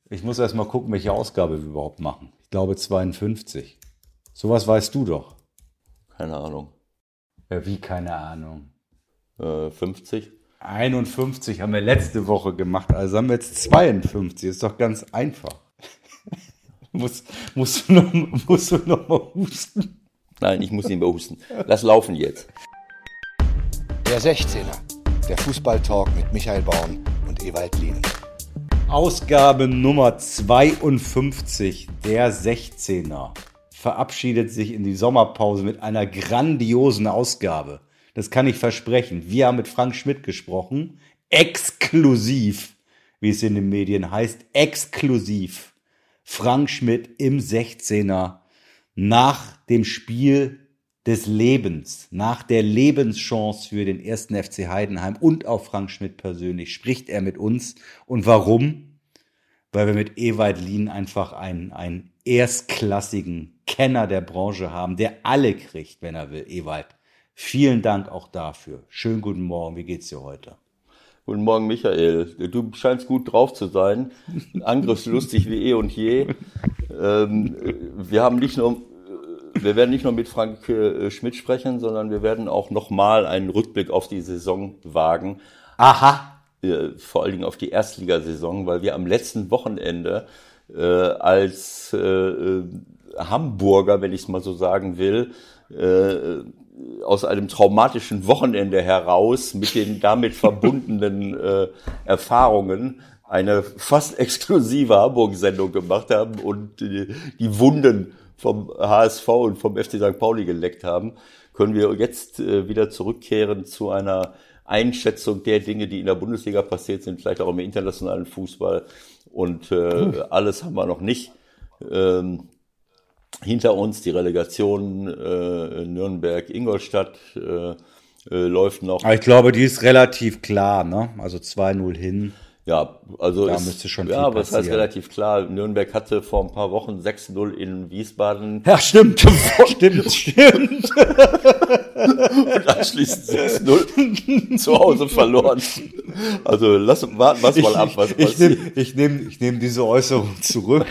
Ich muss erst mal gucken, welche Ausgabe wir überhaupt machen. Ich glaube 52. Sowas weißt du doch. Keine Ahnung. Ja, wie keine Ahnung? 50? 51 haben wir letzte Woche gemacht, also haben wir jetzt 52. Ist doch ganz einfach. Musst du noch mal husten? Nein, ich muss nicht mehr husten. Lass laufen jetzt. Der 16er, der Fußballtalk mit Michael Baum und Ewald Lien. Ausgabe Nummer 52, der 16er, verabschiedet sich in die Sommerpause mit einer grandiosen Ausgabe. Das kann ich versprechen. Wir haben mit Frank Schmidt gesprochen, exklusiv, wie es in den Medien heißt, exklusiv. Frank Schmidt im 16er nach dem Spiel des Lebens, nach der Lebenschance für den 1. FC Heidenheim und auch Frank Schmidt persönlich spricht er mit uns. Und warum? Weil wir mit Ewald Lien einfach einen erstklassigen Kenner der Branche haben, der alle kriegt, wenn er will. Ewald, vielen Dank auch dafür. Schönen guten Morgen, wie geht's dir heute? Guten Morgen, Michael. Du scheinst gut drauf zu sein. Angriffslustig wie eh und je. Wir werden nicht nur mit Frank Schmidt sprechen, sondern wir werden auch nochmal einen Rückblick auf die Saison wagen. Aha. Vor allen Dingen auf die Erstligasaison, weil wir am letzten Wochenende als Hamburger, wenn ich es mal so sagen will, aus einem traumatischen Wochenende heraus mit den damit verbundenen Erfahrungen eine fast exklusive Hamburg-Sendung gemacht haben und die Wunden vom HSV und vom FC St. Pauli geleckt haben, können wir jetzt wieder zurückkehren zu einer Einschätzung der Dinge, die in der Bundesliga passiert sind, vielleicht auch im internationalen Fußball. Und alles haben wir noch nicht hinter uns. Die Relegation Nürnberg-Ingolstadt läuft noch. Aber ich glaube, die ist relativ klar, ne? Also 2-0 hin. Ja, also da müsste schon viel aber es passieren. heißt relativ klar, Nürnberg hatte vor ein paar Wochen 6-0 in Wiesbaden. Ja, stimmt. Stimmt. Und anschließend 6-0 zu Hause verloren. Also warten wir mal ab, was passiert. Ich nehm diese Äußerung zurück.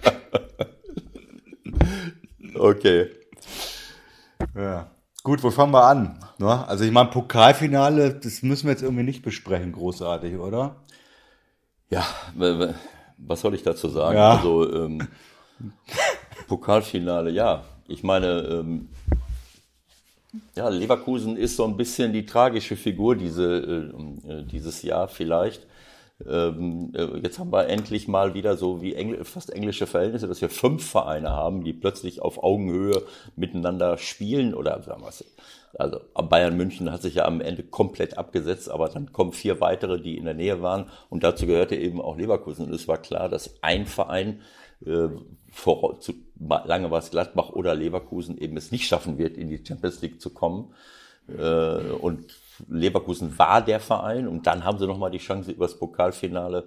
Okay. Ja. Gut, wo fangen wir an? Ne? Also ich meine, Pokalfinale, das müssen wir jetzt irgendwie nicht besprechen, großartig, oder? Ja, was soll ich dazu sagen? Ja. Also Pokalfinale, ja. Ich meine, Leverkusen ist so ein bisschen die tragische Figur dieses Jahr vielleicht. Jetzt haben wir endlich mal wieder so wie fast englische Verhältnisse, dass wir 5 Vereine haben, die plötzlich auf Augenhöhe miteinander spielen oder sagen wir es. Also Bayern München hat sich ja am Ende komplett abgesetzt, aber dann kommen 4 weitere, die in der Nähe waren und dazu gehörte eben auch Leverkusen. Und es war klar, dass ein Verein, lange war es Gladbach oder Leverkusen, eben es nicht schaffen wird, in die Champions League zu kommen. Und Leverkusen war der Verein und dann haben sie nochmal die Chance, über das Pokalfinale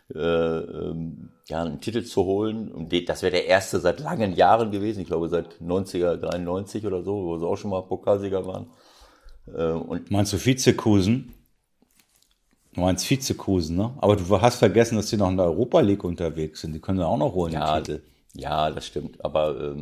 einen Titel zu holen. Und das wäre der erste seit langen Jahren gewesen, ich glaube seit 93 oder so, wo sie auch schon mal Pokalsieger waren. Meinst du Vizekusen? Du meinst Vizekusen, ne? Aber du hast vergessen, dass die noch in der Europa League unterwegs sind. Die können sie auch noch holen, den Titel. Ja, das stimmt. Aber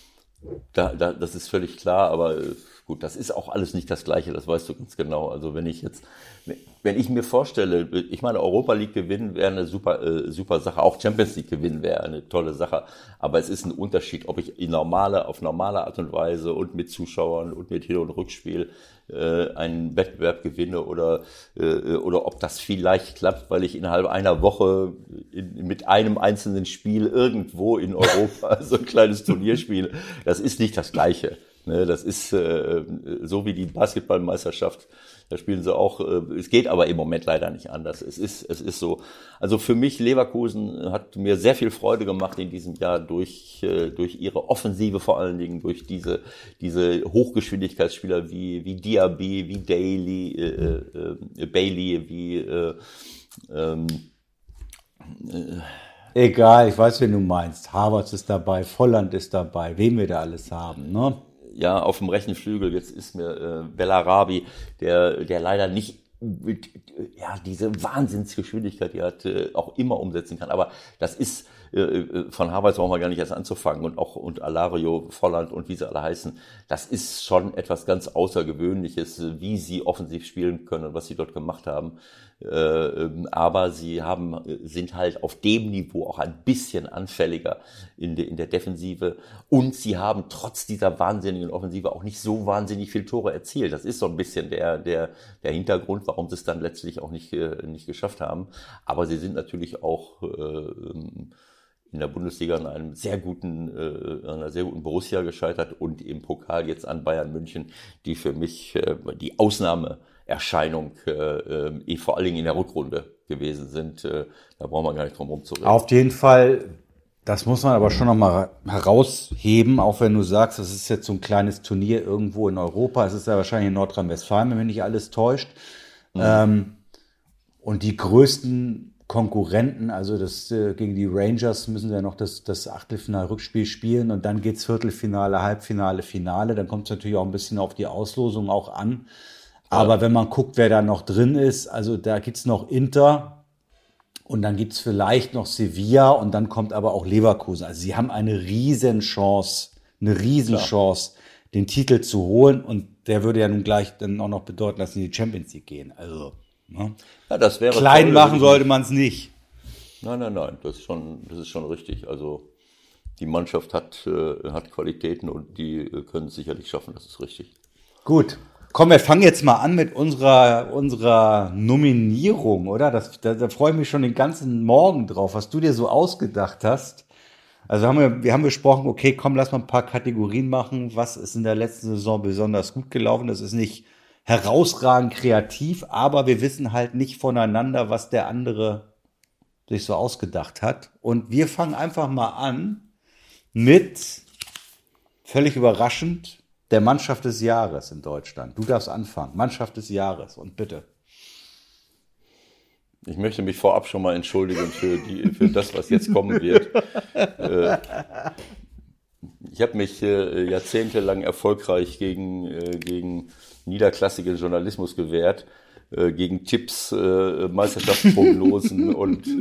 das ist völlig klar. Aber gut, das ist auch alles nicht das Gleiche, das weißt du ganz genau. Also wenn ich mir vorstelle, ich meine, Europa League gewinnen wäre eine super Sache, auch Champions League gewinnen wäre eine tolle Sache, aber es ist ein Unterschied, ob ich auf normale Art und Weise und mit Zuschauern und mit Hin- und Rückspiel einen Wettbewerb gewinne oder ob das vielleicht klappt, weil ich innerhalb einer Woche mit einem einzelnen Spiel irgendwo in Europa so ein kleines Turnier spiele. Das ist nicht das Gleiche. Das ist so wie die Basketballmeisterschaft, da spielen sie auch, es geht aber im Moment leider nicht anders. Es ist so. Also für mich, Leverkusen hat mir sehr viel Freude gemacht in diesem Jahr durch ihre Offensive vor allen Dingen, durch diese Hochgeschwindigkeitsspieler wie Diaby, wie Bailey, wie egal, ich weiß, wen du meinst. Havertz ist dabei, Volland ist dabei, wen wir da alles haben, ne? Ja, auf dem rechten Flügel, jetzt ist mir Bellarabi, der leider nicht diese Wahnsinnsgeschwindigkeit, die er hat, auch immer umsetzen kann. Aber das ist, von Havertz brauchen wir gar nicht erst anzufangen und Alario, Volland und wie sie alle heißen. Das ist schon etwas ganz Außergewöhnliches, wie sie offensiv spielen können und was sie dort gemacht haben. Aber sie sind halt auf dem Niveau auch ein bisschen anfälliger in der Defensive und sie haben trotz dieser wahnsinnigen Offensive auch nicht so wahnsinnig viele Tore erzielt. Das ist so ein bisschen der Hintergrund, warum sie es dann letztlich auch nicht geschafft haben. Aber sie sind natürlich auch in der Bundesliga an einer sehr guten Borussia gescheitert und im Pokal jetzt an Bayern München, die für mich die Ausnahmeerscheinung vor allen Dingen in der Rückrunde gewesen sind. Da brauchen wir gar nicht drum rumzureden. Auf jeden Fall, das muss man aber schon nochmal herausheben, auch wenn du sagst, das ist jetzt so ein kleines Turnier irgendwo in Europa. Es ist ja wahrscheinlich in Nordrhein-Westfalen, wenn mich nicht alles täuscht. Und die größten Konkurrenten, also gegen die Rangers müssen ja noch das Achtelfinal-Rückspiel spielen und dann geht's Viertelfinale, Halbfinale, Finale. Dann kommt es natürlich auch ein bisschen auf die Auslosung auch an. Aber wenn man guckt, wer da noch drin ist, also da gibt's noch Inter und dann gibt's vielleicht noch Sevilla und dann kommt aber auch Leverkusen. Also sie haben eine Riesenchance, den Titel zu holen und der würde ja nun gleich dann auch noch bedeuten, dass sie in die Champions League gehen. Also ja, das wäre klein toll, machen sollte man es nicht. Nein, das ist schon richtig. Also die Mannschaft hat Qualitäten und die können es sicherlich schaffen, das ist richtig. Gut, komm, wir fangen jetzt mal an mit unserer Nominierung, oder? Da freue ich mich schon den ganzen Morgen drauf, was du dir so ausgedacht hast. Also wir haben besprochen, okay, komm, lass mal ein paar Kategorien machen. Was ist in der letzten Saison besonders gut gelaufen? Das ist nicht herausragend kreativ, aber wir wissen halt nicht voneinander, was der andere sich so ausgedacht hat. Und wir fangen einfach mal an mit, völlig überraschend, der Mannschaft des Jahres in Deutschland. Du darfst anfangen. Mannschaft des Jahres und bitte. Ich möchte mich vorab schon mal entschuldigen für das, was jetzt kommen wird. Ich habe mich jahrzehntelang erfolgreich gegen niederklassigen Journalismus gewehrt, gegen Tipps, Meisterschaftsprognosen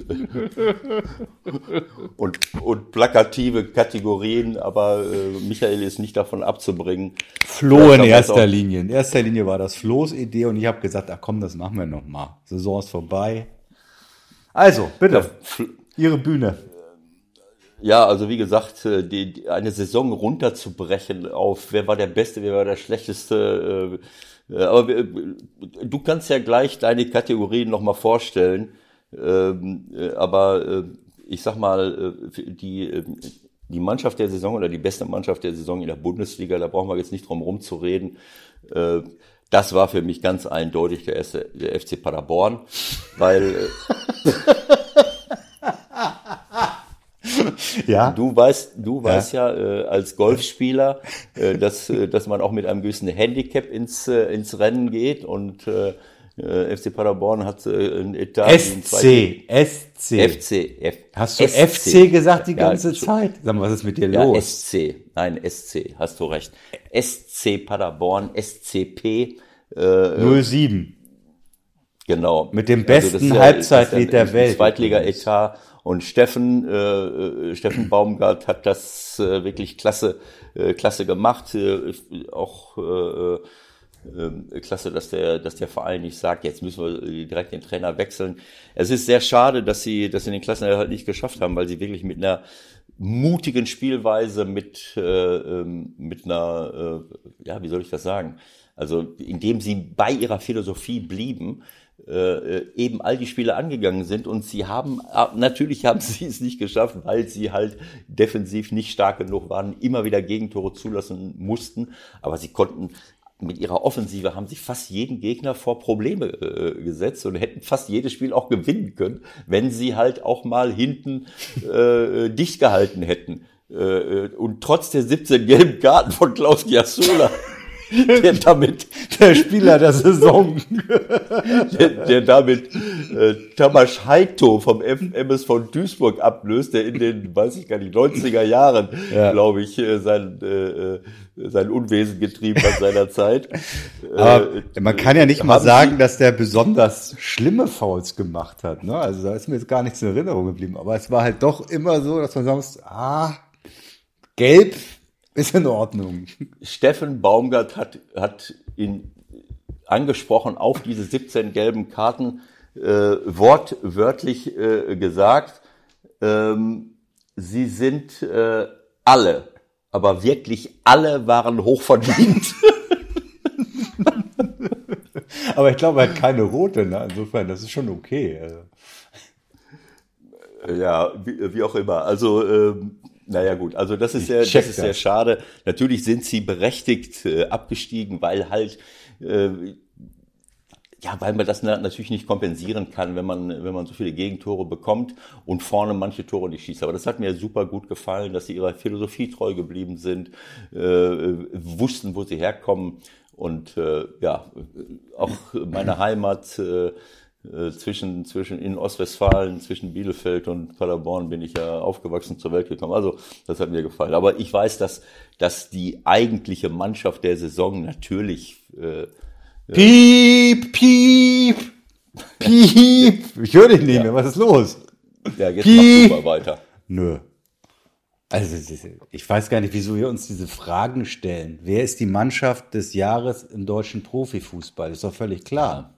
und plakative Kategorien, aber Michael ist nicht davon abzubringen. Flo in erster Linie. In erster Linie war das Flo's Idee und ich habe gesagt, ach komm, das machen wir nochmal. Saison ist vorbei. Also, bitte, Ihre Bühne. Ja, also wie gesagt, eine Saison runterzubrechen auf, wer war der Beste, wer war der Schlechteste. Aber du kannst ja gleich deine Kategorien nochmal vorstellen. Aber ich sag mal, die Mannschaft der Saison oder die beste Mannschaft der Saison in der Bundesliga, da brauchen wir jetzt nicht drum rumzureden. Das war für mich ganz eindeutig der FC Paderborn, weil ja. Du weißt ja als Golfspieler, dass man auch mit einem gewissen Handicap ins Rennen geht und FC Paderborn hat ein Etat. FC. Hast du FC gesagt die ganze Zeit? Sag mal, was ist mit dir los? SC, hast du recht. SC Paderborn, SCP 07. Genau. Mit dem besten Halbzeitlied der Welt. Zweitliga-Etat. Und Steffen Baumgart hat das wirklich klasse gemacht. Auch klasse, dass der Verein nicht sagt, jetzt müssen wir direkt den Trainer wechseln. Es ist sehr schade, dass sie den Klassenerhalt halt nicht geschafft haben, weil sie wirklich mit einer mutigen Spielweise, mit einer, wie soll ich das sagen? Also, indem sie bei ihrer Philosophie blieben, eben all die Spiele angegangen sind und natürlich haben sie es nicht geschafft, weil sie halt defensiv nicht stark genug waren, immer wieder Gegentore zulassen mussten, aber sie konnten mit ihrer Offensive haben sie fast jeden Gegner vor Probleme gesetzt und hätten fast jedes Spiel auch gewinnen können, wenn sie halt auch mal hinten dicht gehalten hätten. Und trotz der 17 gelben Karten von Klaus Giassola der damit der Spieler der Saison. der damit Tamas Heito vom MSV Duisburg ablöst, der in den, weiß ich gar nicht, 90er Jahren, glaube ich, sein Unwesen getrieben hat seiner Zeit. Aber man kann ja nicht mal sagen, dass der besonders schlimme Fouls gemacht hat. Ne? Also da ist mir jetzt gar nichts in Erinnerung geblieben. Aber es war halt doch immer so, dass man sagt, gelb ist in Ordnung. Steffen Baumgart hat ihn angesprochen auf diese 17 gelben Karten, wortwörtlich gesagt, sie sind alle, aber wirklich alle waren hochverdient. Aber ich glaube, er hat keine rote, ne? Insofern, das ist schon okay. Ja, wie auch immer. Also, naja gut, also das ist sehr schade. Natürlich sind sie berechtigt abgestiegen, weil halt, weil man das natürlich nicht kompensieren kann, wenn man so viele Gegentore bekommt und vorne manche Tore nicht schießt. Aber das hat mir super gut gefallen, dass sie ihrer Philosophie treu geblieben sind, wussten, wo sie herkommen und auch meine Heimat zwischen in Ostwestfalen, zwischen Bielefeld und Paderborn bin ich ja aufgewachsen, zur Welt gekommen. Also das hat mir gefallen. Aber ich weiß, dass die eigentliche Mannschaft der Saison natürlich Piep, piep, piep. Ich höre dich nicht mehr. Was ist los? Ja, jetzt machst du mal weiter. Nö. Also ich weiß gar nicht, wieso wir uns diese Fragen stellen. Wer ist die Mannschaft des Jahres im deutschen Profifußball? Ist doch völlig klar.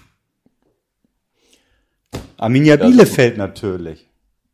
Arminia Bielefeld natürlich.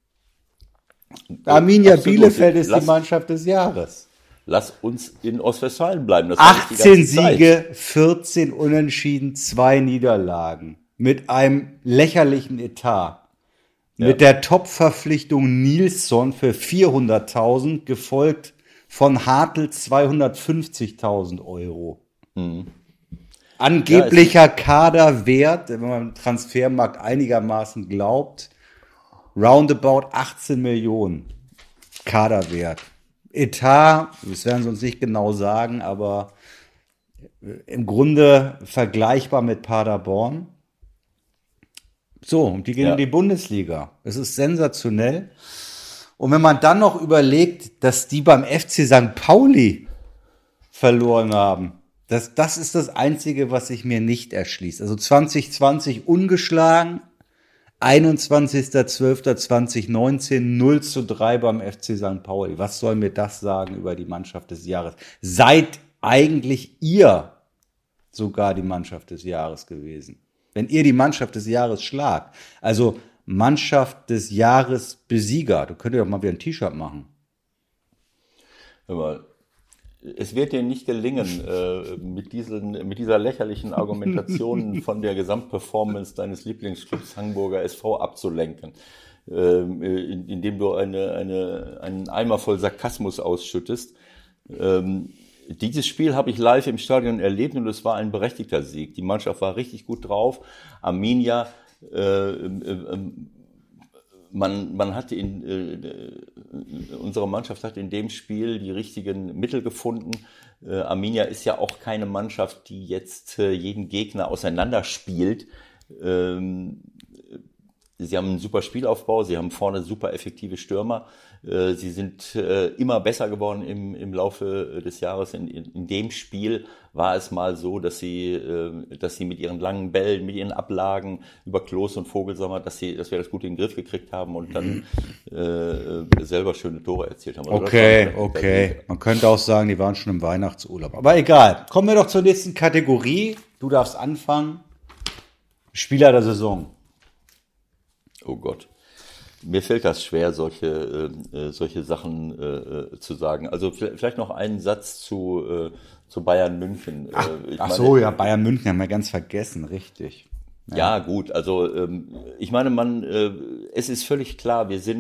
Arminia Bielefeld ist die Mannschaft des Jahres. Lass uns in Ostwestfalen bleiben. Das 18 Siege, 14 Unentschieden, 2 Niederlagen. Mit einem lächerlichen Etat. Mit der Top-Verpflichtung Nilsson für 400.000, gefolgt von Hartl 250.000 Euro. Angeblicher Kaderwert, wenn man dem Transfermarkt einigermaßen glaubt, roundabout 18 Millionen Kaderwert. Etat, das werden sie uns nicht genau sagen, aber im Grunde vergleichbar mit Paderborn. So, und die gehen in die Bundesliga. Es ist sensationell. Und wenn man dann noch überlegt, dass die beim FC St. Pauli verloren haben, das ist das Einzige, was sich mir nicht erschließt. Also 2020 ungeschlagen, 21.12.2019 0:3 beim FC St. Pauli. Was soll mir das sagen über die Mannschaft des Jahres? Seid eigentlich ihr sogar die Mannschaft des Jahres gewesen? Wenn ihr die Mannschaft des Jahres schlagt, also Mannschaft des Jahres Besieger, du könntest doch mal wieder ein T-Shirt machen. Aber es wird dir nicht gelingen, mit dieser lächerlichen Argumentation von der Gesamtperformance deines Lieblingsclubs Hamburger SV abzulenken, indem du einen Eimer voll Sarkasmus ausschüttest. Dieses Spiel habe ich live im Stadion erlebt und es war ein berechtigter Sieg. Die Mannschaft war richtig gut drauf. Arminia, unsere Mannschaft hat in dem Spiel die richtigen Mittel gefunden. Arminia ist ja auch keine Mannschaft, die jetzt jeden Gegner auseinanderspielt. Sie haben einen super Spielaufbau, sie haben vorne super effektive Stürmer. Sie sind immer besser geworden im Laufe des Jahres. In dem Spiel war es mal so, dass sie mit ihren langen Bällen, mit ihren Ablagen über Klos und Vogelsammer, dass wir das gut in den Griff gekriegt haben und dann selber schöne Tore erzielt haben. Also okay. Man könnte auch sagen, die waren schon im Weihnachtsurlaub. Aber egal. Kommen wir doch zur nächsten Kategorie. Du darfst anfangen. Spieler der Saison. Oh Gott. Mir fällt das schwer, solche Sachen zu sagen. Also vielleicht noch einen Satz zu Bayern München. Bayern München haben wir ganz vergessen, richtig. Ja gut, also ich meine, es ist völlig klar, wir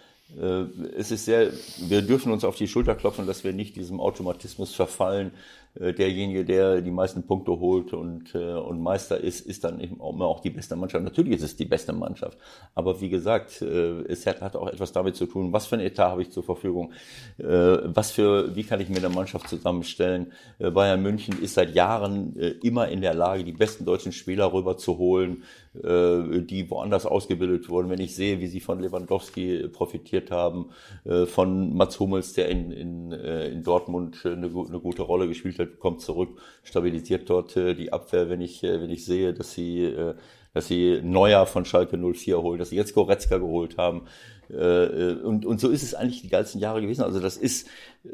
dürfen uns auf die Schulter klopfen, dass wir nicht diesem Automatismus verfallen, derjenige, der die meisten Punkte holt und Meister ist dann eben auch die beste Mannschaft. Natürlich ist es die beste Mannschaft. Aber wie gesagt, es hat auch etwas damit zu tun, was für ein Etat habe ich zur Verfügung, wie kann ich mir eine Mannschaft zusammenstellen. Bayern München ist seit Jahren immer in der Lage, die besten deutschen Spieler rüber zu holen, die woanders ausgebildet wurden. Wenn ich sehe, wie sie von Lewandowski profitiert haben, von Mats Hummels, der in Dortmund eine gute Rolle gespielt hat, kommt zurück, stabilisiert dort die Abwehr. Wenn ich sehe, dass sie Neuer von Schalke 04 holen, dass sie jetzt Goretzka geholt haben, und so ist es eigentlich die ganzen Jahre gewesen. Also das ist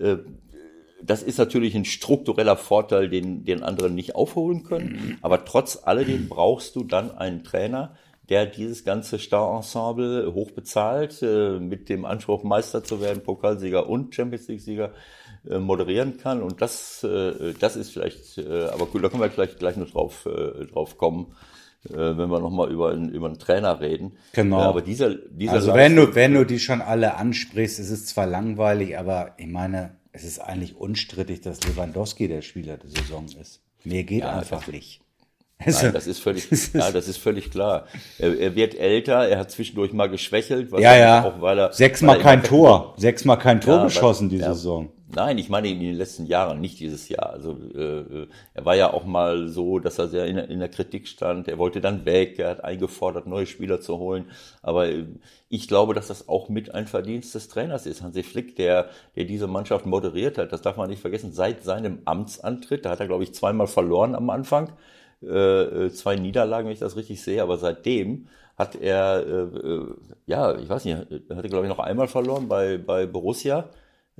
natürlich ein struktureller Vorteil, den andere nicht aufholen können. Aber trotz alledem brauchst du dann einen Trainer, der dieses ganze Star-Ensemble hochbezahlt, mit dem Anspruch, Meister zu werden, Pokalsieger und Champions-League-Sieger moderieren kann. Und das ist vielleicht, aber gut, da können wir gleich noch drauf kommen, wenn wir nochmal über einen Trainer reden. Genau. Aber dieser also wenn du die schon alle ansprichst, es ist zwar langweilig, aber ich meine, es ist eigentlich unstrittig, dass Lewandowski der Spieler der Saison ist. Mehr geht einfach nicht. Nein, das ist völlig klar. Er wird älter, er hat zwischendurch mal geschwächelt. Auch, weil er sechsmal kein Tor geschossen diese Saison. Nein, ich meine in den letzten Jahren, nicht dieses Jahr. Also er war ja auch mal so, dass er sehr in der Kritik stand. Er wollte dann weg, er hat eingefordert, neue Spieler zu holen. Aber ich glaube, dass das auch mit ein Verdienst des Trainers ist. Hansi Flick, der diese Mannschaft moderiert hat, das darf man nicht vergessen, seit seinem Amtsantritt, da hat er, glaube ich, 2-mal verloren am Anfang. 2 Niederlagen, wenn ich das richtig sehe, aber seitdem hat er, ich weiß nicht, er hatte, glaube ich, noch einmal verloren bei Borussia,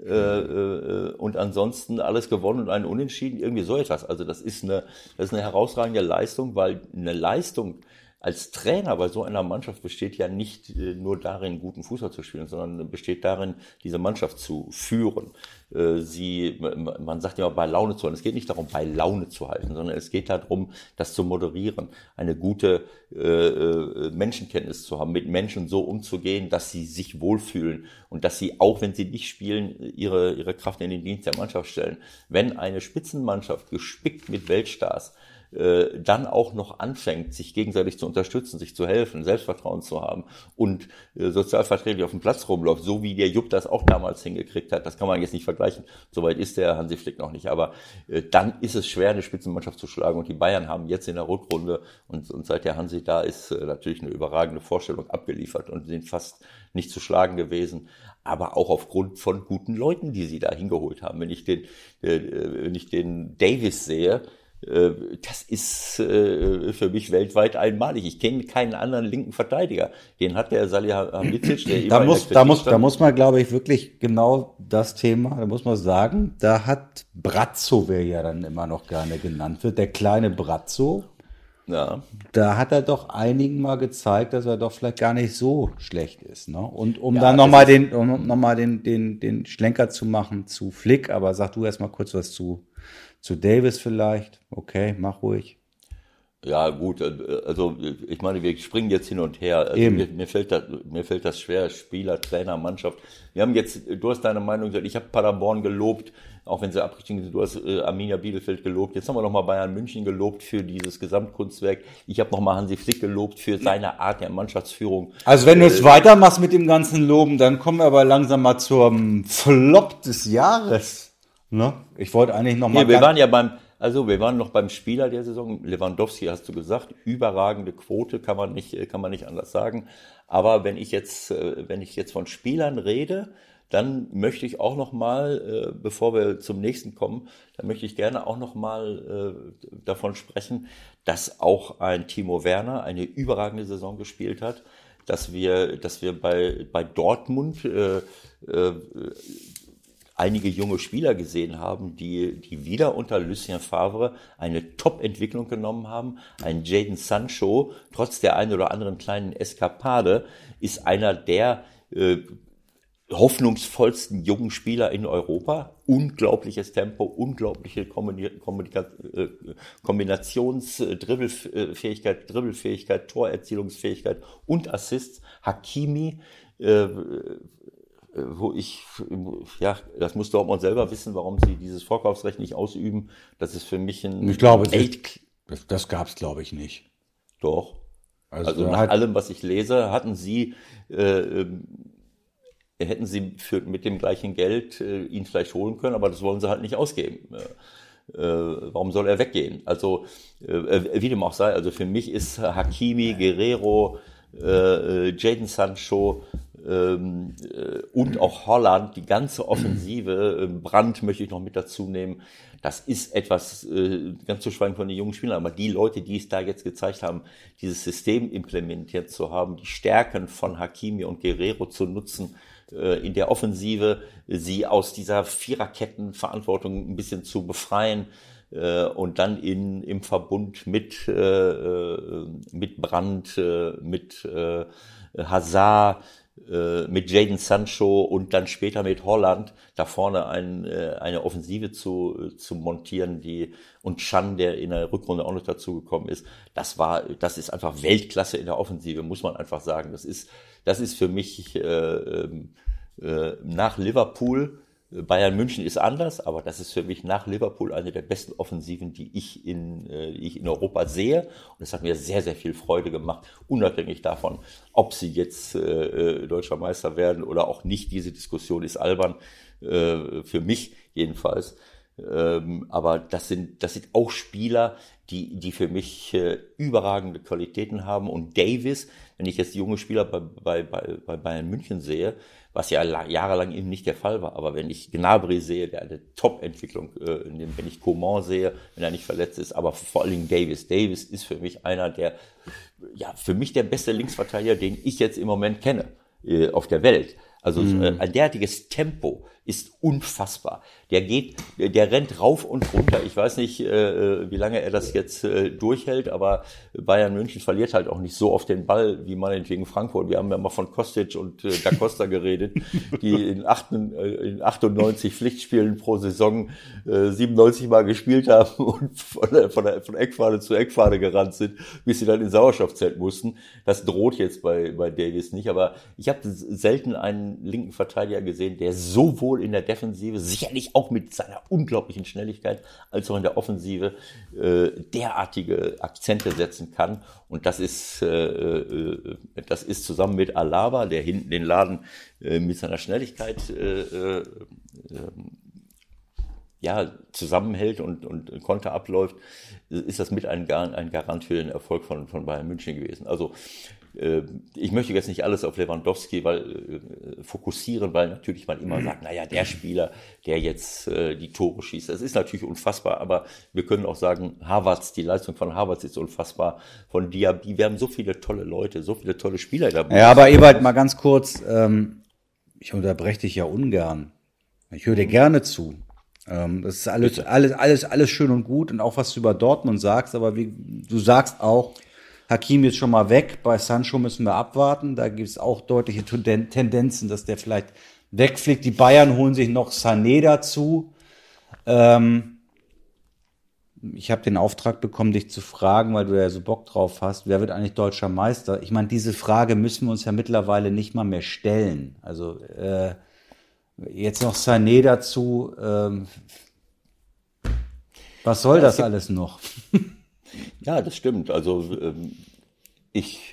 und ansonsten alles gewonnen und einen Unentschieden, irgendwie so etwas. Also das ist eine herausragende Leistung, weil eine Leistung als Trainer bei so einer Mannschaft besteht ja nicht nur darin, guten Fußball zu spielen, sondern besteht darin, diese Mannschaft zu führen. Man sagt ja bei Laune zu halten. Es geht nicht darum, bei Laune zu halten, sondern es geht darum, das zu moderieren, eine gute Menschenkenntnis zu haben, mit Menschen so umzugehen, dass sie sich wohlfühlen und dass sie, auch wenn sie nicht spielen, ihre Kraft in den Dienst der Mannschaft stellen. Wenn eine Spitzenmannschaft gespickt mit Weltstars dann auch noch anfängt, sich gegenseitig zu unterstützen, sich zu helfen, Selbstvertrauen zu haben und sozialverträglich auf dem Platz rumläuft, so wie der Jupp das auch damals hingekriegt hat. Das kann man jetzt nicht vergleichen. Soweit ist der Hansi Flick noch nicht. Aber dann ist es schwer, eine Spitzenmannschaft zu schlagen. Und die Bayern haben jetzt in der Rückrunde und seit der Hansi da ist, natürlich eine überragende Vorstellung abgeliefert und sind fast nicht zu schlagen gewesen. Aber auch aufgrund von guten Leuten, die sie da hingeholt haben. Wenn ich den Davis sehe, das ist für mich weltweit einmalig. Ich kenne keinen anderen linken Verteidiger. Den hat der Salihamidzic, der da muss man, glaube ich, wirklich genau das Thema, da muss man sagen, da hat Brazzo, wer ja dann immer noch gerne genannt wird, der kleine Brazzo, ja. Da hat er doch einigen mal gezeigt, dass er doch vielleicht gar nicht so schlecht ist, ne? Und dann nochmal den Schlenker zu machen zu Flick, aber sag du erst mal kurz was zu Davis vielleicht. Okay, mach ruhig. Ja, gut, also ich meine, wir springen jetzt hin und her. Also mir fällt das schwer, Spieler, Trainer, Mannschaft. Du hast deine Meinung gesagt, ich habe Paderborn gelobt, auch wenn sie abgestiegen sind, du hast Arminia Bielefeld gelobt. Jetzt haben wir nochmal Bayern München gelobt für dieses Gesamtkunstwerk. Ich habe nochmal Hansi Flick gelobt für seine Art der Mannschaftsführung. Also wenn du es weitermachst mit dem ganzen Loben, dann kommen wir aber langsam mal zum Flop des Jahres. Ne? Ich wollte eigentlich nochmal... Wir waren noch beim Spieler der Saison. Lewandowski, hast du gesagt, überragende Quote, kann man nicht anders sagen. Aber wenn ich jetzt von Spielern rede, dann möchte ich auch nochmal, bevor wir zum nächsten kommen, dann möchte ich gerne auch nochmal davon sprechen, dass auch ein Timo Werner eine überragende Saison gespielt hat, dass wir bei Dortmund einige junge Spieler gesehen haben, die wieder unter Lucien Favre eine Top-Entwicklung genommen haben. Ein Jadon Sancho, trotz der einen oder anderen kleinen Eskapade, ist einer der hoffnungsvollsten jungen Spieler in Europa. Unglaubliches Tempo, unglaubliche Dribbelfähigkeit, Torerzielungsfähigkeit und Assists. Hakimi, das muss Dortmund selber wissen, warum sie dieses Vorkaufsrecht nicht ausüben. Das ist für mich Ich glaube, das gab's, glaube ich, nicht. Doch. Also nach allem, was ich lese, hätten sie mit dem gleichen Geld ihn vielleicht holen können, aber das wollen sie halt nicht ausgeben. Warum soll er weggehen? Also, wie dem auch sei, also für mich ist Hakimi, Guerrero, Jadon Sancho und auch Haaland, die ganze Offensive, Brandt möchte ich noch mit dazu nehmen, das ist etwas, ganz zu schweigen von den jungen Spielern, aber die Leute, die es da jetzt gezeigt haben, dieses System implementiert zu haben, die Stärken von Hakimi und Guerrero zu nutzen, in der Offensive, sie aus dieser Viererkettenverantwortung ein bisschen zu befreien, und dann im Verbund mit Brandt, mit Hazard, mit Jadon Sancho und dann später mit Haaland da vorne eine Offensive zu montieren, und Can, der in der Rückrunde auch noch dazugekommen ist, das ist einfach Weltklasse in der Offensive, muss man einfach sagen. Das ist für mich nach Liverpool. Bayern München ist anders, aber das ist für mich nach Liverpool eine der besten Offensiven, die ich in Europa sehe. Und es hat mir sehr, sehr viel Freude gemacht, unabhängig davon, ob sie jetzt deutscher Meister werden oder auch nicht. Diese Diskussion ist albern, für mich jedenfalls. Aber das sind auch Spieler, die für mich überragende Qualitäten haben. Und Davies, wenn ich jetzt junge Spieler bei Bayern München sehe, was ja jahrelang eben nicht der Fall war, aber wenn ich Gnabry sehe, der eine Top-Entwicklung nimmt, wenn ich Coman sehe, wenn er nicht verletzt ist, aber vor allen Dingen Davies ist für mich einer für mich der beste Linksverteidiger, den ich jetzt im Moment kenne auf der Welt. Also ein derartiges Tempo ist unfassbar. Der rennt rauf und runter. Ich weiß nicht, wie lange er das jetzt durchhält, aber Bayern München verliert halt auch nicht so oft den Ball wie meinetwegen Frankfurt. Wir haben ja mal von Kostic und Da Costa geredet, die in 98 Pflichtspielen pro Saison 97 Mal gespielt haben und von Eckfahne zu Eckfahne gerannt sind, bis sie dann ins Sauerstoffzelt mussten. Das droht jetzt bei Davies nicht, aber ich habe selten einen linken Verteidiger gesehen, der sowohl in der Defensive, sicherlich auch mit seiner unglaublichen Schnelligkeit, als auch in der Offensive derartige Akzente setzen kann. Und das ist zusammen mit Alaba, der hinten den Laden mit seiner Schnelligkeit zusammenhält und Konter abläuft, ist das mit ein Garant für den Erfolg von Bayern München gewesen. Also ich möchte jetzt nicht alles auf Lewandowski fokussieren, weil natürlich man immer sagt, naja, der Spieler, der jetzt die Tore schießt, das ist natürlich unfassbar, aber wir können auch sagen, die Leistung von Havertz ist unfassbar, von Diaby, wir haben so viele tolle Leute, so viele tolle Spieler dabei. Ja, aber Ebert, mal ganz kurz, ich unterbreche dich ja ungern. Ich höre dir gerne zu. Das ist alles schön und gut und auch was du über Dortmund sagst, aber wie du sagst auch, Hakimi ist schon mal weg, bei Sancho müssen wir abwarten, da gibt es auch deutliche Tendenzen, dass der vielleicht wegfliegt. Die Bayern holen sich noch Sané dazu. Ich habe den Auftrag bekommen, dich zu fragen, weil du ja so Bock drauf hast, wer wird eigentlich deutscher Meister? Ich meine, diese Frage müssen wir uns ja mittlerweile nicht mal mehr stellen. Also jetzt noch Sané dazu, was soll das alles noch? Ja, das stimmt. Also ich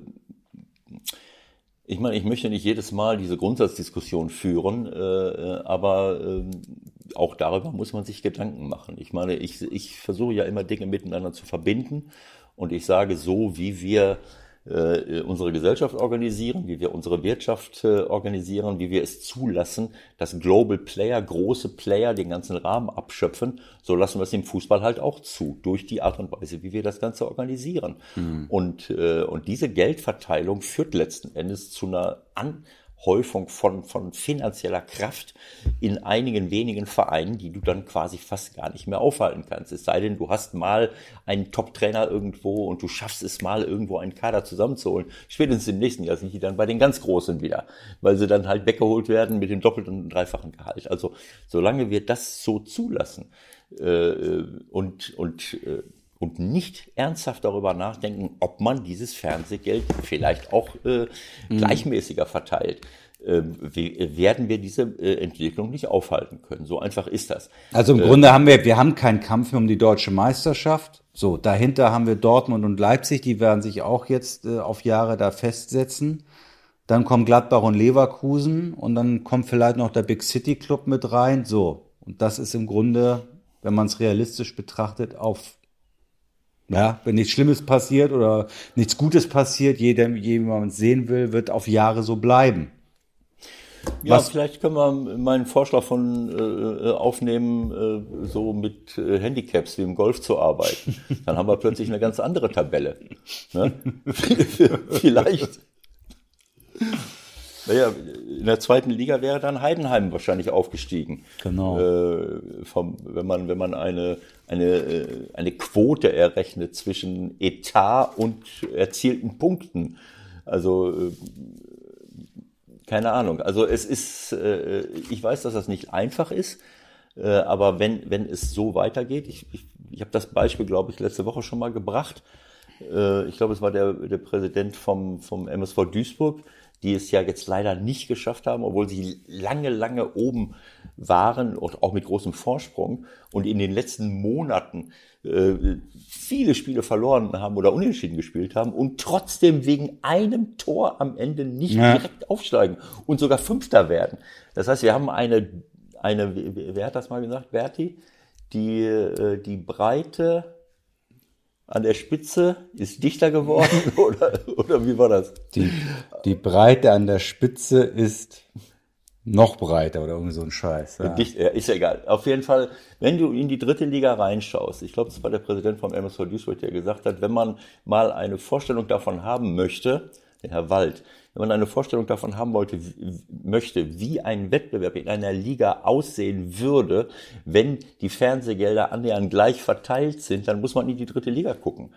meine, ich möchte nicht jedes Mal diese Grundsatzdiskussion führen, aber auch darüber muss man sich Gedanken machen. Ich meine, ich versuche ja immer Dinge miteinander zu verbinden und ich sage, so wie wir unsere Gesellschaft organisieren, wie wir unsere Wirtschaft organisieren, wie wir es zulassen, dass Global Player, große Player den ganzen Rahmen abschöpfen, so lassen wir es im Fußball halt auch zu, durch die Art und Weise, wie wir das Ganze organisieren. Und diese Geldverteilung führt letzten Endes zu einer Anhäufung von finanzieller Kraft in einigen wenigen Vereinen, die du dann quasi fast gar nicht mehr aufhalten kannst. Es sei denn, du hast mal einen Top-Trainer irgendwo und du schaffst es mal irgendwo einen Kader zusammenzuholen. Spätestens im nächsten Jahr sind die dann bei den ganz Großen wieder, weil sie dann halt weggeholt werden mit dem doppelten und dreifachen Gehalt. Also solange wir das so zulassen und nicht ernsthaft darüber nachdenken, ob man dieses Fernsehgeld vielleicht auch gleichmäßiger verteilt. werden wir diese Entwicklung nicht aufhalten können. So einfach ist das. Also im Grunde haben wir haben keinen Kampf mehr um die deutsche Meisterschaft. So, dahinter haben wir Dortmund und Leipzig, die werden sich auch jetzt auf Jahre da festsetzen. Dann kommen Gladbach und Leverkusen und dann kommt vielleicht noch der Big City Club mit rein. So, und das ist im Grunde, wenn man es realistisch betrachtet, wenn nichts Schlimmes passiert oder nichts Gutes passiert, jemand es sehen will, wird auf Jahre so bleiben. Ja, vielleicht können wir meinen Vorschlag aufnehmen, so mit Handicaps wie im Golf zu arbeiten. Dann haben wir plötzlich eine ganz andere Tabelle. Ne? Vielleicht. Naja, in der zweiten Liga wäre dann Heidenheim wahrscheinlich aufgestiegen. Genau. Wenn man eine Quote errechnet zwischen Etat und erzielten Punkten. Also keine Ahnung. Also es ist, ich weiß, dass das nicht einfach ist, aber wenn es so weitergeht, ich habe das Beispiel, glaube ich, letzte Woche schon mal gebracht. Ich glaube, es war der Präsident vom MSV Duisburg, die es ja jetzt leider nicht geschafft haben, obwohl sie lange oben waren und auch mit großem Vorsprung und in den letzten Monaten viele Spiele verloren haben oder unentschieden gespielt haben und trotzdem wegen einem Tor am Ende nicht direkt aufsteigen und sogar Fünfter werden. Das heißt, wir haben eine, wer hat das mal gesagt, Berti? Die Breite an der Spitze ist dichter geworden oder wie war das? Die Breite an der Spitze ist noch breiter oder irgend so ein Scheiß. Ja. Ist ja egal. Auf jeden Fall, wenn du in die dritte Liga reinschaust, ich glaube, das war der Präsident vom MSV Duisburg, der gesagt hat, wenn man mal eine Vorstellung davon haben möchte, der Herr Wald, wenn man eine Vorstellung davon haben möchte, wie ein Wettbewerb in einer Liga aussehen würde, wenn die Fernsehgelder annähernd gleich verteilt sind, dann muss man in die dritte Liga gucken.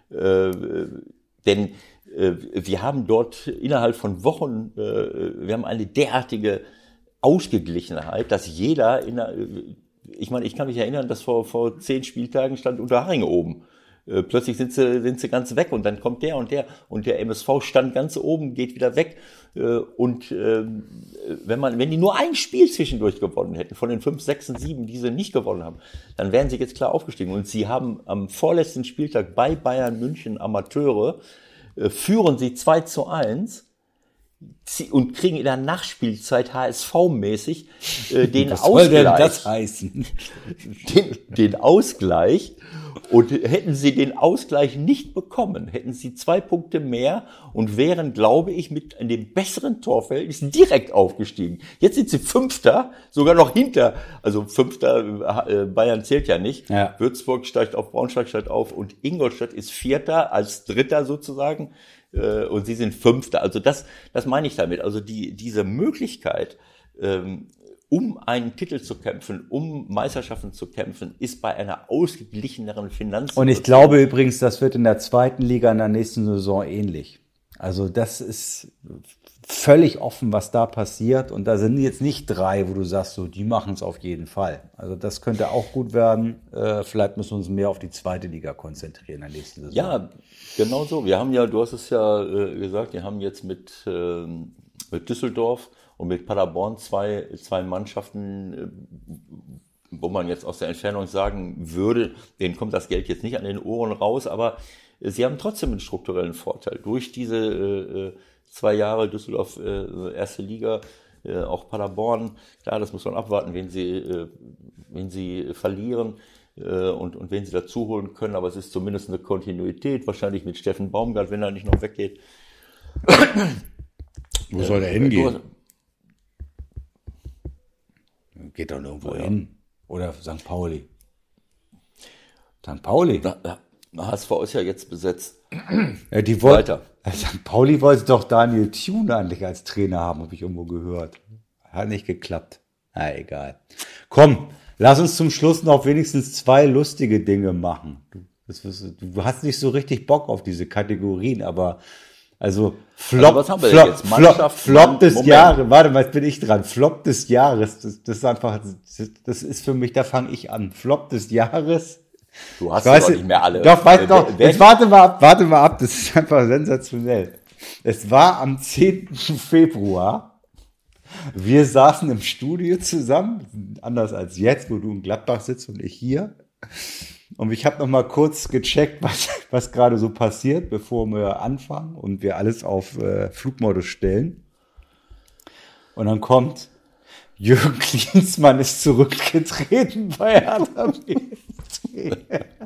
Denn wir haben dort innerhalb von Wochen, wir haben eine derartige Ausgeglichenheit, dass jeder ich kann mich erinnern, dass vor 10 Spieltagen stand Unterhaching oben. Plötzlich sind sie ganz weg und dann kommt der und der MSV stand ganz oben, geht wieder weg. Und wenn die nur ein Spiel zwischendurch gewonnen hätten, von den 5, 6, 7, die sie nicht gewonnen haben, dann wären sie jetzt klar aufgestiegen. Und sie haben am vorletzten Spieltag bei Bayern München Amateure, führen sie 2:1 und kriegen in der Nachspielzeit HSV-mäßig den Was Ausgleich. soll denn das heißen? Den Ausgleich. Und hätten sie den Ausgleich nicht bekommen, hätten sie 2 Punkte mehr und wären, glaube ich, mit dem besseren Torverhältnis direkt aufgestiegen. Jetzt sind sie Fünfter, sogar noch hinter, also Fünfter, Bayern zählt ja nicht. Ja. Würzburg steigt auf, Braunschweig steigt auf und Ingolstadt ist Vierter, als Dritter sozusagen. Und sie sind Fünfter. Also das meine ich damit. Also diese Möglichkeit, um einen Titel zu kämpfen, um Meisterschaften zu kämpfen, ist bei einer ausgeglicheneren Finanzsituation. Und ich glaube übrigens, das wird in der zweiten Liga in der nächsten Saison ähnlich. Also das ist völlig offen, was da passiert. Und da sind jetzt nicht 3, wo du sagst, so, die machen es auf jeden Fall. Also das könnte auch gut werden. Vielleicht müssen wir uns mehr auf die zweite Liga konzentrieren in der nächsten Saison. Ja, genau so. Wir haben ja, du hast es ja gesagt, wir haben jetzt mit Düsseldorf und mit Paderborn zwei Mannschaften, wo man jetzt aus der Entfernung sagen würde, denen kommt das Geld jetzt nicht an den Ohren raus, aber sie haben trotzdem einen strukturellen Vorteil. Durch diese 2 Jahre Düsseldorf erste Liga, auch Paderborn, klar, das muss man abwarten, wen sie verlieren und wen sie dazu holen können, aber es ist zumindest eine Kontinuität, wahrscheinlich mit Steffen Baumgart, wenn er nicht noch weggeht. Wo soll der hingehen? Geht doch nirgendwo hin. Oder St. Pauli. St. Pauli? HSV ist ja jetzt besetzt. Ja, weiter. St. Pauli wollte doch Daniel Thune eigentlich als Trainer haben, habe ich irgendwo gehört. Hat nicht geklappt. Na, egal. Komm, lass uns zum Schluss noch wenigstens 2 lustige Dinge machen. Du hast nicht so richtig Bock auf diese Kategorien, aber also Flop des Jahres, warte mal, jetzt bin ich dran. Flop des Jahres, das ist einfach, das ist für mich, da fange ich an. Flop des Jahres. Du hast doch nicht mehr alle. Doch, weißt doch, jetzt warte mal ab, das ist einfach sensationell. Es war am 10. Februar Wir saßen im Studio zusammen, anders als jetzt, wo du in Gladbach sitzt und ich hier. Und ich habe noch mal kurz gecheckt, was gerade so passiert, bevor wir anfangen und wir alles auf Flugmodus stellen. Und dann kommt, Jürgen Klinsmann ist zurückgetreten bei Hertha BSC.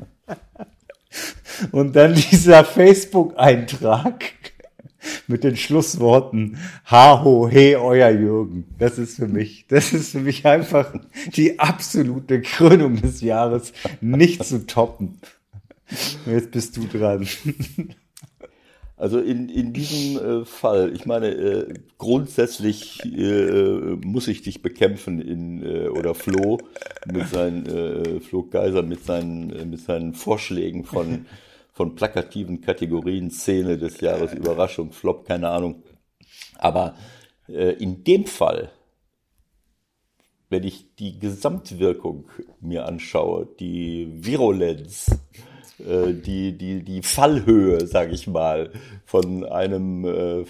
Und dann dieser Facebook-Eintrag mit den Schlussworten, ha, ho, he, euer Jürgen. Das ist für mich einfach die absolute Krönung des Jahres, nicht zu toppen. Jetzt bist du dran. Also in diesem Fall, ich meine, grundsätzlich muss ich dich bekämpfen oder Flo Flo Geiser mit seinen Vorschlägen von plakativen Kategorien, Szene des Jahres, Überraschung, Flop, keine Ahnung. Aber in dem Fall, wenn ich die Gesamtwirkung mir anschaue, die Virulenz, die Fallhöhe, sage ich mal, von einer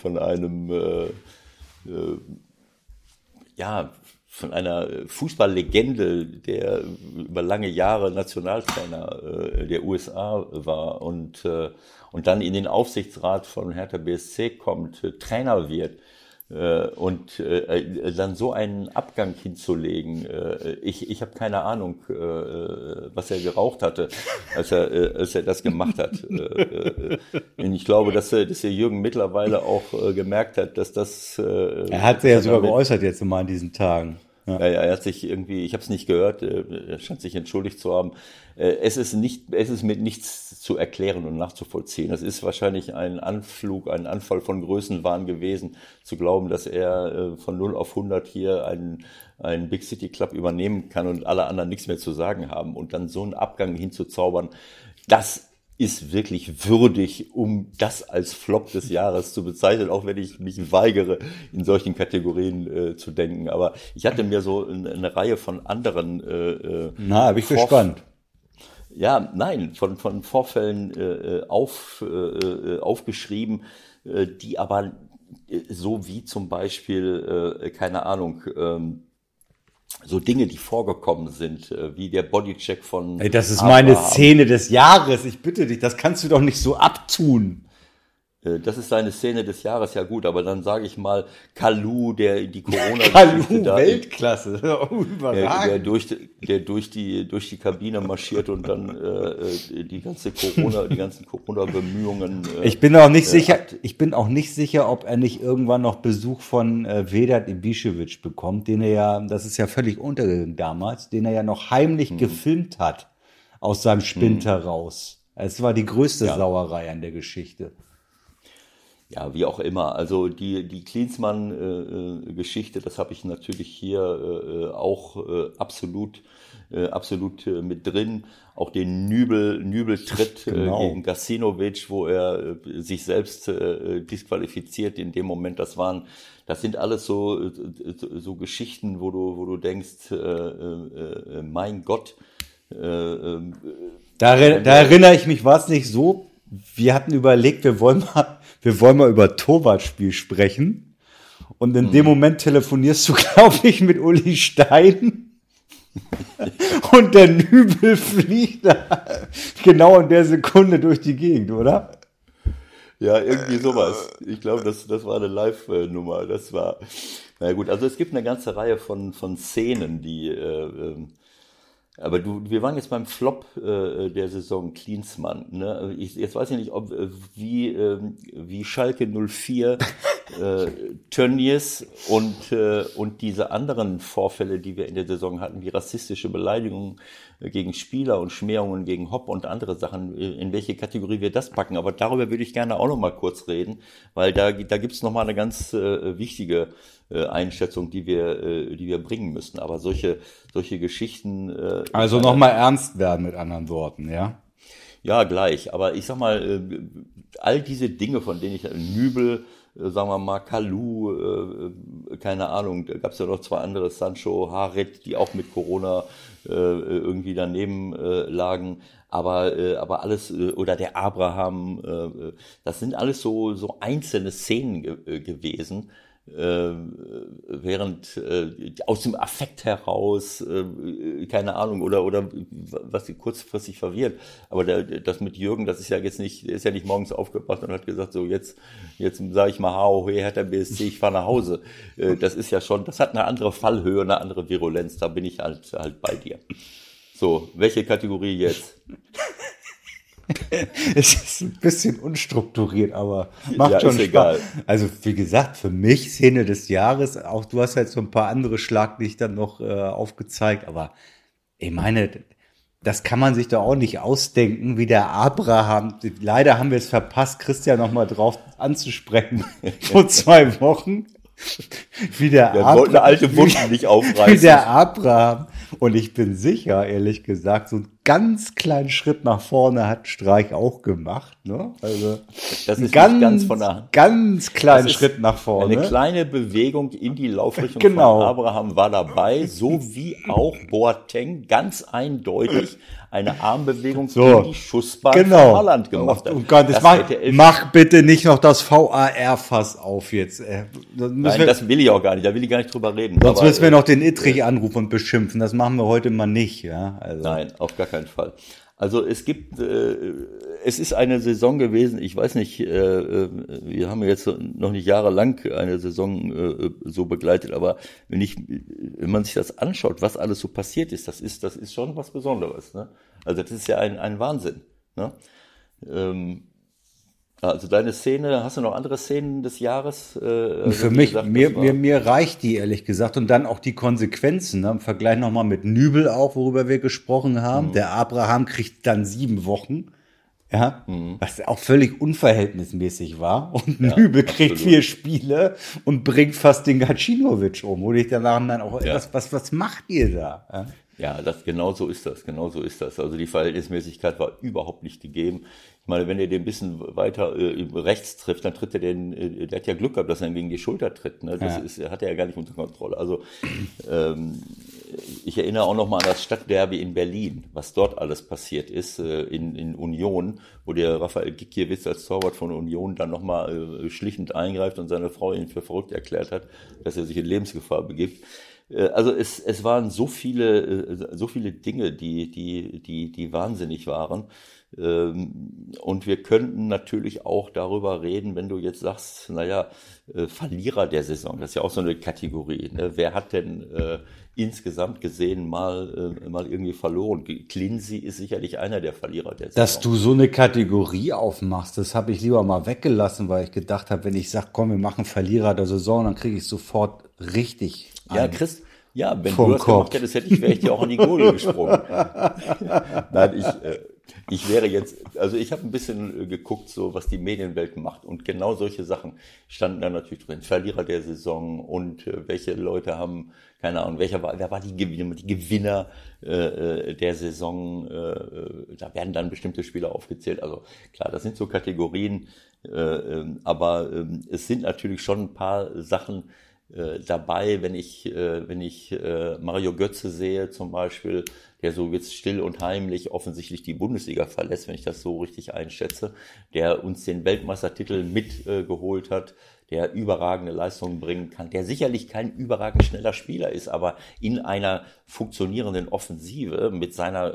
Fußballlegende, der über lange Jahre Nationaltrainer der USA war und dann in den Aufsichtsrat von Hertha BSC kommt, Trainer wird, und dann so einen Abgang hinzulegen, ich habe keine Ahnung, was er geraucht hatte, als er das gemacht hat. Und ich glaube, dass der Jürgen mittlerweile auch gemerkt hat, dass das... er hat sich ja sogar geäußert jetzt mal in diesen Tagen. Ja, er hat sich irgendwie, ich habe es nicht gehört, er scheint sich entschuldigt zu haben. Es ist mit nichts zu erklären und nachzuvollziehen. Es ist wahrscheinlich ein Anfall von Größenwahn gewesen, zu glauben, dass er von 0 auf 100 hier einen Big City Club übernehmen kann und alle anderen nichts mehr zu sagen haben. Und dann so einen Abgang hinzuzaubern, das ist wirklich würdig, um das als Flop des Jahres zu bezeichnen, auch wenn ich mich weigere, in solchen Kategorien zu denken. Aber ich hatte mir so eine Reihe von anderen bin ich gespannt. Ja, nein, von Vorfällen aufgeschrieben, die aber so wie zum Beispiel, keine Ahnung, so Dinge, die vorgekommen sind, wie der Bodycheck von... Ey, das ist meine Szene des Jahres, ich bitte dich, das kannst du doch nicht so abtun. Das ist seine Szene des Jahres, ja gut, aber dann sage ich mal, Kalou, der die Corona... Kalou, Weltklasse, überragend. Der durch die Kabine marschiert und dann die ganzen Corona-Bemühungen... Ich bin auch nicht sicher, ob er nicht irgendwann noch Besuch von Vedat Ibišević bekommt, den er ja, das ist ja völlig untergegangen damals, den er ja noch heimlich gefilmt hat aus seinem Spind heraus. Es war die größte Sauerei an der Geschichte. Ja, wie auch immer. Also die Klinsmann-Geschichte, das habe ich natürlich hier auch absolut mit drin. Auch den Nübeltritt gegen Gacinovic, wo er sich selbst disqualifiziert in dem Moment. Das sind alles so Geschichten, wo du denkst, mein Gott. Da erinnere ich mich, war es nicht so? Wir hatten überlegt, wir wollen mal über Torwartspiel sprechen. Und in dem Moment telefonierst du, glaube ich, mit Uli Stein. Und der Nübel fliegt da genau in der Sekunde durch die Gegend, oder? Ja, irgendwie sowas. Ich glaube, das war eine Live-Nummer. Das war, na gut, also es gibt eine ganze Reihe von Szenen, die, aber wir waren jetzt beim Flop der Saison Klinsmann. Ne? Jetzt weiß ich nicht, ob wie Schalke 04, Tönnies und diese anderen Vorfälle, die wir in der Saison hatten, wie rassistische Beleidigungen gegen Spieler und Schmähungen gegen Hopp und andere Sachen, in welche Kategorie wir das packen. Aber darüber würde ich gerne auch noch mal kurz reden, weil da gibt's noch mal eine ganz wichtige Einschätzung, die wir bringen müssen. Aber solche Geschichten. Also nochmal ernst werden mit anderen Worten, ja? Ja, gleich. Aber ich sag mal, all diese Dinge, von denen ich Nübel, sagen wir mal, Kalou, keine Ahnung, da gab es ja noch zwei andere, Sancho, Harit, die auch mit Corona irgendwie daneben lagen. Aber alles, oder der Abraham, das sind alles so einzelne Szenen gewesen, während aus dem Affekt heraus, keine Ahnung, oder was sie kurzfristig verwirrt. Aber das mit Jürgen, das ist ja jetzt nicht, der ist ja nicht morgens aufgewacht und hat gesagt, so jetzt sage ich mal, HOH, Hertha BSC, ich fahre nach Hause. Das ist ja schon, das hat eine andere Fallhöhe, eine andere Virulenz, da bin ich halt bei dir. So, welche Kategorie jetzt? Es ist ein bisschen unstrukturiert, aber macht schon Spaß. Egal. Also wie gesagt, für mich Szene des Jahres, auch du hast halt so ein paar andere Schlaglichter noch aufgezeigt, aber ich meine, das kann man sich doch auch nicht ausdenken, wie der Abraham, leider haben wir es verpasst, Christian noch mal drauf anzusprechen, vor 2 Wochen. Wie der Wir wollten alte Wunden nicht aufreißen. Wie der Abraham. Und ich bin sicher, ehrlich gesagt, so einen ganz kleinen Schritt nach vorne hat Streich auch gemacht. Ne? Also das ist ganz von der Hand. Ganz kleinen Schritt nach vorne. Eine kleine Bewegung in die Laufrichtung genau. von Abraham war dabei, so wie auch Boateng ganz eindeutig eine Armbewegung in die Schussbahn von Haaland gemacht hat. Oh Gott, mach bitte nicht noch das VAR-Fass auf jetzt. Nein, das will ich auch gar nicht, da will ich gar nicht drüber reden. Sonst müssen wir noch den Ittrich anrufen und beschimpfen, das machen wir heute mal nicht. Ja? Also. Nein, auf gar keinen Fall. Also es ist eine Saison gewesen, ich weiß nicht, wir haben jetzt noch nicht jahrelang eine Saison so begleitet, aber wenn man sich das anschaut, was alles so passiert ist, das ist schon was Besonderes. Ne? Also das ist ja ein Wahnsinn. Ne? Also deine Szene, hast du noch andere Szenen des Jahres? Für mich, mir reicht die, ehrlich gesagt. Und dann auch die Konsequenzen, ne? Im Vergleich nochmal mit Nübel auch, worüber wir gesprochen haben. Der Abraham kriegt dann 7 Wochen. Ja, was auch völlig unverhältnismäßig war. Und Nübel kriegt 4 Spiele und bringt fast den Gacinovic um. Wo ich danach dann auch, was macht ihr da? Ja, genau so ist das. Also die Verhältnismäßigkeit war überhaupt nicht gegeben. Ich meine, wenn er den ein bisschen weiter rechts trifft, dann tritt er der hat ja Glück gehabt, dass er ihn gegen die Schulter tritt. Ne? Das hat er ja gar nicht unter Kontrolle. Also ich erinnere auch noch mal an das Stadtderby in Berlin, was dort alles passiert ist in Union, wo der Raphael Gikiewicz als Torwart von Union dann noch mal schlichtend eingreift und seine Frau ihn für verrückt erklärt hat, dass er sich in Lebensgefahr begibt. Also es waren so viele Dinge, die wahnsinnig waren. Und wir könnten natürlich auch darüber reden, wenn du jetzt sagst, Verlierer der Saison, das ist ja auch so eine Kategorie. Ne? Wer hat denn insgesamt gesehen mal irgendwie verloren? Clincy ist sicherlich einer der Verlierer der Saison. Dass du so eine Kategorie aufmachst, das habe ich lieber mal weggelassen, weil ich gedacht habe, wenn ich sage, komm, wir machen Verlierer der Saison, dann kriege ich sofort richtig wenn du das gemacht hättest, wäre ich dir auch an die Gurgel gesprungen. Nein, ich wäre jetzt, also ich habe ein bisschen geguckt, so was die Medienwelt macht, und genau solche Sachen standen da natürlich drin. Verlierer der Saison und welche Leute haben, keine Ahnung, wer war die Gewinner der Saison, da werden dann bestimmte Spieler aufgezählt. Also klar, das sind so Kategorien, aber es sind natürlich schon ein paar Sachen dabei, wenn ich Mario Götze sehe zum Beispiel, der so jetzt still und heimlich offensichtlich die Bundesliga verlässt, wenn ich das so richtig einschätze, der uns den Weltmeistertitel mitgeholt hat, der überragende Leistungen bringen kann, der sicherlich kein überragend schneller Spieler ist, aber in einer funktionierenden Offensive mit seiner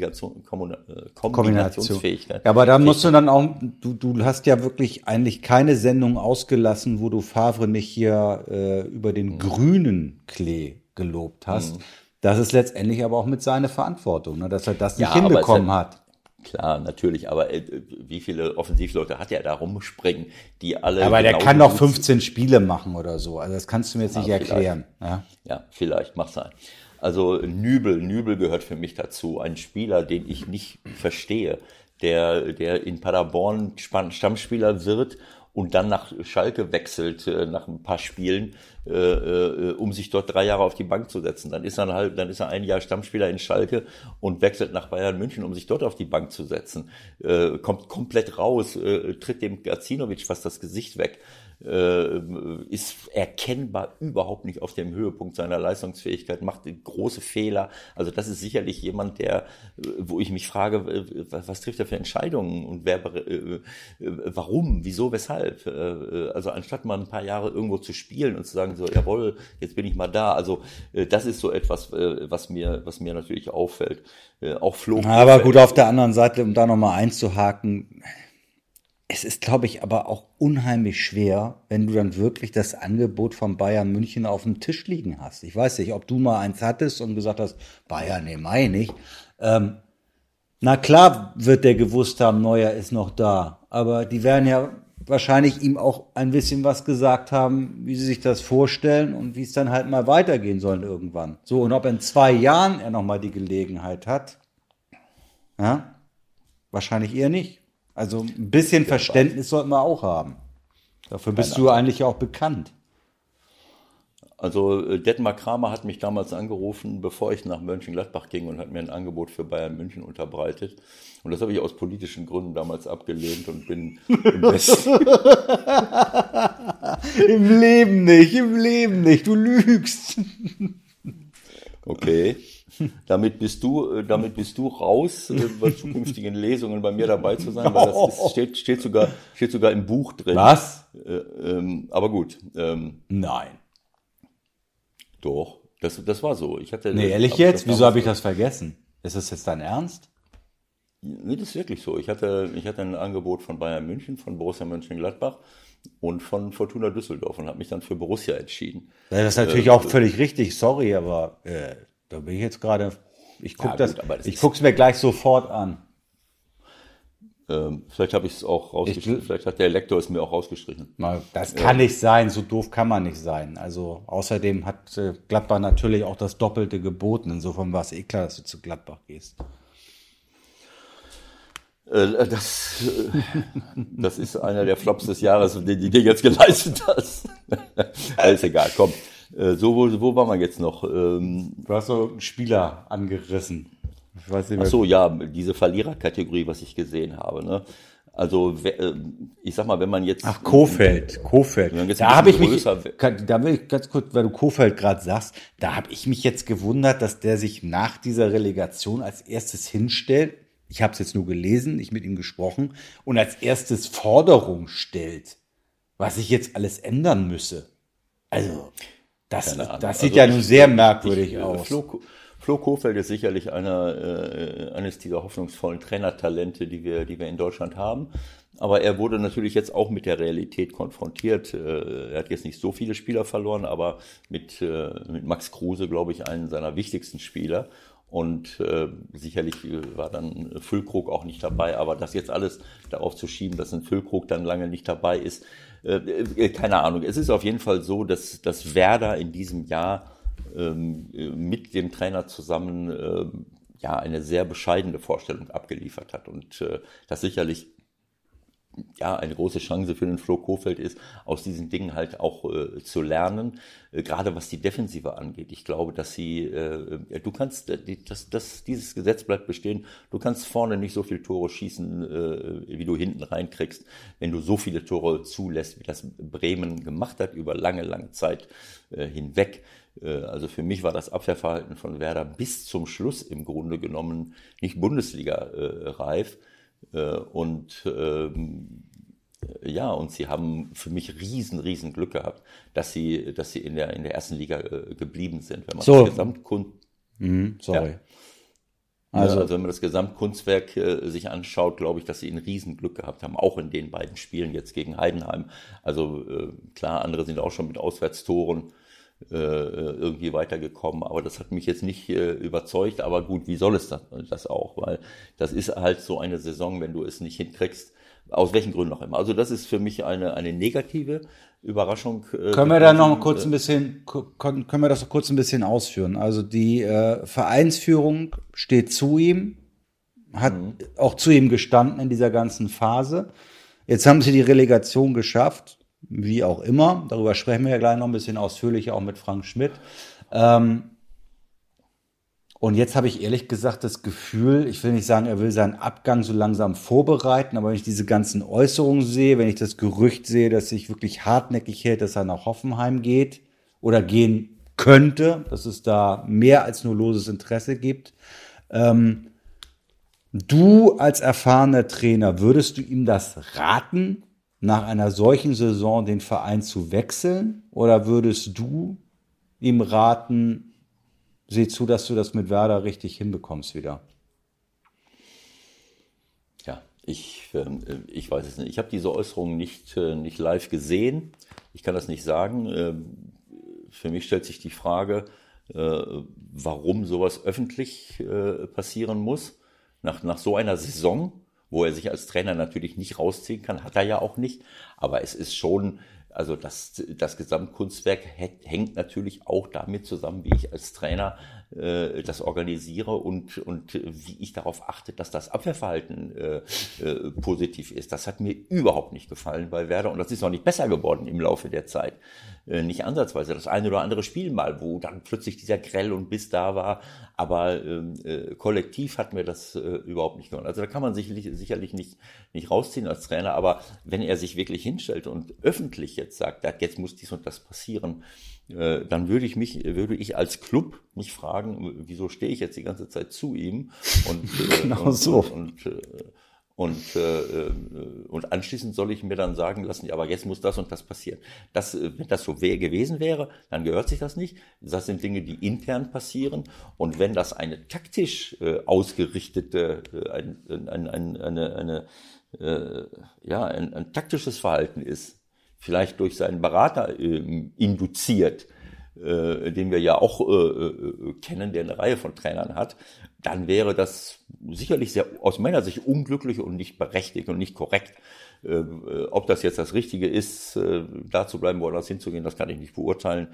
Kombinationsfähigkeit. Ja, aber da musst du dann auch, du hast ja wirklich eigentlich keine Sendung ausgelassen, wo du Favre nicht hier über den grünen Klee gelobt hast. Das ist letztendlich aber auch mit seiner Verantwortung, ne, dass er das nicht hinbekommen hat. Klar, natürlich, aber wie viele Offensivleute hat er da rumspringen, die alle... Aber der kann doch 15 Spiele machen oder so, also das kannst du mir jetzt nicht erklären. Ja, vielleicht, mach sein. Also Nübel gehört für mich dazu, ein Spieler, den ich nicht verstehe, der in Paderborn Stammspieler wird und dann nach Schalke wechselt nach ein paar Spielen, um sich dort 3 Jahre auf die Bank zu setzen. Dann ist er ein Jahr Stammspieler in Schalke und wechselt nach Bayern München, um sich dort auf die Bank zu setzen. Kommt komplett raus, tritt dem Gacinovic fast das Gesicht weg. ist erkennbar überhaupt nicht auf dem Höhepunkt seiner Leistungsfähigkeit, macht große Fehler. Also das ist sicherlich jemand, wo ich mich frage, was trifft er für Entscheidungen und warum, wieso, weshalb? Also anstatt mal ein paar Jahre irgendwo zu spielen und zu sagen so, jawohl, jetzt bin ich mal da. Also das ist so etwas, was mir natürlich auffällt. Auch Flo. Aber gut, auf der anderen Seite, um da nochmal einzuhaken, es ist, glaube ich, aber auch unheimlich schwer, wenn du dann wirklich das Angebot von Bayern München auf dem Tisch liegen hast. Ich weiß nicht, ob du mal eins hattest und gesagt hast, Bayern, nee, mach ich nicht. Na klar wird der gewusst haben, Neuer ist noch da. Aber die werden ja wahrscheinlich ihm auch ein bisschen was gesagt haben, wie sie sich das vorstellen und wie es dann halt mal weitergehen soll irgendwann. So, und ob in 2 Jahren er nochmal die Gelegenheit hat, ja, wahrscheinlich eher nicht. Also ein bisschen Verständnis sollten wir auch haben. Dafür bist du eigentlich auch bekannt. Also Detmar Kramer hat mich damals angerufen, bevor ich nach Mönchengladbach ging und hat mir ein Angebot für Bayern München unterbreitet. Und das habe ich aus politischen Gründen damals abgelehnt und bin im Westen. Im Leben nicht, du lügst. Okay. Damit bist du raus, bei zukünftigen Lesungen bei mir dabei zu sein, weil das steht sogar im Buch drin. Was? Aber gut. Nein. Doch, das war so. Nee, ehrlich jetzt? Wieso habe ich das vergessen? Ist das jetzt dein Ernst? Nee, das ist wirklich so. Ich hatte ein Angebot von Bayern München, von Borussia Mönchengladbach und von Fortuna Düsseldorf und habe mich dann für Borussia entschieden. Das ist natürlich auch völlig richtig, sorry, aber da bin ich jetzt gerade, ich guck's mir gleich sofort an. Vielleicht habe ich es auch rausgestrichen, vielleicht hat der Lektor es mir auch rausgestrichen. Das kann nicht sein, so doof kann man nicht sein. Also außerdem hat Gladbach natürlich auch das Doppelte geboten, insofern war es klar, dass du zu Gladbach gehst. Das ist einer der Flops des Jahres, den du dir jetzt geleistet hast. Alles egal, komm. Wo waren wir jetzt noch? Du hast so einen Spieler angerissen. Ich weiß nicht mehr. Ach so, ja, diese Verliererkategorie, was ich gesehen habe. Ne? Also, ich sag mal, wenn man jetzt... Ach, Kohfeldt. Da habe ich mich, da will ich ganz kurz, weil du Kohfeldt gerade sagst, da habe ich mich jetzt gewundert, dass der sich nach dieser Relegation als erstes hinstellt. Ich habe es jetzt nur gelesen, nicht mit ihm gesprochen. Und als erstes Forderung stellt, was sich jetzt alles ändern müsse. Also, das sieht ja nun sehr merkwürdig aus. Flo Kohfeldt ist sicherlich eines dieser hoffnungsvollen Trainertalente, die wir in Deutschland haben. Aber er wurde natürlich jetzt auch mit der Realität konfrontiert. Er hat jetzt nicht so viele Spieler verloren, aber mit Max Kruse, glaube ich, einen seiner wichtigsten Spieler. Und sicherlich war dann Füllkrug auch nicht dabei. Aber das jetzt alles darauf zu schieben, dass ein Füllkrug dann lange nicht dabei ist, keine Ahnung. Es ist auf jeden Fall so, dass Werder in diesem Jahr mit dem Trainer zusammen eine sehr bescheidene Vorstellung abgeliefert hat und das sicherlich eine große Chance für den Flo Kohfeldt ist, aus diesen Dingen halt auch zu lernen, gerade was die Defensive angeht. Ich glaube, dass du kannst, dieses Gesetz bleibt bestehen, du kannst vorne nicht so viele Tore schießen, wie du hinten reinkriegst, wenn du so viele Tore zulässt, wie das Bremen gemacht hat, über lange, lange Zeit hinweg. Also für mich war das Abwehrverhalten von Werder bis zum Schluss im Grunde genommen nicht Bundesliga-reif. Und sie haben für mich riesen Glück gehabt, dass sie in der ersten Liga geblieben sind. Wenn man so. Das Also wenn man das Gesamtkunstwerk sich anschaut, glaube ich, dass sie ein Riesenglück gehabt haben, auch in den beiden Spielen jetzt gegen Heidenheim. Also klar, andere sind auch schon mit Auswärtstoren irgendwie weitergekommen, aber das hat mich jetzt nicht überzeugt, aber gut, wie soll es das auch, weil das ist halt so eine Saison, wenn du es nicht hinkriegst, aus welchen Gründen auch immer. Also das ist für mich eine negative Überraschung. Können wir da noch kurz ein bisschen ausführen? Also die Vereinsführung steht zu ihm, hat auch zu ihm gestanden in dieser ganzen Phase. Jetzt haben sie die Relegation geschafft. Wie auch immer, darüber sprechen wir ja gleich noch ein bisschen ausführlicher, auch mit Frank Schmidt. Und jetzt habe ich ehrlich gesagt das Gefühl, ich will nicht sagen, er will seinen Abgang so langsam vorbereiten, aber wenn ich diese ganzen Äußerungen sehe, wenn ich das Gerücht sehe, dass sich wirklich hartnäckig hält, dass er nach Hoffenheim geht oder gehen könnte, dass es da mehr als nur loses Interesse gibt. Du als erfahrener Trainer, würdest du ihm das raten, nach einer solchen Saison den Verein zu wechseln? Oder würdest du ihm raten, sieh zu, dass du das mit Werder richtig hinbekommst wieder? Ja, ich weiß es nicht. Ich habe diese Äußerungen nicht live gesehen. Ich kann das nicht sagen. Für mich stellt sich die Frage, warum sowas öffentlich passieren muss. Nach so einer Saison, wo er sich als Trainer natürlich nicht rausziehen kann, hat er ja auch nicht. Aber es ist schon, also das Gesamtkunstwerk hängt natürlich auch damit zusammen, wie ich als Trainer das organisiere und wie ich darauf achte, dass das Abwehrverhalten positiv ist. Das hat mir überhaupt nicht gefallen bei Werder und das ist auch nicht besser geworden im Laufe der Zeit. Nicht ansatzweise. Das eine oder andere Spiel mal, wo dann plötzlich dieser Grell und Biss da war, aber kollektiv hat mir das überhaupt nicht gefallen. Also da kann man sicherlich nicht rausziehen als Trainer, aber wenn er sich wirklich hinstellt und öffentlich jetzt sagt, jetzt muss dies und das passieren, dann würde ich als Club mich fragen, wieso stehe ich jetzt die ganze Zeit zu ihm und anschließend soll ich mir dann sagen lassen, aber jetzt muss das und das passieren. Wenn das so gewesen wäre, dann gehört sich das nicht. Das sind Dinge, die intern passieren. Und wenn das eine taktisch ausgerichtete, ein taktisches Verhalten ist, vielleicht durch seinen Berater induziert, den wir ja auch kennen, der eine Reihe von Trainern hat, dann wäre das sicherlich aus meiner Sicht unglücklich und nicht berechtigt und nicht korrekt. Ob das jetzt das Richtige ist, da zu bleiben, woanders hinzugehen, das kann ich nicht beurteilen.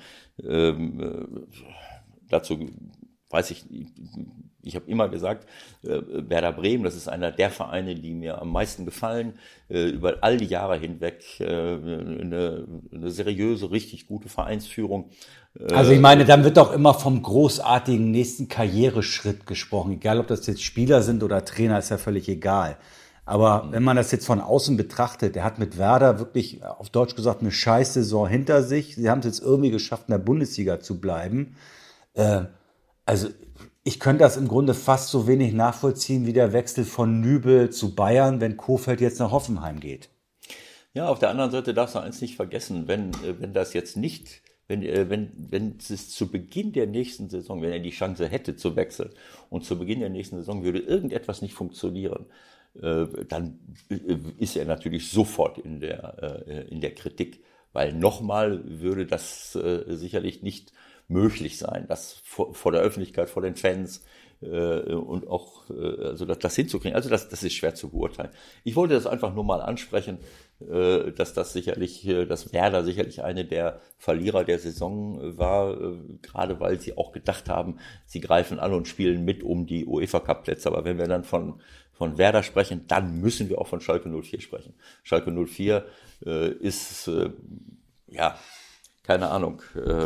Dazu weiß ich habe immer gesagt, Werder Bremen, das ist einer der Vereine, die mir am meisten gefallen, über all die Jahre hinweg, eine seriöse, richtig gute Vereinsführung. Also ich meine, dann wird doch immer vom großartigen nächsten Karriereschritt gesprochen, egal ob das jetzt Spieler sind oder Trainer, ist ja völlig egal. Aber wenn man das jetzt von außen betrachtet, der hat mit Werder wirklich, auf Deutsch gesagt, eine Scheißsaison hinter sich. Sie haben es jetzt irgendwie geschafft, in der Bundesliga zu bleiben. Also ich könnte das im Grunde fast so wenig nachvollziehen wie der Wechsel von Nübel zu Bayern, wenn Kohfeldt jetzt nach Hoffenheim geht. Ja, auf der anderen Seite darfst du eins nicht vergessen, wenn das jetzt nicht, wenn es zu Beginn der nächsten Saison, wenn er die Chance hätte zu wechseln und zu Beginn der nächsten Saison würde irgendetwas nicht funktionieren, dann ist er natürlich sofort in der Kritik, weil nochmal würde das sicherlich nicht möglich sein, das vor der Öffentlichkeit, vor den Fans und auch also das hinzukriegen. Also das ist schwer zu beurteilen. Ich wollte das einfach nur mal ansprechen, dass dass Werder sicherlich eine der Verlierer der Saison war, gerade weil sie auch gedacht haben, sie greifen an und spielen mit um die UEFA-Cup-Plätze. Aber wenn wir dann von Werder sprechen, dann müssen wir auch von Schalke 04 sprechen. Schalke 04 ist, keine Ahnung.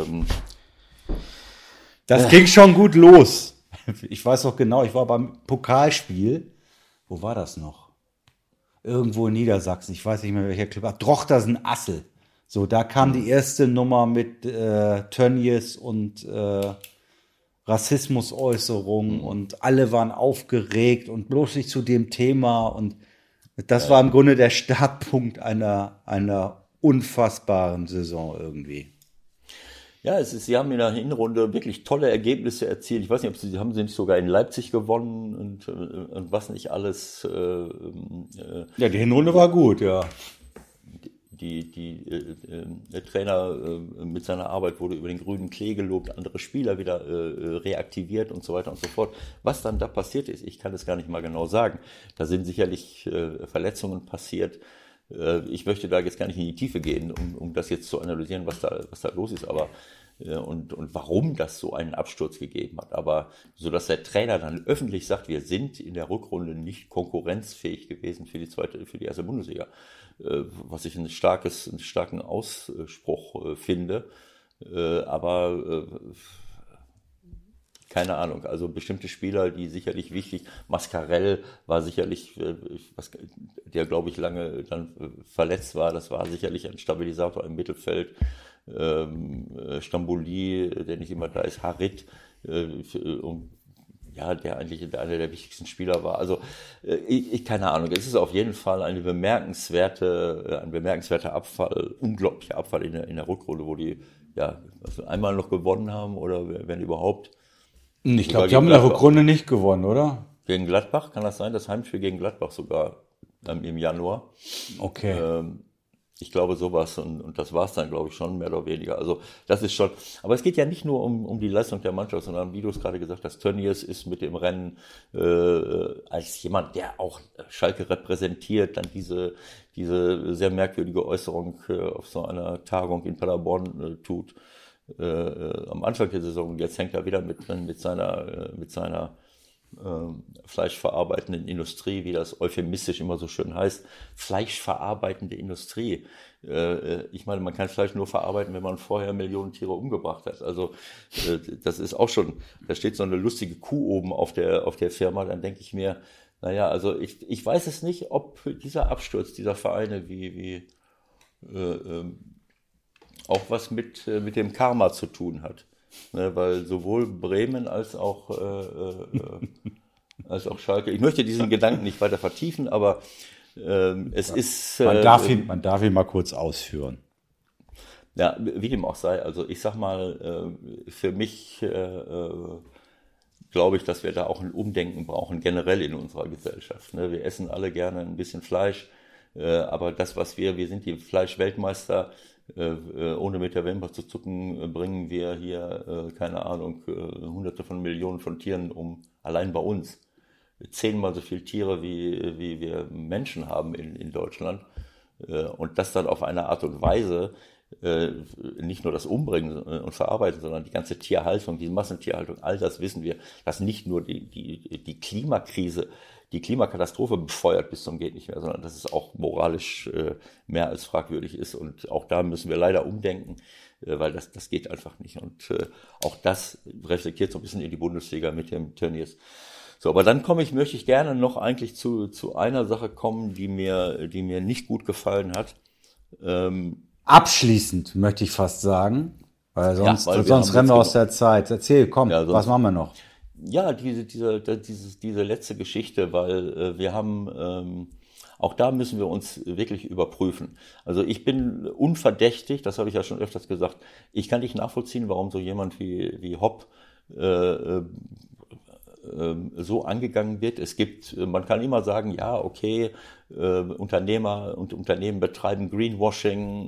Das ging schon gut los. Ich weiß noch genau, ich war beim Pokalspiel. Wo war das noch? Irgendwo in Niedersachsen. Ich weiß nicht mehr, welcher Club. Drochtersen Assel. So, da kam die erste Nummer mit Tönnies und Rassismusäußerungen und alle waren aufgeregt und bloß nicht zu dem Thema. Und das war im Grunde der Startpunkt einer unfassbaren Saison irgendwie. Ja, sie haben in der Hinrunde wirklich tolle Ergebnisse erzielt. Ich weiß nicht, haben sie nicht sogar in Leipzig gewonnen und was nicht alles. Ja, die Hinrunde war gut, ja. Der Trainer mit seiner Arbeit wurde über den grünen Klee gelobt, andere Spieler wieder reaktiviert und so weiter und so fort. Was dann da passiert ist, ich kann es gar nicht mal genau sagen. Da sind sicherlich Verletzungen passiert. Ich möchte da jetzt gar nicht in die Tiefe gehen, um das jetzt zu analysieren, was da los ist, aber und warum das so einen Absturz gegeben hat. Aber so dass der Trainer dann öffentlich sagt, wir sind in der Rückrunde nicht konkurrenzfähig gewesen für die erste Bundesliga, was ich einen starken Ausspruch finde. Aber keine Ahnung, also bestimmte Spieler, die sicherlich wichtig, Mascarell war sicherlich, der glaube ich lange dann verletzt war, das war sicherlich ein Stabilisator im Mittelfeld, Stambouli, der nicht immer da ist, Harit, ja, der eigentlich einer der wichtigsten Spieler war. Also keine Ahnung, es ist auf jeden Fall ein bemerkenswerter Abfall, unglaublicher Abfall in der Rückrunde, wo die ja also einmal noch gewonnen haben oder wenn überhaupt. Ich glaube, die haben in der Rückrunde nicht gewonnen, oder? Gegen Gladbach, kann das sein? Das Heimspiel gegen Gladbach sogar im Januar. Okay. Ich glaube sowas und das war es dann, glaube ich, schon mehr oder weniger. Also das ist schon, aber es geht ja nicht nur um die Leistung der Mannschaft, sondern wie du es gerade gesagt hast, Tönnies ist mit dem Rennen als jemand, der auch Schalke repräsentiert, dann diese sehr merkwürdige Äußerung auf so einer Tagung in Paderborn tut am Anfang der Saison. Jetzt hängt er wieder mit seiner fleischverarbeitenden Industrie, wie das euphemistisch immer so schön heißt, fleischverarbeitende Industrie. Ich meine, man kann Fleisch nur verarbeiten, wenn man vorher Millionen Tiere umgebracht hat. Also das ist auch schon, da steht so eine lustige Kuh oben auf der Firma, dann denke ich mir, naja, also ich weiß es nicht, ob dieser Absturz dieser Vereine wie auch was mit dem Karma zu tun hat. Ne, weil sowohl Bremen als auch Schalke, ich möchte diesen Gedanken nicht weiter vertiefen, aber es ist... Man darf ihn mal kurz ausführen. Ja, wie dem auch sei, also ich sag mal, für mich glaube ich, dass wir da auch ein Umdenken brauchen, generell in unserer Gesellschaft. Ne? Wir essen alle gerne ein bisschen Fleisch, aber das, was wir sind die Fleischweltmeister, ohne mit der Wimper zu zucken, bringen wir hier, keine Ahnung, hunderte von Millionen von Tieren um, allein bei uns. 10-mal so viele Tiere, wie wir Menschen haben in Deutschland. Und das dann auf eine Art und Weise, nicht nur das Umbringen und Verarbeiten, sondern die ganze Tierhaltung, die Massentierhaltung, all das wissen wir, dass nicht nur die Klimakrise, die Klimakatastrophe befeuert bis zum geht nicht mehr, sondern dass es auch moralisch mehr als fragwürdig ist. Und auch da müssen wir leider umdenken, weil das geht einfach nicht. Und auch das reflektiert so ein bisschen in die Bundesliga mit dem Tönnies. So, aber dann möchte ich gerne noch eigentlich zu einer Sache kommen, die mir nicht gut gefallen hat. Abschließend möchte ich fast sagen, weil sonst rennen wir aus der Zeit. Erzähl, komm, was machen wir noch? Ja, diese letzte Geschichte, weil wir haben, auch da müssen wir uns wirklich überprüfen. Also ich bin unverdächtig, das habe ich ja schon öfters gesagt, ich kann nicht nachvollziehen, warum so jemand wie Hopp so angegangen wird. Man kann immer sagen, ja, okay, Unternehmer und Unternehmen betreiben Greenwashing.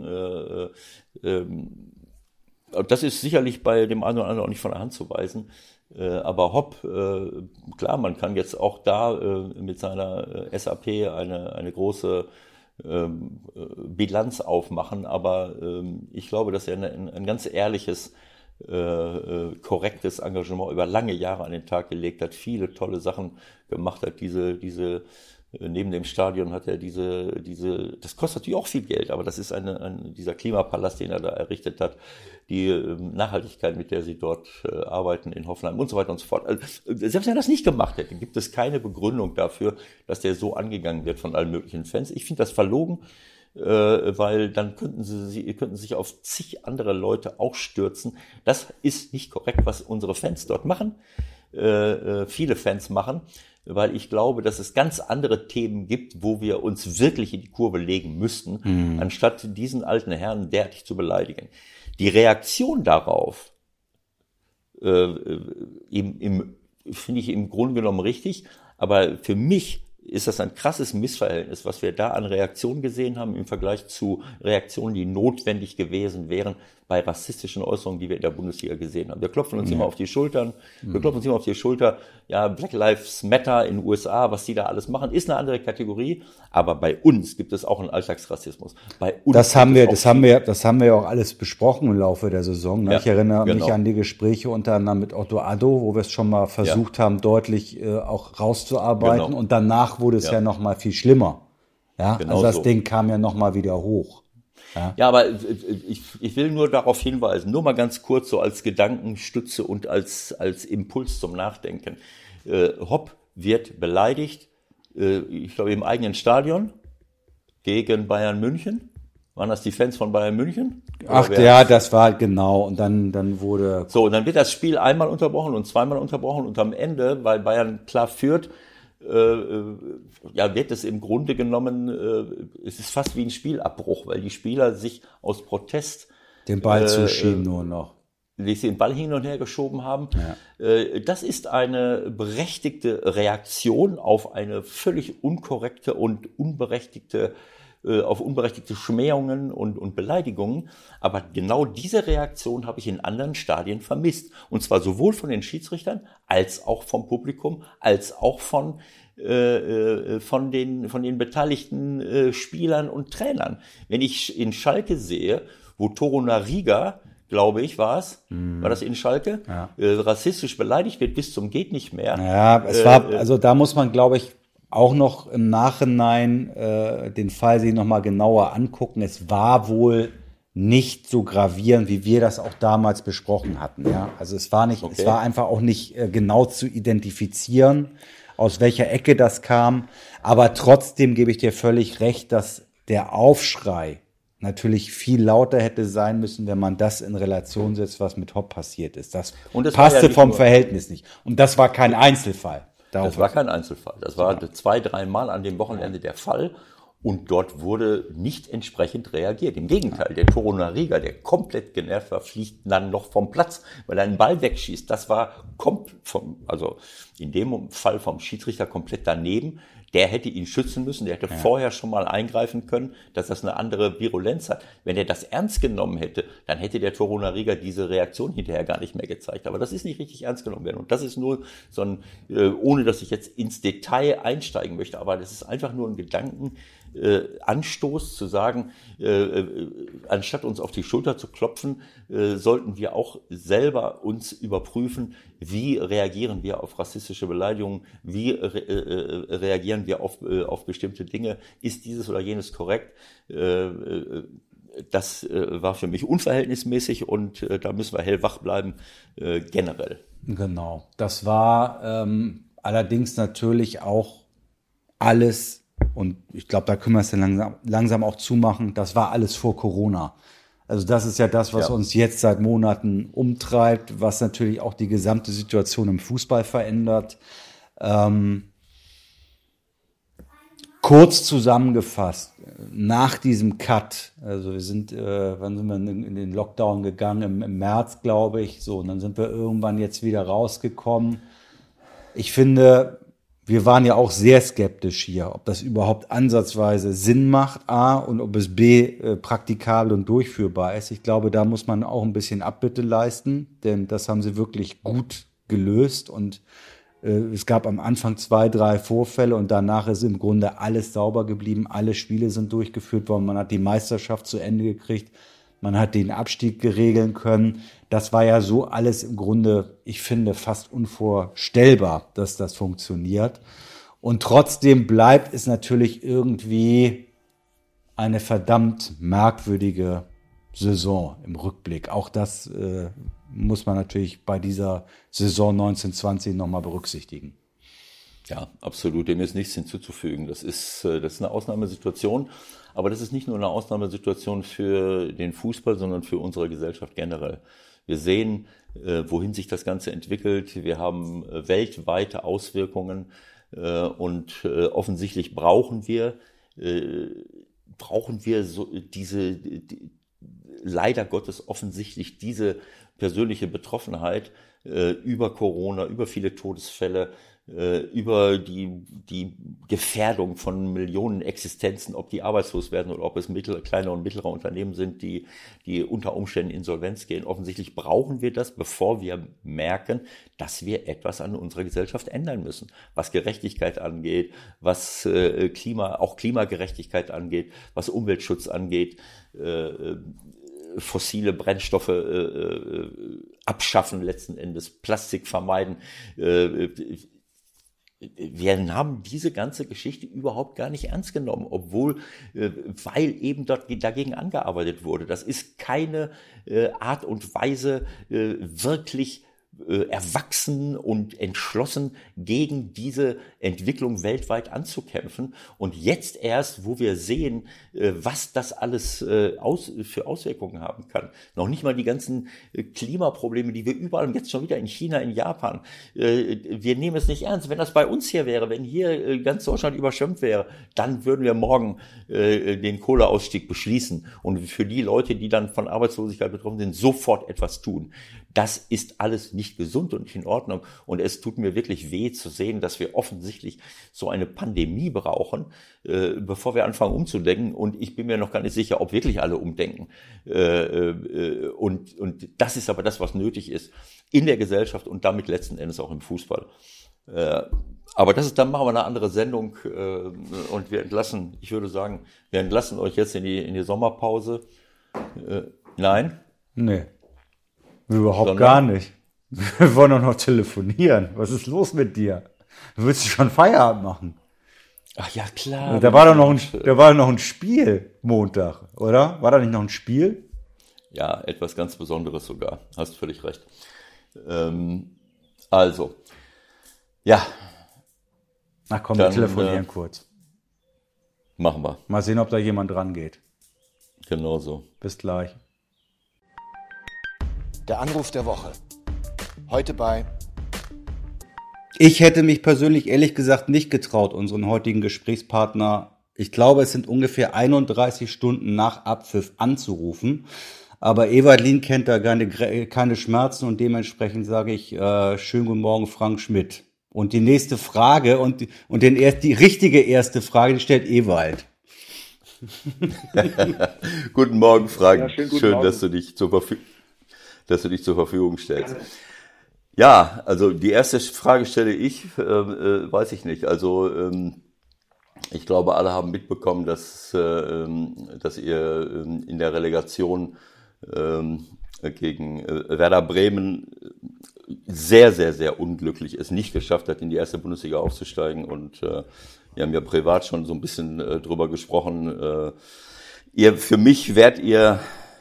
Das ist sicherlich bei dem einen oder anderen auch nicht von der Hand zu weisen. Aber Hopp, klar, man kann jetzt auch da mit seiner SAP eine große Bilanz aufmachen, aber ich glaube, dass er ein ganz ehrliches, korrektes Engagement über lange Jahre an den Tag gelegt hat, viele tolle Sachen gemacht hat. Neben dem Stadion hat er das kostet natürlich auch viel Geld, aber das ist dieser Klimapalast, den er da errichtet hat, die Nachhaltigkeit, mit der sie dort arbeiten in Hoffenheim und so weiter und so fort. Also, selbst wenn er das nicht gemacht hätte, gibt es keine Begründung dafür, dass der so angegangen wird von allen möglichen Fans. Ich finde das verlogen, weil dann könnten sie sich auf zig andere Leute auch stürzen. Das ist nicht korrekt, was unsere Fans dort machen, viele Fans machen, weil ich glaube, dass es ganz andere Themen gibt, wo wir uns wirklich in die Kurve legen müssten, anstatt diesen alten Herrn derartig zu beleidigen. Die Reaktion darauf finde ich im Grunde genommen richtig, aber für mich ist das ein krasses Missverhältnis, was wir da an Reaktionen gesehen haben im Vergleich zu Reaktionen, die notwendig gewesen wären bei rassistischen Äußerungen, die wir in der Bundesliga gesehen haben. Wir klopfen uns immer auf die Schultern. Ja, Black Lives Matter in den USA, was die da alles machen, ist eine andere Kategorie. Aber bei uns gibt es auch einen Alltagsrassismus. Bei uns das haben wir ja auch alles besprochen im Laufe der Saison. Ne? Ja, ich erinnere mich an die Gespräche unter anderem mit Otto Addo, wo wir es schon mal versucht haben, deutlich auch rauszuarbeiten. Genau. Und danach wurde es ja noch mal viel schlimmer. Ja, also das Ding kam ja noch mal wieder hoch. Ja, aber ich will nur darauf hinweisen, nur mal ganz kurz so als Gedankenstütze und als Impuls zum Nachdenken. Hopp wird beleidigt, ich glaube im eigenen Stadion gegen Bayern München. Waren das die Fans von Bayern München? Ach ja, das war genau. Und dann wurde... So, und dann wird das Spiel einmal unterbrochen und zweimal unterbrochen und am Ende, weil Bayern klar führt, wird es im Grunde genommen, es ist fast wie ein Spielabbruch, weil die Spieler sich aus Protest den Ball zuschieben nur noch. Die sie den Ball hin und her geschoben haben. Ja. Das ist eine berechtigte Reaktion auf eine völlig unkorrekte und auf unberechtigte Schmähungen und Beleidigungen. Aber genau diese Reaktion habe ich in anderen Stadien vermisst. Und zwar sowohl von den Schiedsrichtern, als auch vom Publikum, als auch von den beteiligten Spielern und Trainern. Wenn ich in Schalke sehe, wo Torunariga, glaube ich, war das in Schalke, rassistisch beleidigt wird bis zum geht nicht mehr. Ja, also da muss man, glaube ich, auch noch im Nachhinein den Fall sich nochmal genauer angucken. Es war wohl nicht so gravierend, wie wir das auch damals besprochen hatten. Ja, also es war einfach auch nicht genau zu identifizieren, aus welcher Ecke das kam. Aber trotzdem gebe ich dir völlig recht, dass der Aufschrei natürlich viel lauter hätte sein müssen, wenn man das in Relation setzt, was mit Hopp passiert ist. Das passte vom Verhältnis nicht. Und das war kein Einzelfall. Das war kein Einzelfall. Das war 2-3 Mal an dem Wochenende der Fall. Und dort wurde nicht entsprechend reagiert. Im Gegenteil, der Torunariga, der komplett genervt war, fliegt dann noch vom Platz, weil er einen Ball wegschießt. Das war in dem Fall vom Schiedsrichter komplett daneben. Der hätte ihn schützen müssen, der hätte vorher schon mal eingreifen können, dass das eine andere Virulenz hat. Wenn er das ernst genommen hätte, dann hätte der Torunariga diese Reaktion hinterher gar nicht mehr gezeigt. Aber das ist nicht richtig ernst genommen werden. Und das ist nur so ein, ohne dass ich jetzt ins Detail einsteigen möchte, aber das ist einfach nur ein Gedankenanstoß zu sagen, anstatt uns auf die Schulter zu klopfen, sollten wir auch selber uns überprüfen, wie reagieren wir auf rassistische Beleidigungen, wie reagieren wir auf bestimmte Dinge, ist dieses oder jenes korrekt? Das war für mich unverhältnismäßig und da müssen wir hellwach bleiben, generell. Genau, das war allerdings natürlich auch alles, und ich glaube, da können wir es dann langsam auch zumachen, das war alles vor Corona. Also das ist ja das, was uns jetzt seit Monaten umtreibt, was natürlich auch die gesamte Situation im Fußball verändert. Kurz zusammengefasst, nach diesem Cut, also wir sind, wann sind wir in den Lockdown gegangen? Im März, glaube ich, so, und dann sind wir irgendwann jetzt wieder rausgekommen. Ich finde, wir waren ja auch sehr skeptisch hier, ob das überhaupt ansatzweise Sinn macht, A, und ob es B, praktikabel und durchführbar ist. Ich glaube, da muss man auch ein bisschen Abbitte leisten, denn das haben sie wirklich gut gelöst und es gab am Anfang 2, 3 Vorfälle und danach ist im Grunde alles sauber geblieben, alle Spiele sind durchgeführt worden, man hat die Meisterschaft zu Ende gekriegt, man hat den Abstieg geregeln können. Das war ja so alles im Grunde, ich finde, fast unvorstellbar, dass das funktioniert. Und trotzdem bleibt es natürlich irgendwie eine verdammt merkwürdige Saison im Rückblick. Auch das muss man natürlich bei dieser Saison 1920 nochmal berücksichtigen. Ja, absolut. Dem ist nichts hinzuzufügen. Das ist eine Ausnahmesituation. Aber das ist nicht nur eine Ausnahmesituation für den Fußball, sondern für unsere Gesellschaft generell. Wir sehen, wohin sich das Ganze entwickelt. Wir haben weltweite Auswirkungen und offensichtlich brauchen wir so leider Gottes offensichtlich diese persönliche Betroffenheit über Corona, über viele Todesfälle, über die Gefährdung von Millionen Existenzen, ob die arbeitslos werden oder ob es kleine und mittlere Unternehmen sind, die unter Umständen Insolvenz gehen. Offensichtlich brauchen wir das, bevor wir merken, dass wir etwas an unserer Gesellschaft ändern müssen. Was Gerechtigkeit angeht, was Klimagerechtigkeit angeht, was Umweltschutz angeht, fossile Brennstoffe abschaffen letzten Endes, Plastik vermeiden. wir haben diese ganze Geschichte überhaupt gar nicht ernst genommen, obwohl, weil eben dort dagegen angearbeitet wurde. Das ist keine Art und Weise, wirklich erwachsen und entschlossen gegen diese Entwicklung weltweit anzukämpfen. Und jetzt erst, wo wir sehen, was das alles für Auswirkungen haben kann, noch nicht mal die ganzen Klimaprobleme, die wir überall, jetzt schon wieder in China, in Japan, wir nehmen es nicht ernst. Wenn das bei uns hier wäre, wenn hier ganz Deutschland überschwemmt wäre, dann würden wir morgen den Kohleausstieg beschließen und für die Leute, die dann von Arbeitslosigkeit betroffen sind, sofort etwas tun. Das ist alles nicht gesund und nicht in Ordnung. Und es tut mir wirklich weh zu sehen, dass wir offensichtlich so eine Pandemie brauchen, bevor wir anfangen umzudenken. Und ich bin mir noch gar nicht sicher, ob wirklich alle umdenken. Und das ist aber das, was nötig ist in der Gesellschaft und damit letzten Endes auch im Fußball. Aber dann machen wir eine andere Sendung und ich würde sagen, wir entlassen euch jetzt in die Sommerpause. Nein? Nee. Überhaupt gar nicht. Wir wollen doch noch telefonieren. Was ist los mit dir? Du willst schon Feierabend machen. Ach ja, klar. Da war doch noch ein Spiel Montag, oder? War da nicht noch ein Spiel? Ja, etwas ganz Besonderes sogar. Hast völlig recht. Also, ja. Ach komm, wir telefonieren kurz. Machen wir. Mal sehen, ob da jemand dran geht. Genau so. Bis gleich. Der Anruf der Woche. Heute bei... Ich hätte mich persönlich ehrlich gesagt nicht getraut, unseren heutigen Gesprächspartner, ich glaube, es sind ungefähr 31 Stunden nach Abpfiff anzurufen. Aber Ewald Lien kennt da keine Schmerzen und dementsprechend sage ich, schönen guten Morgen, Frank Schmidt. Und die nächste Frage die richtige erste Frage, die stellt Ewald. Guten Morgen, Frank. Ja, schön, Morgen. Dass du dich zur Verfügung stellst. Ja, also die erste Frage stelle ich, weiß ich nicht. Also ich glaube, alle haben mitbekommen, dass ihr in der Relegation gegen Werder Bremen sehr, sehr, sehr unglücklich es nicht geschafft hat, in die erste Bundesliga aufzusteigen. Und wir haben ja privat schon so ein bisschen drüber gesprochen. Für mich wärt ihr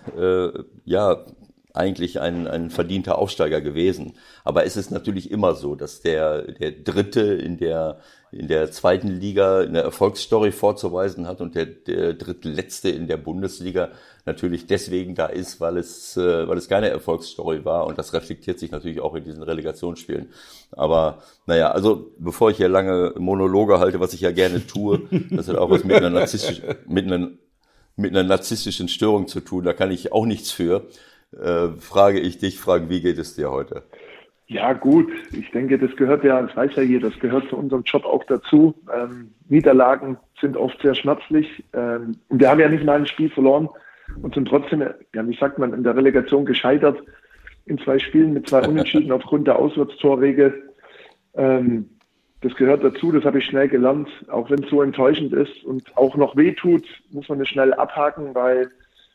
eigentlich ein verdienter Aufsteiger gewesen. Aber es ist natürlich immer so, dass der Dritte in der zweiten Liga eine Erfolgsstory vorzuweisen hat und der Drittletzte in der Bundesliga natürlich deswegen da ist, weil es keine Erfolgsstory war, und das reflektiert sich natürlich auch in diesen Relegationsspielen. Aber naja, also bevor ich hier lange Monologe halte, was ich ja gerne tue, das hat auch was mit einer narzisstischen Störung zu tun, da kann ich auch nichts für. Frage ich dich, Frank, wie geht es dir heute? Ja gut, ich denke, das weiß ja jeder, das gehört zu unserem Job auch dazu. Niederlagen sind oft sehr schmerzlich. Und wir haben ja nicht mal ein Spiel verloren und sind trotzdem, wie sagt man, in der Relegation gescheitert in 2 Spielen mit 2 Unentschieden aufgrund der Auswärtstorregel. Das gehört dazu, das habe ich schnell gelernt. Auch wenn es so enttäuschend ist und auch noch wehtut, muss man es schnell abhaken, weil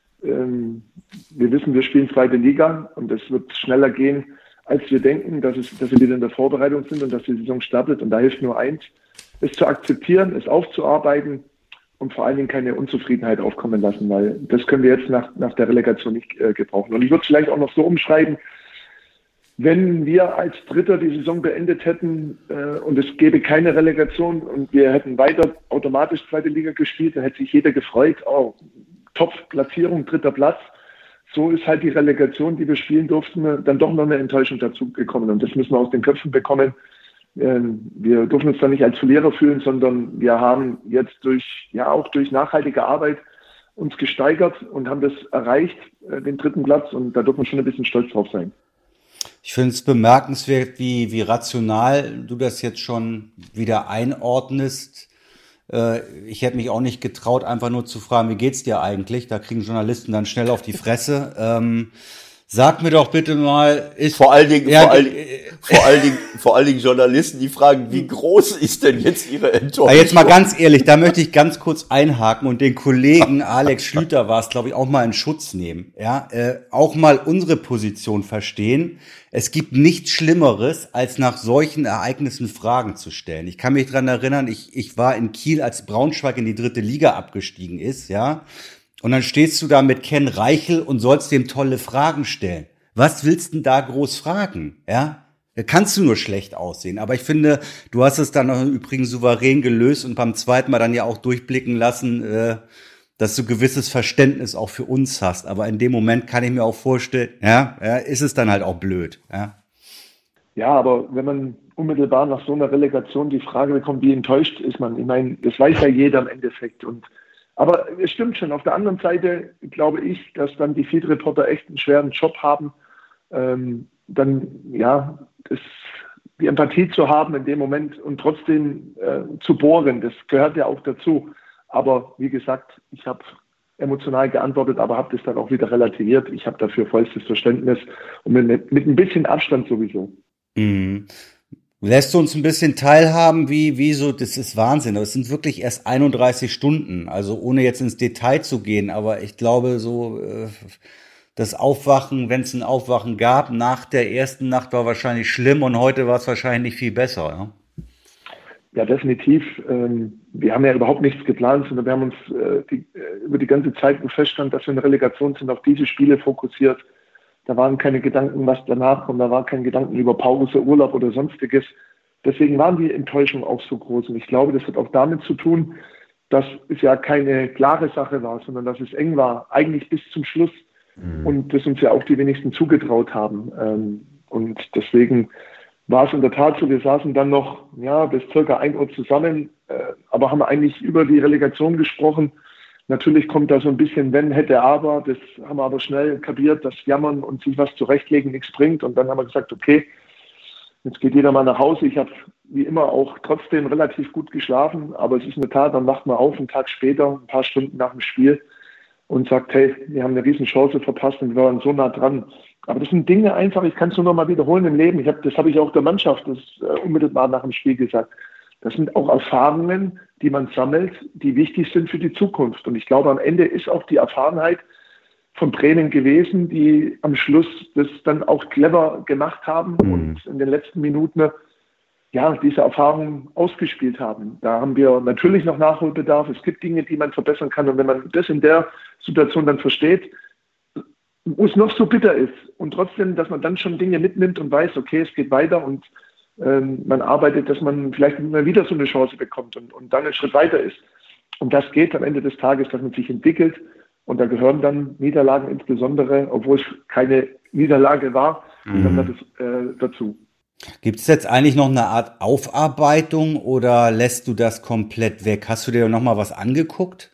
wir wissen, wir spielen 2. Liga und es wird schneller gehen, als wir denken, dass wir wieder in der Vorbereitung sind und dass die Saison startet. Und da hilft nur eins, es zu akzeptieren, es aufzuarbeiten und vor allen Dingen keine Unzufriedenheit aufkommen lassen, weil das können wir jetzt nach der Relegation nicht gebrauchen. Und ich würde es vielleicht auch noch so umschreiben, wenn wir als Dritter die Saison beendet hätten und es gäbe keine Relegation und wir hätten weiter automatisch 2. Liga gespielt, dann hätte sich jeder gefreut, Top-Platzierung, 3. Platz. So ist halt die Relegation, die wir spielen durften, dann doch noch eine Enttäuschung dazu gekommen. Und das müssen wir aus den Köpfen bekommen. Wir dürfen uns da nicht als Verlierer fühlen, sondern wir haben jetzt durch nachhaltige Arbeit uns gesteigert und haben das erreicht, den 3. Platz. Und da dürfen wir schon ein bisschen stolz drauf sein. Ich finde es bemerkenswert, wie rational du das jetzt schon wieder einordnest. Ich hätte mich auch nicht getraut, einfach nur zu fragen, wie geht's dir eigentlich? Da kriegen Journalisten dann schnell auf die Fresse. Sag mir doch bitte mal, vor allen Dingen Journalisten, die fragen, wie groß ist denn jetzt Ihre Enttäuschung? Jetzt mal ganz ehrlich, da möchte ich ganz kurz einhaken und den Kollegen Alex Schlüter war es, glaube ich, auch mal in Schutz nehmen. Ja, auch mal unsere Position verstehen. Es gibt nichts Schlimmeres, als nach solchen Ereignissen Fragen zu stellen. Ich kann mich dran erinnern, ich war in Kiel, als Braunschweig in die 3. Liga abgestiegen ist, ja. Und dann stehst du da mit Ken Reichel und sollst dem tolle Fragen stellen. Was willst denn da groß fragen? Ja, da kannst du nur schlecht aussehen. Aber ich finde, du hast es dann übrigens souverän gelöst und beim zweiten Mal dann ja auch durchblicken lassen, dass du gewisses Verständnis auch für uns hast. Aber in dem Moment kann ich mir auch vorstellen, ja, ist es dann halt auch blöd. Ja, aber wenn man unmittelbar nach so einer Relegation die Frage bekommt, wie enttäuscht ist man? Ich meine, das weiß ja jeder im Endeffekt. Aber es stimmt schon. Auf der anderen Seite glaube ich, dass dann die Field Reporter echt einen schweren Job haben, dann ja die Empathie zu haben in dem Moment und trotzdem zu bohren. Das gehört ja auch dazu. Aber wie gesagt, ich habe emotional geantwortet, aber habe das dann auch wieder relativiert. Ich habe dafür vollstes Verständnis und mit ein bisschen Abstand sowieso. Mhm. Lässt du uns ein bisschen teilhaben, wie so, das ist Wahnsinn, aber es sind wirklich erst 31 Stunden, also ohne jetzt ins Detail zu gehen, aber ich glaube so, das Aufwachen, wenn es ein Aufwachen gab, nach der ersten Nacht war wahrscheinlich schlimm und heute war es wahrscheinlich viel besser. Ja? Ja, definitiv. Wir haben ja überhaupt nichts geplant, sondern wir haben uns über die ganze Zeit, wo feststand, dass wir in Relegation sind, auf diese Spiele fokussiert. Da waren keine Gedanken, was danach kommt, da waren keine Gedanken über Pause, Urlaub oder sonstiges. Deswegen waren die Enttäuschungen auch so groß. Und ich glaube, das hat auch damit zu tun, dass es ja keine klare Sache war, sondern dass es eng war, eigentlich bis zum Schluss. Und das uns ja auch die wenigsten zugetraut haben. Und deswegen war es in der Tat so, wir saßen dann noch bis circa 1 Uhr zusammen, aber haben eigentlich über die Relegation gesprochen. Natürlich kommt da so ein bisschen wenn, hätte, aber. Das haben wir aber schnell kapiert, dass Jammern und sich was zurechtlegen nichts bringt. Und dann haben wir gesagt, okay, jetzt geht jeder mal nach Hause. Ich habe wie immer auch trotzdem relativ gut geschlafen. Aber es ist in der Tat, dann wacht man auf, einen Tag später, ein paar Stunden nach dem Spiel und sagt, hey, wir haben eine riesen Chance verpasst und wir waren so nah dran. Aber das sind Dinge einfach, ich kann es nur noch mal wiederholen im Leben. Das habe ich auch der Mannschaft unmittelbar nach dem Spiel gesagt. Das sind auch Erfahrungen, die man sammelt, die wichtig sind für die Zukunft. Und ich glaube, am Ende ist auch die Erfahrenheit von Trainern gewesen, die am Schluss das dann auch clever gemacht haben und in den letzten Minuten diese Erfahrungen ausgespielt haben. Da haben wir natürlich noch Nachholbedarf. Es gibt Dinge, die man verbessern kann. Und wenn man das in der Situation dann versteht, wo es noch so bitter ist und trotzdem, dass man dann schon Dinge mitnimmt und weiß, okay, es geht weiter und man arbeitet, dass man vielleicht immer wieder so eine Chance bekommt und dann einen Schritt weiter ist. Und das geht am Ende des Tages, dass man sich entwickelt. Und da gehören dann Niederlagen insbesondere, obwohl es keine Niederlage war, dazu. Gibt es jetzt eigentlich noch eine Art Aufarbeitung oder lässt du das komplett weg? Hast du dir noch mal was angeguckt?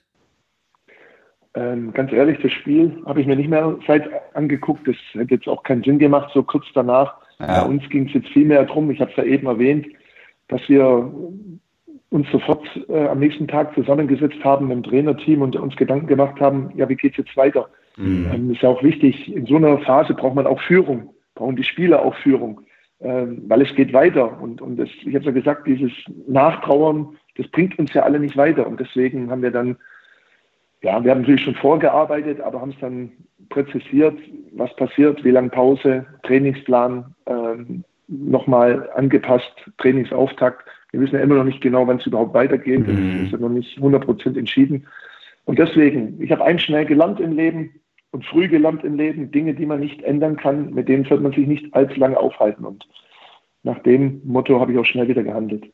Ganz ehrlich, das Spiel habe ich mir nicht mehr angeguckt. Das hätte jetzt auch keinen Sinn gemacht, so kurz danach. Ja. Bei uns ging es jetzt viel mehr darum, ich habe es ja eben erwähnt, dass wir uns sofort am nächsten Tag zusammengesetzt haben mit dem Trainerteam und uns Gedanken gemacht haben, ja, wie geht's jetzt weiter? Ist ja auch wichtig, in so einer Phase braucht man auch Führung, brauchen die Spieler auch Führung, weil es geht weiter. Und ich habe ja gesagt, dieses Nachtrauern, das bringt uns ja alle nicht weiter. Und deswegen haben wir dann, wir haben natürlich schon vorgearbeitet, aber haben es dann präzisiert, was passiert, wie lange Pause, Trainingsplan, nochmal angepasst, Trainingsauftakt. Wir wissen ja immer noch nicht genau, wann es überhaupt weitergeht. Das ist ja noch nicht 100% entschieden. Und deswegen, ich habe eins schnell gelernt im Leben und früh gelernt im Leben, Dinge, die man nicht ändern kann, mit denen sollte man sich nicht allzu lange aufhalten. Und nach dem Motto habe ich auch schnell wieder gehandelt.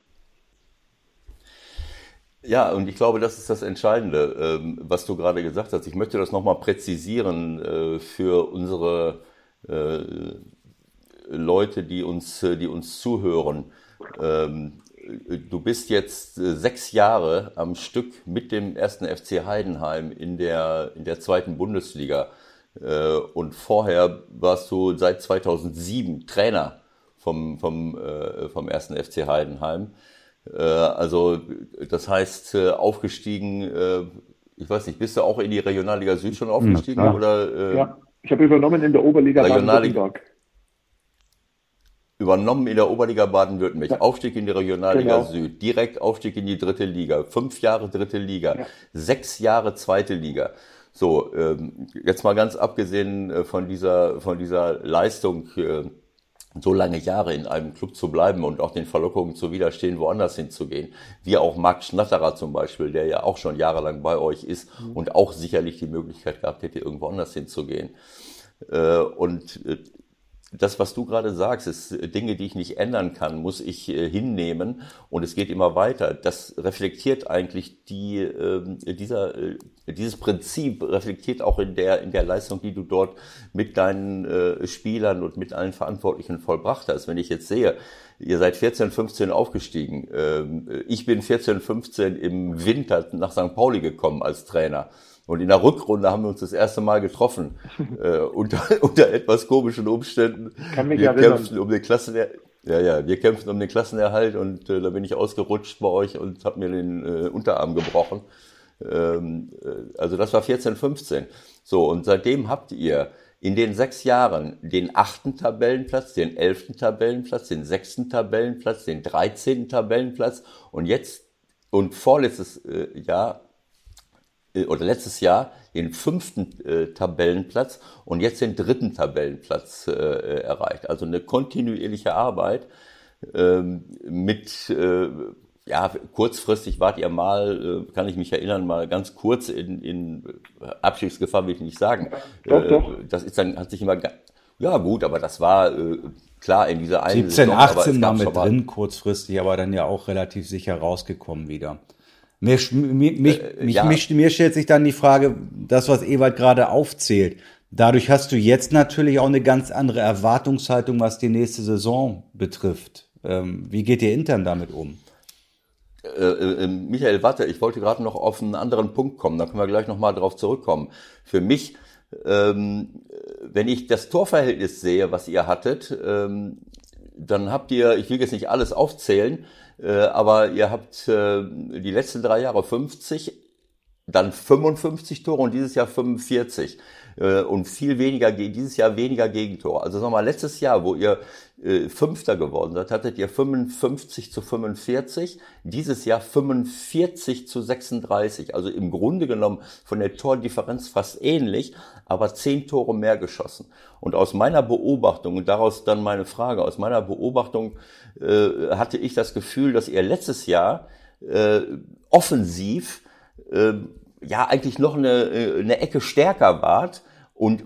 Ja, und ich glaube, das ist das Entscheidende, was du gerade gesagt hast. Ich möchte das nochmal präzisieren für unsere Leute, die uns zuhören. Du bist jetzt 6 Jahre am Stück mit dem 1. FC Heidenheim in der 2. Bundesliga. Und vorher warst du seit 2007 Trainer vom 1. FC Heidenheim. Also das heißt, aufgestiegen, ich weiß nicht, bist du auch in die Regionalliga Süd schon aufgestiegen? Ja. Oder? Ja, Ich habe übernommen in der Oberliga Regionalliga. Baden-Württemberg. Übernommen in der Oberliga Baden-Württemberg, Aufstieg in die Regionalliga Genau. Süd, direkt Aufstieg in die dritte Liga, 5 Jahre dritte Liga, 6 Jahre zweite Liga. So, jetzt mal ganz abgesehen von dieser Leistung, so lange Jahre in einem Club zu bleiben und auch den Verlockungen zu widerstehen, woanders hinzugehen. Wie auch Marc Schnatterer zum Beispiel, der ja auch schon jahrelang bei euch ist und auch sicherlich die Möglichkeit gehabt hätte, irgendwo anders hinzugehen. Und das, was du gerade sagst, ist Dinge, die ich nicht ändern kann, muss ich hinnehmen und es geht immer weiter. Das reflektiert eigentlich dieses Prinzip reflektiert auch in der Leistung, die du dort mit deinen Spielern und mit allen Verantwortlichen vollbracht hast. Wenn ich jetzt sehe, ihr seid 14, 15 aufgestiegen. Ich bin 14, 15 im Winter nach St. Pauli gekommen als Trainer. Und in der Rückrunde haben wir uns das erste Mal getroffen, unter etwas komischen Umständen. Kann mich wir erinnern. kämpfen um den Klassenerhalt und da bin ich ausgerutscht bei euch und habe mir den Unterarm gebrochen. Also das war 14, 15. So, und seitdem habt ihr in den 6 Jahren den 8. Tabellenplatz, den 11. Tabellenplatz, den 6. Tabellenplatz, den 13. Tabellenplatz und vorletztes Jahr oder letztes Jahr den 5. Tabellenplatz und jetzt den 3. Tabellenplatz erreicht. Also eine kontinuierliche Arbeit kurzfristig wart ihr mal, kann ich mich erinnern, mal ganz kurz in Abstiegsgefahr, will ich nicht sagen. Doch. Das ist dann, hat sich immer, ja gut, aber das war klar in dieser einen 17, Saison, 18 war aber es mit gab drin, kurzfristig, aber dann ja auch relativ sicher rausgekommen wieder. Mir stellt sich dann die Frage, das, was Ewald gerade aufzählt. Dadurch hast du jetzt natürlich auch eine ganz andere Erwartungshaltung, was die nächste Saison betrifft. Wie geht ihr intern damit um? Michael, warte, ich wollte gerade noch auf einen anderen Punkt kommen, da können wir gleich nochmal drauf zurückkommen. Für mich, wenn ich das Torverhältnis sehe, was ihr hattet, dann habt ihr, ich will jetzt nicht alles aufzählen, aber ihr habt die letzten 3 Jahre 50, dann 55 Tore und dieses Jahr 45 und dieses Jahr weniger Gegentore. Also sagen wir mal, letztes Jahr, wo ihr Fünfter geworden seid, hattet ihr 55 zu 45, dieses Jahr 45 zu 36. Also im Grunde genommen von der Tordifferenz fast ähnlich, aber 10 Tore mehr geschossen. Und aus meiner Beobachtung, und daraus dann meine Frage, aus meiner Beobachtung hatte ich das Gefühl, dass ihr letztes Jahr offensiv eigentlich noch eine Ecke stärker wart und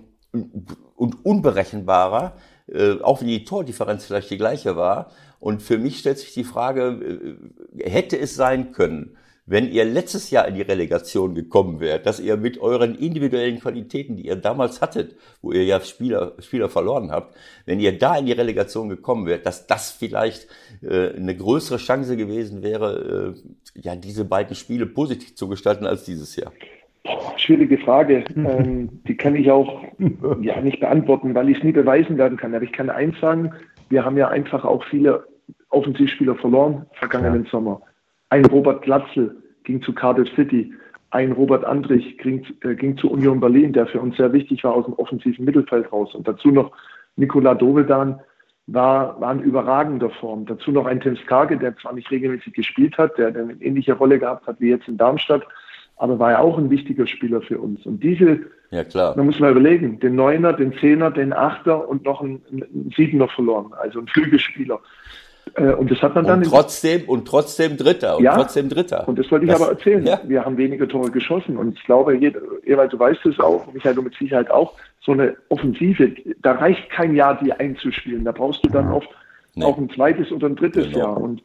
unberechenbarer, auch wenn die Tordifferenz vielleicht die gleiche war. Und für mich stellt sich die Frage, hätte es sein können, wenn ihr letztes Jahr in die Relegation gekommen wärt, dass ihr mit euren individuellen Qualitäten, die ihr damals hattet, wo ihr ja Spieler verloren habt, wenn ihr da in die Relegation gekommen wärt, dass das vielleicht eine größere Chance gewesen wäre, diese beiden Spiele positiv zu gestalten als dieses Jahr? Schwierige Frage. Die kann ich auch nicht beantworten, weil ich es nie beweisen werden kann. Aber ich kann eins sagen, wir haben ja einfach auch viele Offensivspieler verloren vergangenen Sommer. Ein Robert Glatzel ging zu Cardiff City. Ein Robert Andrich ging zu Union Berlin, der für uns sehr wichtig war aus dem offensiven Mittelfeld raus. Und dazu noch Nikola Dovedan war in überragender Form. Dazu noch ein Tim Skarke, der zwar nicht regelmäßig gespielt hat, der eine ähnliche Rolle gehabt hat wie jetzt in Darmstadt, aber war ja auch ein wichtiger Spieler für uns. Und man muss mal überlegen, den Neuner, den Zehner, den Achter und noch einen Siebener verloren, also einen Flügelspieler. Und das hat man dann... trotzdem Dritter. Trotzdem Dritter. Und das wollte ich aber erzählen. Ja. Wir haben weniger Tore geschossen. Und ich glaube, Ewald, du weißt es auch, Michael, du mit Sicherheit auch, so eine Offensive, da reicht kein Jahr, die einzuspielen. Da brauchst du dann oft auch ein zweites oder ein drittes Jahr. Und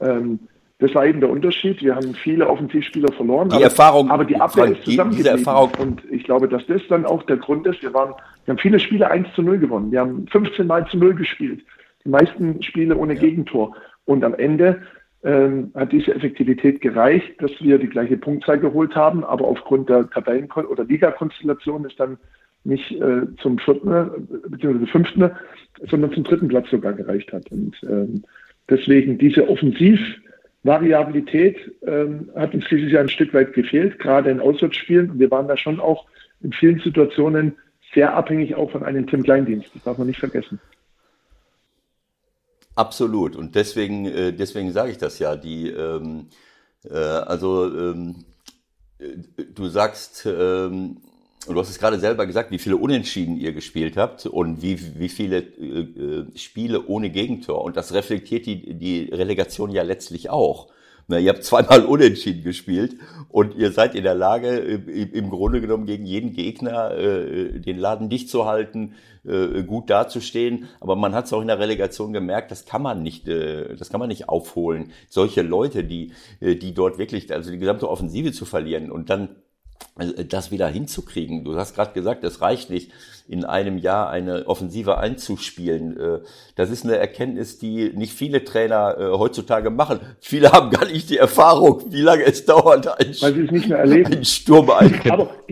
das war eben der Unterschied. Wir haben viele Offensivspieler verloren, aber die Abwehr ist zusammengeblieben. Und ich glaube, dass das dann auch der Grund ist. Wir haben viele Spiele 1-0 gewonnen. Wir haben 15 Mal zu 0 gespielt. Die meisten Spiele ohne Gegentor. Und am Ende hat diese Effektivität gereicht, dass wir die gleiche Punktzahl geholt haben, aber aufgrund der Tabellen- oder Ligakonstellation ist dann nicht zum 4. bzw. 5., sondern zum 3. Platz sogar gereicht hat. Und deswegen diese Offensivvariabilität hat uns dieses Jahr ein Stück weit gefehlt, gerade in Auswärtsspielen. Und wir waren da schon auch in vielen Situationen sehr abhängig auch von einem Tim Kleindienst. Das darf man nicht vergessen. Absolut. Und deswegen sage ich das ja. Du sagst, du hast es gerade selber gesagt, wie viele Unentschieden ihr gespielt habt und wie viele Spiele ohne Gegentor. Und das reflektiert die Relegation ja letztlich auch. Na, ihr habt zweimal unentschieden gespielt und ihr seid in der Lage, im Grunde genommen gegen jeden Gegner den Laden dicht zu halten, gut dazustehen. Aber man hat es auch in der Relegation gemerkt, das kann man nicht aufholen. Solche Leute, die dort wirklich, also die gesamte Offensive zu verlieren und dann das wieder hinzukriegen. Du hast gerade gesagt, es reicht nicht, in einem Jahr eine Offensive einzuspielen. Das ist eine Erkenntnis, die nicht viele Trainer heutzutage machen. Viele haben gar nicht die Erfahrung, wie lange es dauert, weil sie es nicht mehr erleben. Einen Sturm Aber ich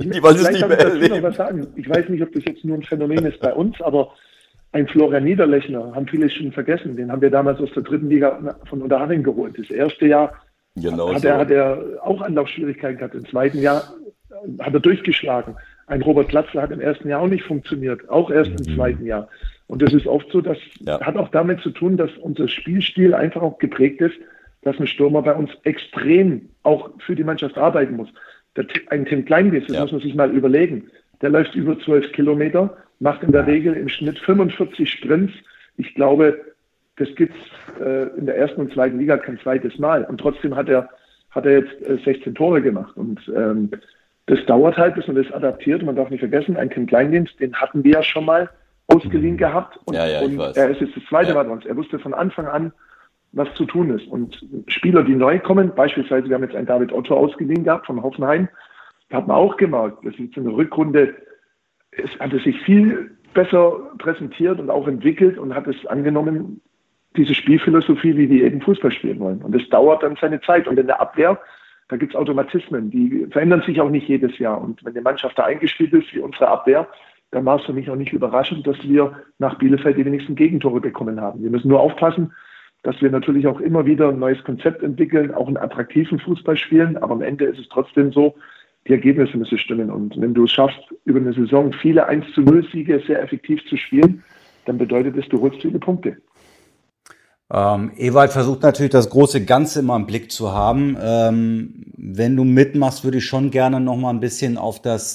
weiß nicht, ob das jetzt nur ein Phänomen ist bei uns, aber ein Florian Niederlechner, haben viele schon vergessen, den haben wir damals aus der 3. Liga von Unterhaching geholt. Das erste Jahr hat er auch Anlaufschwierigkeiten gehabt. Im zweiten Jahr hat er durchgeschlagen. Ein Robert Platzler hat im ersten Jahr auch nicht funktioniert, auch erst im zweiten Jahr. Und das ist oft so, das hat auch damit zu tun, dass unser Spielstil einfach auch geprägt ist, dass ein Stürmer bei uns extrem auch für die Mannschaft arbeiten muss. Ein Tim Kleindienst, das muss man sich mal überlegen, der läuft über 12 Kilometer, macht in der Regel im Schnitt 45 Sprints. Ich glaube, das gibt's in der 1. und 2. Liga kein zweites Mal. Und trotzdem hat er jetzt 16 Tore gemacht. Und das dauert halt, bis man das adaptiert. Und man darf nicht vergessen, ein Tim Kleindienst, den hatten wir ja schon mal ausgeliehen gehabt. Und er ist jetzt das zweite Mal bei uns. Er wusste von Anfang an, was zu tun ist. Und Spieler, die neu kommen, beispielsweise, wir haben jetzt einen David Otto ausgeliehen gehabt von Hoffenheim, da hat man auch gemerkt, das ist in der Rückrunde, es hatte sich viel besser präsentiert und auch entwickelt und hat es angenommen, diese Spielphilosophie, wie wir eben Fußball spielen wollen. Und das dauert dann seine Zeit. Und in der Abwehr, da gibt es Automatismen, die verändern sich auch nicht jedes Jahr. Und wenn die Mannschaft da eingespielt ist, wie unsere Abwehr, dann war es für mich auch nicht überraschend, dass wir nach Bielefeld die wenigsten Gegentore bekommen haben. Wir müssen nur aufpassen, dass wir natürlich auch immer wieder ein neues Konzept entwickeln, auch einen attraktiven Fußball spielen. Aber am Ende ist es trotzdem so, die Ergebnisse müssen stimmen. Und wenn du es schaffst, über eine Saison viele 1-0-Siege sehr effektiv zu spielen, dann bedeutet es, du holst viele Punkte. Ewald versucht natürlich, das große Ganze immer im Blick zu haben. Wenn du mitmachst, würde ich schon gerne noch mal ein bisschen auf es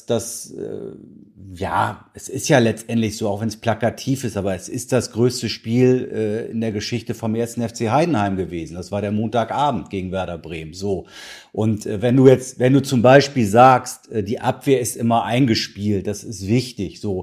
ist ja letztendlich so, auch wenn es plakativ ist, aber es ist das größte Spiel in der Geschichte vom 1. FC Heidenheim gewesen. Das war der Montagabend gegen Werder Bremen. So. Und wenn du zum Beispiel sagst, die Abwehr ist immer eingespielt, das ist wichtig, so,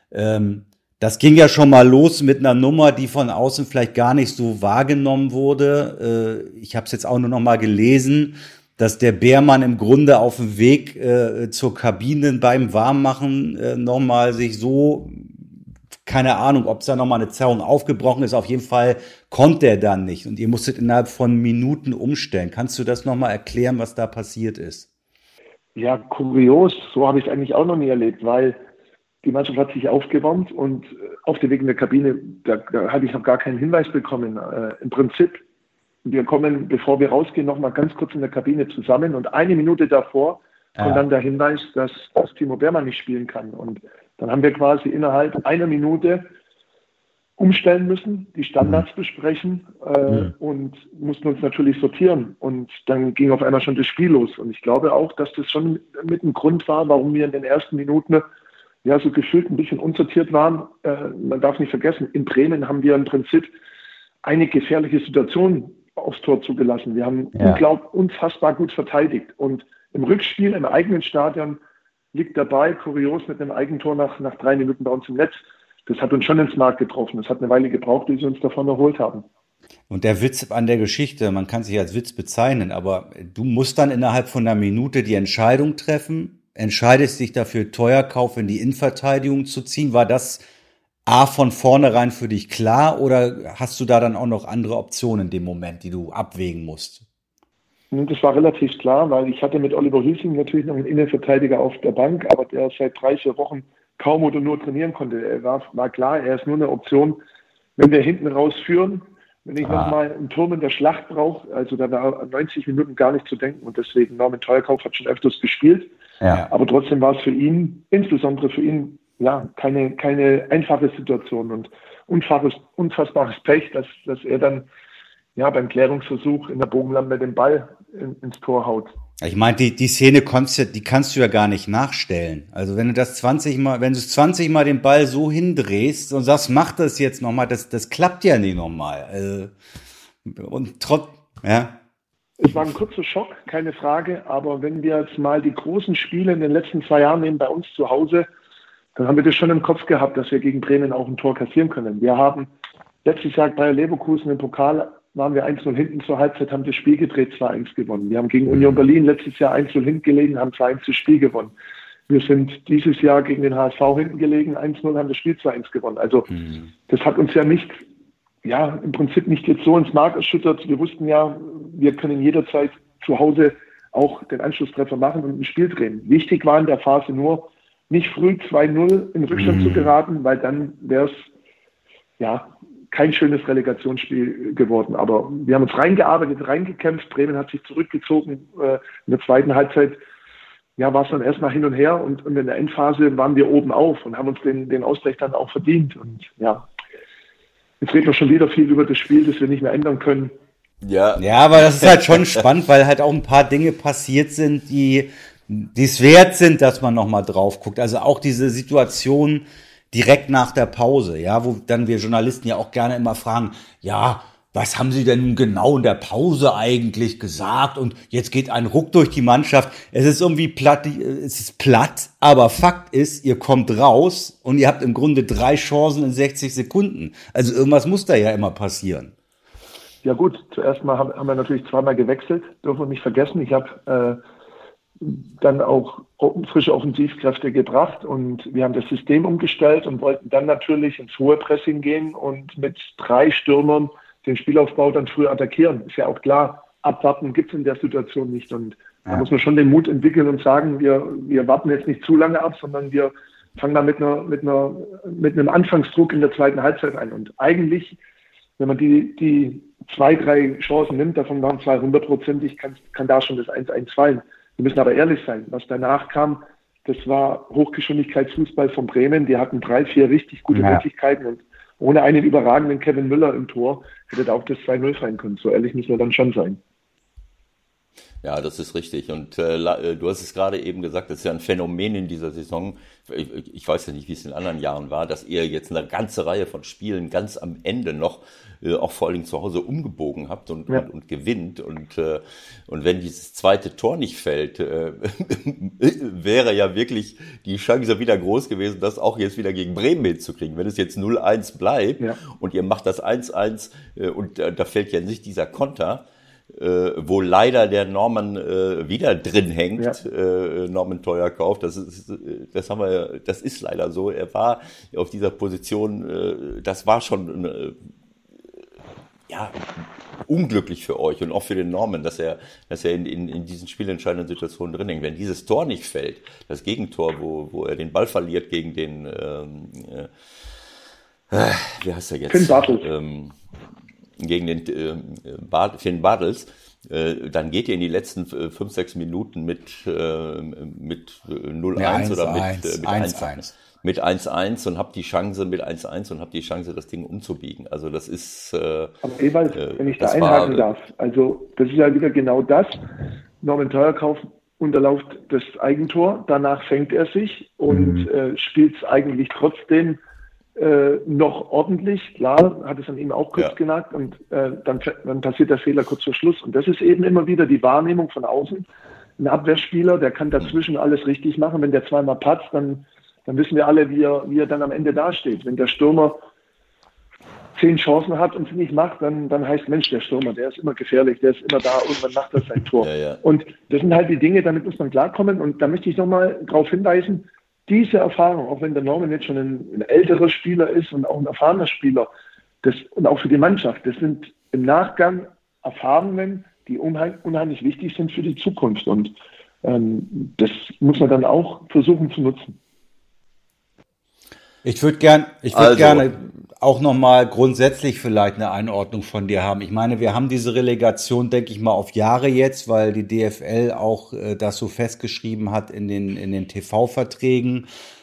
das ging ja schon mal los mit einer Nummer, die von außen vielleicht gar nicht so wahrgenommen wurde. Ich habe es jetzt auch nur noch mal gelesen, dass der Beermann im Grunde auf dem Weg zur Kabine beim Warmmachen noch mal sich so, keine Ahnung, ob es da noch mal eine Zerrung aufgebrochen ist. Auf jeden Fall konnte er dann nicht. Und ihr musstet innerhalb von Minuten umstellen. Kannst du das noch mal erklären, was da passiert ist? Ja, kurios. So habe ich es eigentlich auch noch nie erlebt, weil die Mannschaft hat sich aufgewärmt und auf dem Weg in der Kabine, da hatte ich noch gar keinen Hinweis bekommen. Im Prinzip, wir kommen, bevor wir rausgehen, noch mal ganz kurz in der Kabine zusammen und eine Minute davor kommt dann der Hinweis, dass Timo Beermann nicht spielen kann. Und dann haben wir quasi innerhalb einer Minute umstellen müssen, die Standards besprechen und mussten uns natürlich sortieren. Und dann ging auf einmal schon das Spiel los. Und ich glaube auch, dass das schon mit ein Grund war, warum wir in den ersten Minuten so gefühlt ein bisschen unsortiert waren. Man darf nicht vergessen, in Bremen haben wir im Prinzip eine gefährliche Situation aufs Tor zugelassen. Wir haben unfassbar gut verteidigt. Und im Rückspiel, im eigenen Stadion, liegt der Ball kurios mit einem Eigentor nach 3 Minuten bei uns im Netz. Das hat uns schon ins Mark getroffen. Das hat eine Weile gebraucht, bis wir uns davon erholt haben. Und der Witz an der Geschichte, man kann sich als Witz bezeichnen, aber du musst dann innerhalb von einer Minute die Entscheidung treffen, entscheidest dich dafür, Teuerkauf in die Innenverteidigung zu ziehen. War das von vornherein für dich klar oder hast du da dann auch noch andere Optionen in dem Moment, die du abwägen musst? Das war relativ klar, weil ich hatte mit Oliver Hülsing natürlich noch einen Innenverteidiger auf der Bank, aber der seit 3-4 Wochen kaum oder nur trainieren konnte. Er war klar, er ist nur eine Option, wenn wir hinten raus führen. Wenn ich nochmal einen Turm in der Schlacht brauche, also da war 90 Minuten gar nicht zu denken und deswegen Norman Teuerkauf hat schon öfters gespielt. Ja. Aber trotzdem war es für ihn, insbesondere für ihn, keine einfache Situation und unfassbares Pech, dass er dann beim Klärungsversuch in der Bogenlampe den Ball ins Tor haut. Ich meine, die Szene die kannst du ja gar nicht nachstellen. Also wenn du das 20 Mal den Ball so hindrehst und sagst, mach das jetzt nochmal, das klappt ja nicht nochmal. Also, Es war ein kurzer Schock, keine Frage, aber wenn wir jetzt mal die großen Spiele in den letzten 2 Jahren nehmen bei uns zu Hause, dann haben wir das schon im Kopf gehabt, dass wir gegen Bremen auch ein Tor kassieren können. Wir haben letztes Jahr bei Leverkusen im Pokal waren wir 1-0 hinten zur Halbzeit, haben das Spiel gedreht, 2-1 gewonnen. Wir haben gegen Union Berlin letztes Jahr 1-0 hinten gelegen, haben 2-1 das Spiel gewonnen. Wir sind dieses Jahr gegen den HSV hinten gelegen, 1-0, haben das Spiel 2-1 gewonnen. Also das hat uns ja nicht, im Prinzip nicht jetzt so ins Mark erschüttert. Wir wussten ja, wir können jederzeit zu Hause auch den Anschlusstreffer machen und ein Spiel drehen. Wichtig war in der Phase nur, nicht früh 2-0 in Rückstand zu geraten, weil dann wäre es kein schönes Relegationsspiel geworden. Aber wir haben uns reingearbeitet, reingekämpft. Bremen hat sich zurückgezogen. In der zweiten Halbzeit war es dann erstmal hin und her und in der Endphase waren wir oben auf und haben uns den Ausgleich dann auch verdient. Und jetzt reden wir schon wieder viel über das Spiel, das wir nicht mehr ändern können. Ja, aber das ist halt schon spannend, weil halt auch ein paar Dinge passiert sind, die es wert sind, dass man nochmal drauf guckt. Also auch diese Situation direkt nach der Pause, wo dann wir Journalisten ja auch gerne immer fragen, was haben Sie denn nun genau in der Pause eigentlich gesagt? Und jetzt geht ein Ruck durch die Mannschaft. Es ist irgendwie platt, aber Fakt ist, ihr kommt raus und ihr habt im Grunde 3 Chancen in 60 Sekunden. Also irgendwas muss da ja immer passieren. Ja gut, zuerst mal haben wir natürlich 2-mal gewechselt, dürfen wir nicht vergessen. Ich habe dann auch frische Offensivkräfte gebracht und wir haben das System umgestellt und wollten dann natürlich ins hohe Pressing gehen und mit 3 Stürmern den Spielaufbau dann früh attackieren. Ist ja auch klar, abwarten gibt es in der Situation nicht und da muss man schon den Mut entwickeln und sagen, wir warten jetzt nicht zu lange ab, sondern wir fangen da mit einem Anfangsdruck in der zweiten Halbzeit ein. Und eigentlich, wenn man die 2, 3 Chancen nimmt, davon waren 2 hundertprozentig, kann da schon das 1-1 fallen. Wir müssen aber ehrlich sein, was danach kam, das war Hochgeschwindigkeitsfußball von Bremen. Die hatten 3, 4 richtig gute Möglichkeiten und ohne einen überragenden Kevin Müller im Tor hätte da auch das 2-0 fallen können. So ehrlich müssen wir dann schon sein. Ja, das ist richtig. Und du hast es gerade eben gesagt, das ist ja ein Phänomen in dieser Saison. Ich weiß ja nicht, wie es in anderen Jahren war, dass ihr jetzt eine ganze Reihe von Spielen ganz am Ende noch auch vor allen Dingen zu Hause umgebogen habt und gewinnt. Und wenn dieses zweite Tor nicht fällt, wäre ja wirklich die Chance wieder groß gewesen, das auch jetzt wieder gegen Bremen hinzukriegen. Wenn es jetzt 0-1 bleibt und ihr macht das 1-1 und da fällt ja nicht dieser Konter, wo leider der Norman wieder drin hängt, Norman Teuerkauf, das ist leider so. Er war auf dieser Position, das war schon unglücklich für euch und auch für den Norman, dass er in diesen spielentscheidenden Situationen drin hängt. Wenn dieses Tor nicht fällt, das Gegentor, wo er den Ball verliert gegen den wie heißt er jetzt? Finn Bartels. Gegen den Finn Bartels, dann geht ihr in die letzten 5, 6 Minuten mit 0-1 oder mit 1-1. Mit 1-1 und habt die Chance mit 1-1 und habt die Chance, das Ding umzubiegen. Also das ist... Aber Ewald, wenn ich da einhaken darf, also das ist ja wieder genau das. Norman Teuerkauf unterlauft das Eigentor, danach fängt er sich und spielt es eigentlich trotzdem noch ordentlich. Klar, hat es an ihm auch kurz genagt und dann passiert der Fehler kurz vor Schluss. Und das ist eben immer wieder die Wahrnehmung von außen. Ein Abwehrspieler, der kann dazwischen alles richtig machen. Wenn der 2-mal patzt, dann wissen wir alle, wie er dann am Ende dasteht. Wenn der Stürmer 10 Chancen hat und sie nicht macht, dann heißt, Mensch, der Stürmer, der ist immer gefährlich, der ist immer da, irgendwann macht er sein Tor. Und das sind halt die Dinge, damit muss man klarkommen. Und da möchte ich nochmal darauf hinweisen, diese Erfahrung, auch wenn der Norman jetzt schon ein älterer Spieler ist und auch ein erfahrener Spieler, und auch für die Mannschaft, das sind im Nachgang Erfahrungen, die unheimlich wichtig sind für die Zukunft. Und das muss man dann auch versuchen zu nutzen. Ich würde gerne auch nochmal grundsätzlich vielleicht eine Einordnung von dir haben. Ich meine, wir haben diese Relegation, denke ich mal, auf Jahre jetzt, weil die DFL auch das so festgeschrieben hat in den TV-Verträgen.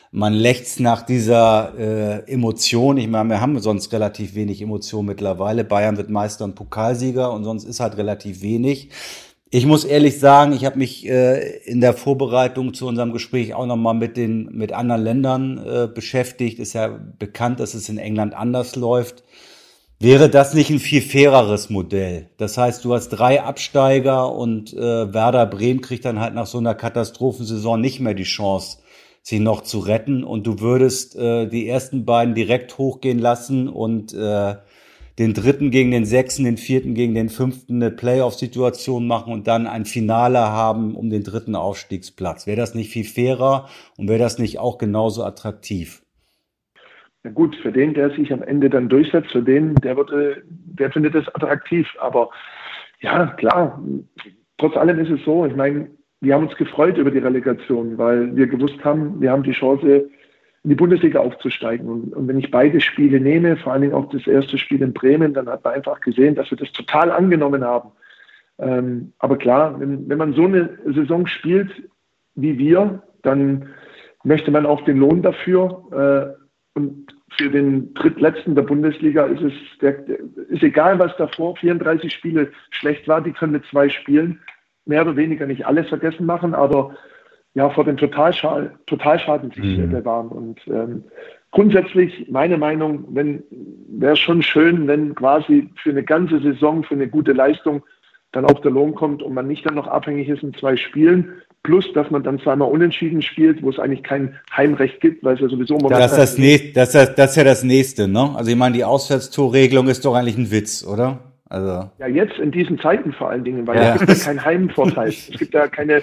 Man lechzt nach dieser Emotion. Ich meine, wir haben sonst relativ wenig Emotion mittlerweile. Bayern wird Meister und Pokalsieger und sonst ist halt relativ wenig. Ich muss ehrlich sagen, ich habe mich in der Vorbereitung zu unserem Gespräch auch nochmal mit anderen Ländern beschäftigt. Ist ja bekannt, dass es in England anders läuft. Wäre das nicht ein viel faireres Modell? Das heißt, du hast 3 Absteiger und Werder Bremen kriegt dann halt nach so einer Katastrophensaison nicht mehr die Chance, sich noch zu retten. Und du würdest die ersten beiden direkt hochgehen lassen und den 3. gegen den 6., den 4. gegen den 5. eine Playoff-Situation machen und dann ein Finale haben um den 3. Aufstiegsplatz. Wäre das nicht viel fairer und wäre das nicht auch genauso attraktiv? Ja gut, für den, der sich am Ende dann durchsetzt, für den, der findet es attraktiv. Aber ja, klar, trotz allem ist es so, ich meine, wir haben uns gefreut über die Relegation, weil wir gewusst haben, wir haben die Chance, in die Bundesliga aufzusteigen. Und wenn ich beide Spiele nehme, vor allen Dingen auch das erste Spiel in Bremen, dann hat man einfach gesehen, dass wir das total angenommen haben. Aber klar, wenn man so eine Saison spielt wie wir, dann möchte man auch den Lohn dafür. Und für den Drittletzten der Bundesliga ist egal, was davor 34 Spiele schlecht war, die können mit 2 Spielen mehr oder weniger nicht alles vergessen machen, aber ja, vor dem Totalschaden sich bewahren. Und grundsätzlich, meine Meinung, wäre es schon schön, wenn quasi für eine ganze Saison, für eine gute Leistung dann auch der Lohn kommt und man nicht dann noch abhängig ist in 2 Spielen, plus, dass man dann zweimal unentschieden spielt, wo es eigentlich kein Heimrecht gibt, weil es ja sowieso momentan... Das ist ja das Nächste, ne? Also ich meine, die Auswärtstorregelung ist doch eigentlich ein Witz, oder? Also ja, jetzt in diesen Zeiten vor allen Dingen, weil es gibt ja keinen Heimvorteil. Es gibt ja keinen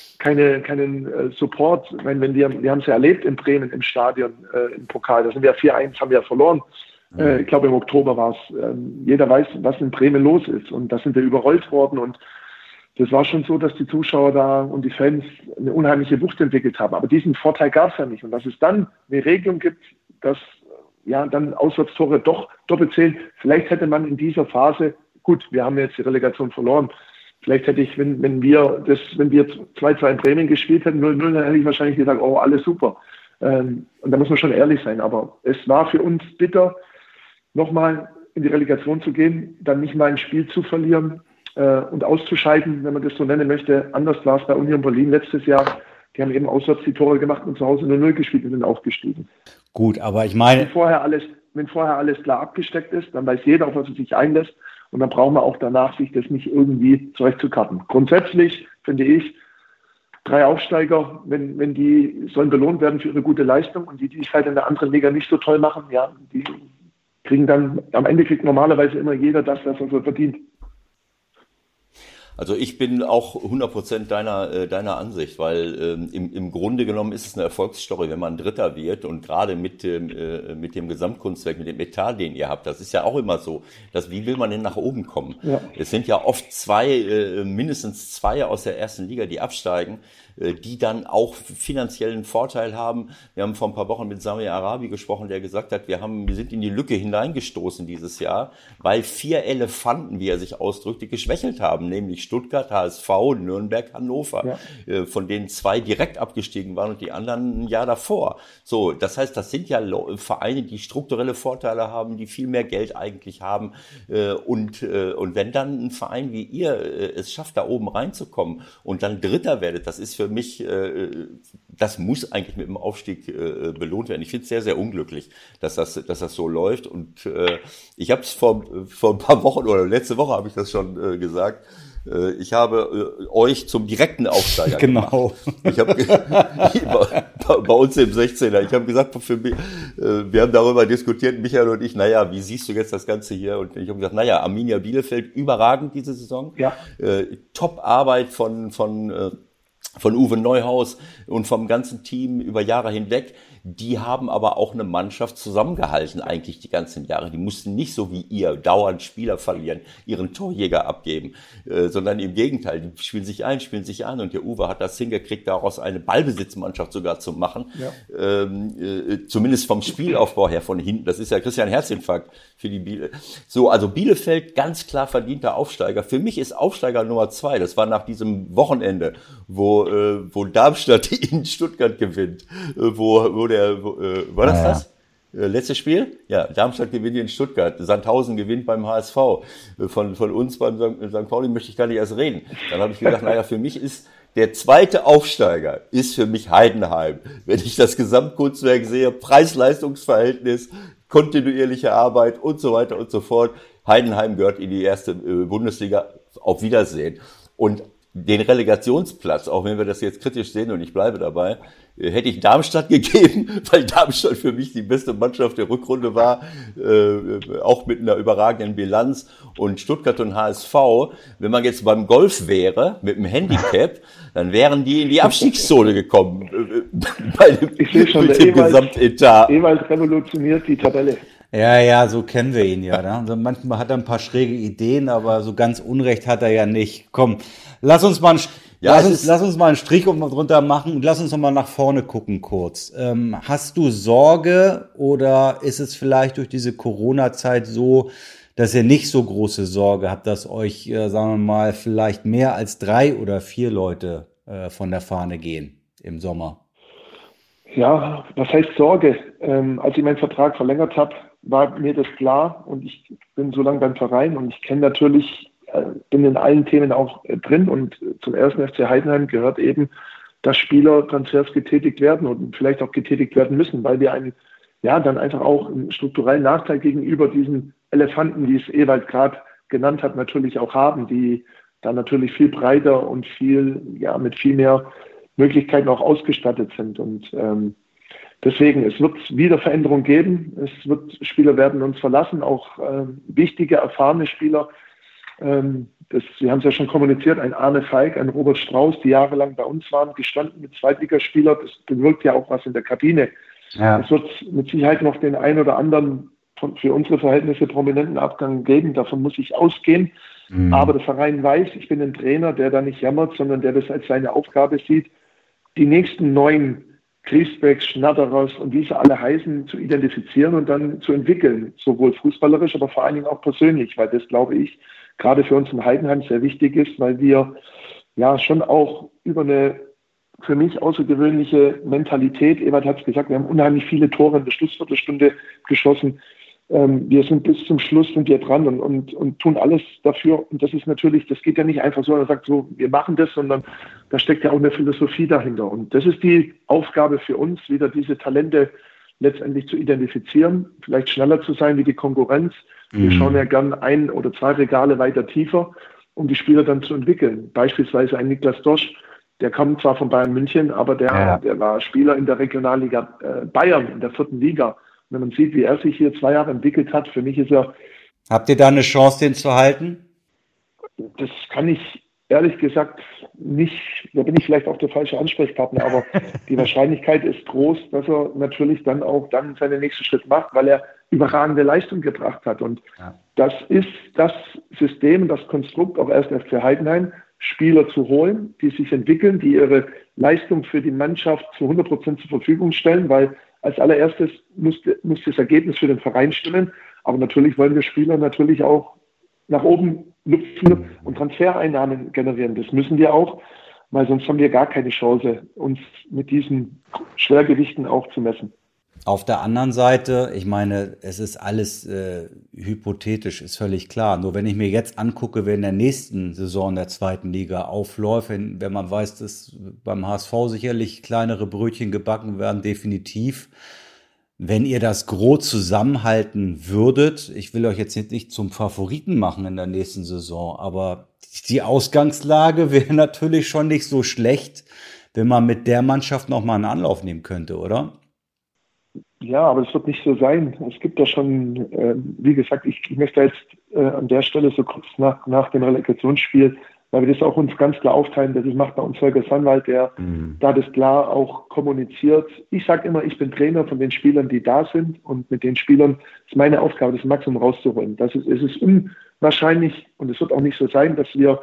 Support. Ich meine, wir haben es ja erlebt in Bremen im Stadion, im Pokal. Da sind wir 4-1, haben wir ja verloren. Ich glaube, im Oktober war es. Jeder weiß, was in Bremen los ist. Und da sind wir überrollt worden. Und das war schon so, dass die Zuschauer da und die Fans eine unheimliche Wucht entwickelt haben. Aber diesen Vorteil gab es ja nicht. Und dass es dann eine Regelung gibt, dass ja dann Auswärtstore doch doppelt zählen. Vielleicht hätte man in dieser Phase, gut, wir haben jetzt die Relegation verloren, vielleicht hätte ich, wenn wir 2-2 in Bremen gespielt hätten, 0-0, dann hätte ich wahrscheinlich gesagt, oh, alles super. Und da muss man schon ehrlich sein. Aber es war für uns bitter, nochmal in die Relegation zu gehen, dann nicht mal ein Spiel zu verlieren und auszuscheiden, wenn man das so nennen möchte. Anders war es bei Union Berlin letztes Jahr. Die haben eben auswärts die Tore gemacht und zu Hause 0-0 gespielt und sind aufgestiegen. Gut, aber ich meine... Wenn vorher alles klar abgesteckt ist, dann weiß jeder, auf was er sich einlässt. Und dann brauchen wir auch danach, sich das nicht irgendwie zurechtzukarten. Grundsätzlich finde ich, 3 Aufsteiger, wenn die sollen belohnt werden für ihre gute Leistung und die es halt in der anderen Liga nicht so toll machen, ja, die kriegen dann, am Ende kriegt normalerweise immer jeder das, was er so verdient. Also ich bin auch 100% deiner Ansicht, weil im Grunde genommen ist es eine Erfolgsstory, wenn man Dritter wird und gerade mit dem Gesamtkunstwerk, mit dem Etat, den ihr habt, das ist ja auch immer so, wie will man denn nach oben kommen? Ja. Es sind ja oft mindestens 2 aus der ersten Liga, die absteigen, die dann auch finanziellen Vorteil haben. Wir haben vor ein paar Wochen mit Sami Arabi gesprochen, der gesagt hat, wir sind in die Lücke hineingestoßen dieses Jahr, weil 4 Elefanten, wie er sich ausdrückte, geschwächelt haben, nämlich Stuttgart, HSV, Nürnberg, Hannover, von denen 2 direkt abgestiegen waren und die anderen ein Jahr davor. So, das heißt, das sind ja Vereine, die strukturelle Vorteile haben, die viel mehr Geld eigentlich haben und wenn dann ein Verein wie ihr es schafft, da oben reinzukommen und dann Dritter werdet, das ist für mich, das muss eigentlich mit dem Aufstieg belohnt werden. Ich finde es sehr, sehr unglücklich, dass das so läuft und ich habe es vor ein paar Wochen oder letzte Woche habe ich das schon gesagt. Ich habe euch zum direkten Aufsteiger gemacht. Ich habe bei uns im 16er, ich habe gesagt, wir haben darüber diskutiert, Michael und ich, naja, wie siehst du jetzt das Ganze hier? Und ich habe gesagt, naja, Arminia Bielefeld überragend diese Saison. Ja. Top-Arbeit von Uwe Neuhaus und vom ganzen Team über Jahre hinweg. Die haben aber auch eine Mannschaft zusammengehalten eigentlich die ganzen Jahre. Die mussten nicht so wie ihr dauernd Spieler verlieren, ihren Torjäger abgeben, sondern im Gegenteil, die spielen sich an und der Uwe hat das hingekriegt, daraus eine Ballbesitzmannschaft sogar zu machen. Ja. Zumindest vom Spielaufbau her von hinten. Das ist ja Christian Herzinfarkt für die So, also Bielefeld ganz klar verdienter Aufsteiger. Für mich ist Aufsteiger Nummer 2. Das war nach diesem Wochenende, wo wo Darmstadt in Stuttgart gewinnt. War das? Letztes Spiel? Ja, Darmstadt gewinnt in Stuttgart. Sandhausen gewinnt beim HSV. Von uns beim St. Pauli möchte ich gar nicht erst reden. Dann habe ich gedacht, naja, für mich ist der zweite Aufsteiger ist für mich Heidenheim. Wenn ich das Gesamtkunstwerk sehe, Preis-Leistungs-Verhältnis, kontinuierliche Arbeit und so weiter und so fort. Heidenheim gehört in die erste Bundesliga. Auf Wiedersehen. Und den Relegationsplatz, auch wenn wir das jetzt kritisch sehen und ich bleibe dabei, hätte ich Darmstadt gegeben, weil Darmstadt für mich die beste Mannschaft der Rückrunde war, auch mit einer überragenden Bilanz. Und Stuttgart und HSV, wenn man jetzt beim Golf wäre, mit dem Handicap, dann wären die in die Abstiegszone gekommen, ich sehe schon, mit dem Gesamtetat. Ewald revolutioniert die Tabelle. Ja, so kennen wir ihn ja. Ne? Also manchmal hat er ein paar schräge Ideen, aber so ganz Unrecht hat er ja nicht. Komm, lass uns mal einen Strich drunter machen und lass uns noch mal nach vorne gucken kurz. Hast du Sorge oder ist es vielleicht durch diese Corona-Zeit so, dass ihr nicht so große Sorge habt, dass euch, sagen wir mal, vielleicht mehr als 3 oder 4 Leute von der Fahne gehen im Sommer? Ja, was heißt Sorge? Als ich meinen Vertrag verlängert habe, war mir das klar und ich bin so lange beim Verein und ich kenne natürlich, bin in allen Themen auch drin und zum ersten FC Heidenheim gehört eben, dass Spielertransfers getätigt werden und vielleicht auch getätigt werden müssen, weil wir dann einfach auch einen strukturellen Nachteil gegenüber diesen Elefanten, die es Ewald gerade genannt hat, natürlich auch haben, die da natürlich viel breiter und mit viel mehr Möglichkeiten auch ausgestattet sind und deswegen, es wird wieder Veränderungen geben. Spieler werden uns verlassen, auch wichtige, erfahrene Spieler. Wir haben es ja schon kommuniziert, ein Arne Falk, ein Robert Strauß, die jahrelang bei uns waren, gestanden mit Zweitligaspieler. Das bewirkt ja auch was in der Kabine. Ja. Es wird mit Sicherheit noch den ein oder anderen für unsere Verhältnisse prominenten Abgang geben. Davon muss ich ausgehen. Mhm. Aber der Verein weiß, ich bin ein Trainer, der da nicht jammert, sondern der das als seine Aufgabe sieht, die nächsten 9 Griesbecks, Schnatterers und wie sie alle heißen, zu identifizieren und dann zu entwickeln, sowohl fußballerisch, aber vor allen Dingen auch persönlich, weil das, glaube ich, gerade für uns in Heidenheim sehr wichtig ist, weil wir ja schon auch über eine für mich außergewöhnliche Mentalität, Ewald hat es gesagt, wir haben unheimlich viele Tore in der Schlussviertelstunde geschossen. Wir sind bis zum Schluss sind wir dran und tun alles dafür. Und das ist natürlich, das geht ja nicht einfach so, man sagt so, wir machen das, sondern da steckt ja auch eine Philosophie dahinter. Und das ist die Aufgabe für uns, wieder diese Talente letztendlich zu identifizieren, vielleicht schneller zu sein wie die Konkurrenz. Wir schauen ja gern 1 oder 2 Regale weiter tiefer, um die Spieler dann zu entwickeln. Beispielsweise ein Niklas Dorsch, der kommt zwar von Bayern München, aber der war Spieler in der Regionalliga Bayern, in der 4. Liga. Wenn man sieht, wie er sich hier 2 Jahre entwickelt hat, für mich ist er... Habt ihr da eine Chance, den zu halten? Das kann ich ehrlich gesagt nicht, da bin ich vielleicht auch der falsche Ansprechpartner, aber die Wahrscheinlichkeit ist groß, dass er natürlich dann seinen nächsten Schritt macht, weil er überragende Leistung gebracht hat. Und das ist das System, das Konstrukt auch erst FC Heidenheim, Spieler zu holen, die sich entwickeln, die ihre Leistung für die Mannschaft zu 100% zur Verfügung stellen, weil als allererstes muss das Ergebnis für den Verein stimmen. Aber natürlich wollen wir Spieler natürlich auch nach oben lupfen und Transfereinnahmen generieren. Das müssen wir auch, weil sonst haben wir gar keine Chance, uns mit diesen Schwergewichten auch zu messen. Auf der anderen Seite, ich meine, es ist alles hypothetisch, ist völlig klar. Nur wenn ich mir jetzt angucke, wer in der nächsten Saison der 2. Liga aufläuft, wenn man weiß, dass beim HSV sicherlich kleinere Brötchen gebacken werden, definitiv. Wenn ihr das Gros zusammenhalten würdet, ich will euch jetzt nicht zum Favoriten machen in der nächsten Saison, aber die Ausgangslage wäre natürlich schon nicht so schlecht, wenn man mit der Mannschaft nochmal einen Anlauf nehmen könnte, oder? Ja, aber es wird nicht so sein. Es gibt ja schon, wie gesagt, ich möchte jetzt an der Stelle so kurz nach dem Relegationsspiel, weil wir das auch uns ganz klar aufteilen, das macht bei uns Holger Sandwald, der da das klar auch kommuniziert. Ich sage immer, ich bin Trainer von den Spielern, die da sind und mit den Spielern ist meine Aufgabe, das Maximum rauszuholen. Es ist unwahrscheinlich und es wird auch nicht so sein, dass wir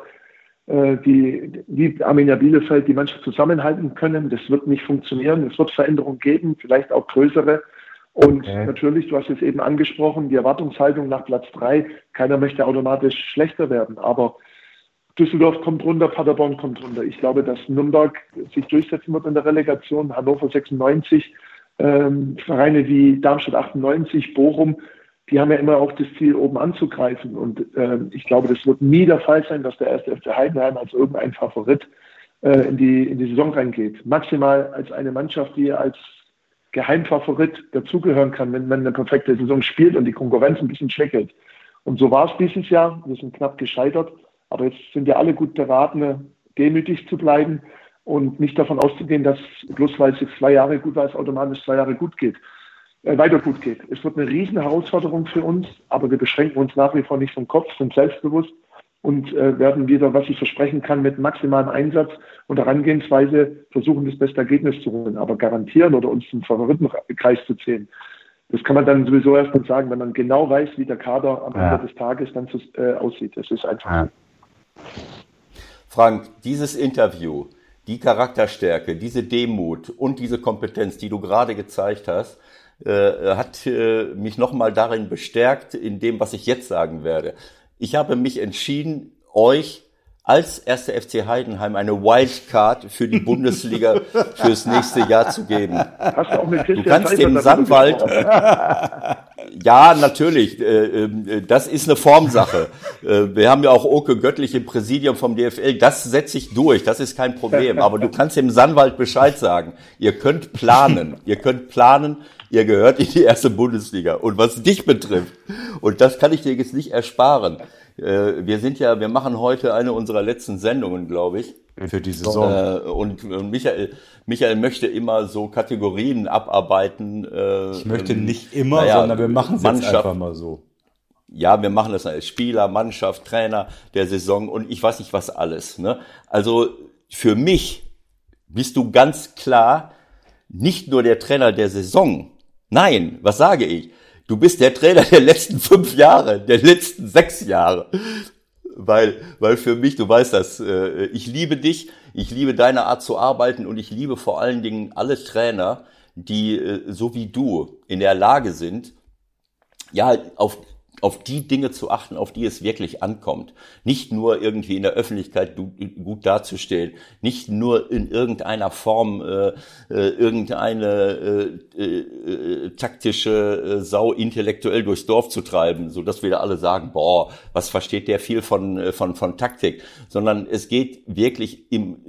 wie Arminia Bielefeld die Mannschaft zusammenhalten können. Das wird nicht funktionieren. Es wird Veränderungen geben, vielleicht auch größere. Und natürlich, du hast es eben angesprochen, die Erwartungshaltung nach Platz 3. Keiner möchte automatisch schlechter werden. Aber Düsseldorf kommt runter, Paderborn kommt runter. Ich glaube, dass Nürnberg sich durchsetzen wird in der Relegation, Hannover 96, Vereine wie Darmstadt 98, Bochum, die haben ja immer auch das Ziel, oben anzugreifen. Und ich glaube, das wird nie der Fall sein, dass der 1. FC Heidenheim als irgendein Favorit in die Saison reingeht. Maximal als eine Mannschaft, die als Geheimfavorit dazugehören kann, wenn man eine perfekte Saison spielt und die Konkurrenz ein bisschen schwächelt. Und so war es dieses Jahr. Wir sind knapp gescheitert. Aber jetzt sind wir alle gut beraten, demütig zu bleiben und nicht davon auszugehen, dass bloß weil es jetzt 2 Jahre gut war, es automatisch 2 Jahre weiter gut geht. Es wird eine riesen Herausforderung für uns, aber wir beschränken uns nach wie vor nicht vom Kopf, sind selbstbewusst und werden wieder, was ich versprechen kann, mit maximalem Einsatz und Herangehensweise versuchen, das beste Ergebnis zu holen. Aber garantieren oder uns zum Favoritenkreis zu zählen, das kann man dann sowieso erst mal sagen, wenn man genau weiß, wie der Kader am Ende des Tages dann aussieht. Das ist einfach. Frank, dieses Interview, die Charakterstärke, diese Demut und diese Kompetenz, die du gerade gezeigt hast, hat mich nochmal darin bestärkt, in dem, was ich jetzt sagen werde. Ich habe mich entschieden, euch als 1. FC Heidenheim eine Wildcard für die Bundesliga fürs nächste Jahr zu geben. Hast du auch mit Christian Du kannst Seifert dem Sandwald... Ja, natürlich. Das ist eine Formsache. Wir haben ja auch Oke Göttlich im Präsidium vom DFL. Das setze ich durch. Das ist kein Problem. Aber du kannst dem Sandwald Bescheid sagen. Ihr könnt planen. Ihr gehört in die 1. Bundesliga. Und was dich betrifft, und das kann ich dir jetzt nicht ersparen. Wir machen heute eine unserer letzten Sendungen, glaube ich. Für die Saison. Und Michael möchte immer so Kategorien abarbeiten. Ich möchte nicht immer, sondern wir machen es jetzt einfach mal so. Ja, wir machen das als Spieler, Mannschaft, Trainer der Saison und ich weiß nicht was alles. Ne? Also für mich bist du ganz klar nicht nur der Trainer der Saison. Nein, was sage ich? Du bist der Trainer der letzten 5 Jahre, der letzten 6 Jahre. Weil für mich, du weißt das, ich liebe dich, ich liebe deine Art zu arbeiten und ich liebe vor allen Dingen alle Trainer, die so wie du in der Lage sind, ja, auf die Dinge zu achten, auf die es wirklich ankommt. Nicht nur irgendwie in der Öffentlichkeit gut dazustehen, nicht nur in irgendeiner Form irgendeine taktische Sau intellektuell durchs Dorf zu treiben, so dass wir da alle sagen, boah, was versteht der viel von Taktik, sondern es geht wirklich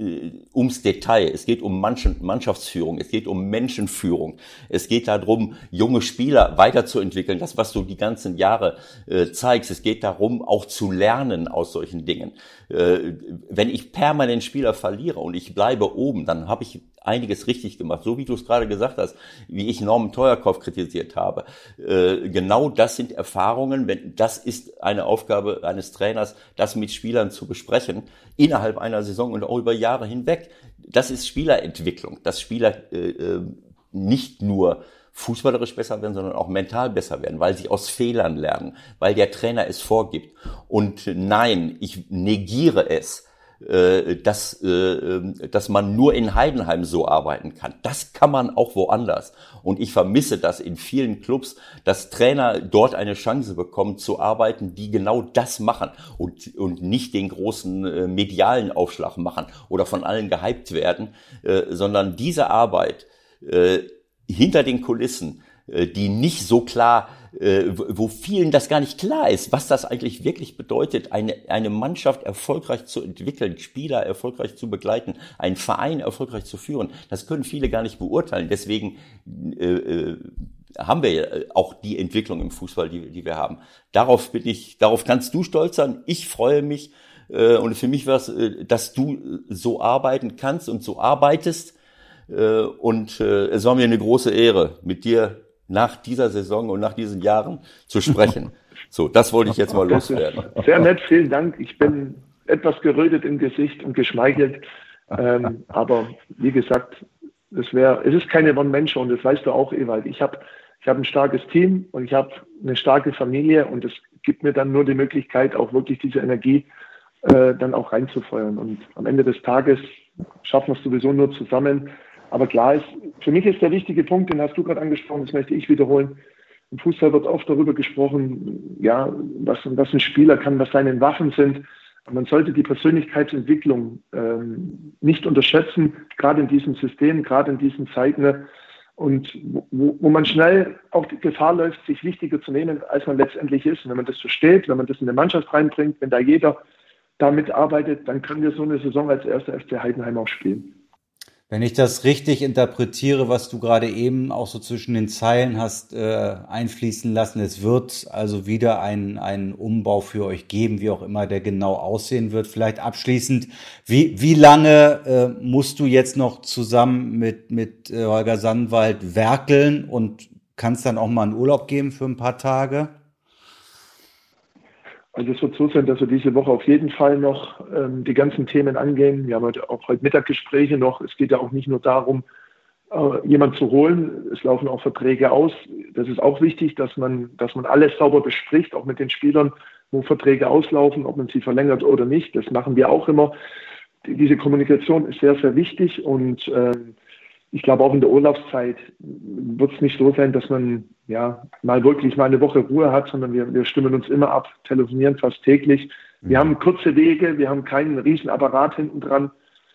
ums Detail, es geht um Mannschaftsführung, es geht um Menschenführung, es geht darum, junge Spieler weiterzuentwickeln, das, was du die ganzen Jahre zeigst. Es geht darum, auch zu lernen aus solchen Dingen. Wenn ich permanent Spieler verliere und ich bleibe oben, dann habe ich einiges richtig gemacht. So wie du es gerade gesagt hast, wie ich Norman Teuerkauf kritisiert habe. Genau das sind Erfahrungen. Das ist eine Aufgabe eines Trainers, das mit Spielern zu besprechen, innerhalb einer Saison und auch über Jahre hinweg. Das ist Spielerentwicklung, dass Spieler nicht nur fußballerisch besser werden, sondern auch mental besser werden, weil sie aus Fehlern lernen, weil der Trainer es vorgibt. Und nein, ich negiere es, dass man nur in Heidenheim so arbeiten kann. Das kann man auch woanders. Und ich vermisse das in vielen Clubs, dass Trainer dort eine Chance bekommen zu arbeiten, die genau das machen und nicht den großen medialen Aufschlag machen oder von allen gehypt werden, sondern diese Arbeit hinter den Kulissen, die nicht so klar, wo vielen das gar nicht klar ist, was das eigentlich wirklich bedeutet, eine Mannschaft erfolgreich zu entwickeln, Spieler erfolgreich zu begleiten, einen Verein erfolgreich zu führen. Das können viele gar nicht beurteilen. Deswegen haben wir ja auch die Entwicklung im Fußball, die wir haben. Darauf kannst du stolz sein. Ich freue mich und für mich war es, dass du so arbeiten kannst und so arbeitest. Und es war mir eine große Ehre, mit dir nach dieser Saison und nach diesen Jahren zu sprechen. So, das wollte ich jetzt mal loswerden. Sehr nett, vielen Dank. Ich bin etwas gerötet im Gesicht und geschmeichelt. Aber wie gesagt, es ist keine One-Man-Show und das weißt du auch, Ewald. Ich habe ein starkes Team und ich habe eine starke Familie und es gibt mir dann nur die Möglichkeit, auch wirklich diese Energie dann auch reinzufeuern. Und am Ende des Tages schaffen wir es sowieso nur zusammen. Aber klar ist, für mich ist der wichtige Punkt, den hast du gerade angesprochen, das möchte ich wiederholen. Im Fußball wird oft darüber gesprochen, ja, was ein Spieler kann, was seine Waffen sind. Man sollte die Persönlichkeitsentwicklung nicht unterschätzen, gerade in diesem System, gerade in diesen Zeiten, und wo man schnell auch die Gefahr läuft, sich wichtiger zu nehmen, als man letztendlich ist. Und wenn man das versteht, wenn man das in eine Mannschaft reinbringt, wenn da jeder da mitarbeitet, dann können wir so eine Saison als erster FC Heidenheim auch spielen. Wenn ich das richtig interpretiere, was du gerade eben auch so zwischen den Zeilen hast einfließen lassen, es wird also wieder einen Umbau für euch geben, wie auch immer der genau aussehen wird. Vielleicht abschließend, wie lange musst du jetzt noch zusammen mit Holger Sandwald werkeln und kannst dann auch mal einen Urlaub geben für ein paar Tage? Also es wird so sein, dass wir diese Woche auf jeden Fall noch die ganzen Themen angehen. Wir haben auch heute Mittag Gespräche noch. Es geht ja auch nicht nur darum, jemanden zu holen. Es laufen auch Verträge aus. Das ist auch wichtig, dass man alles sauber bespricht, auch mit den Spielern, wo Verträge auslaufen, ob man sie verlängert oder nicht. Das machen wir auch immer. Diese Kommunikation ist sehr, sehr wichtig, und ich glaube, auch in der Urlaubszeit wird es nicht so sein, dass man mal eine Woche Ruhe hat, sondern wir stimmen uns immer ab, telefonieren fast täglich. Wir haben kurze Wege, wir haben keinen Riesenapparat hinten dran,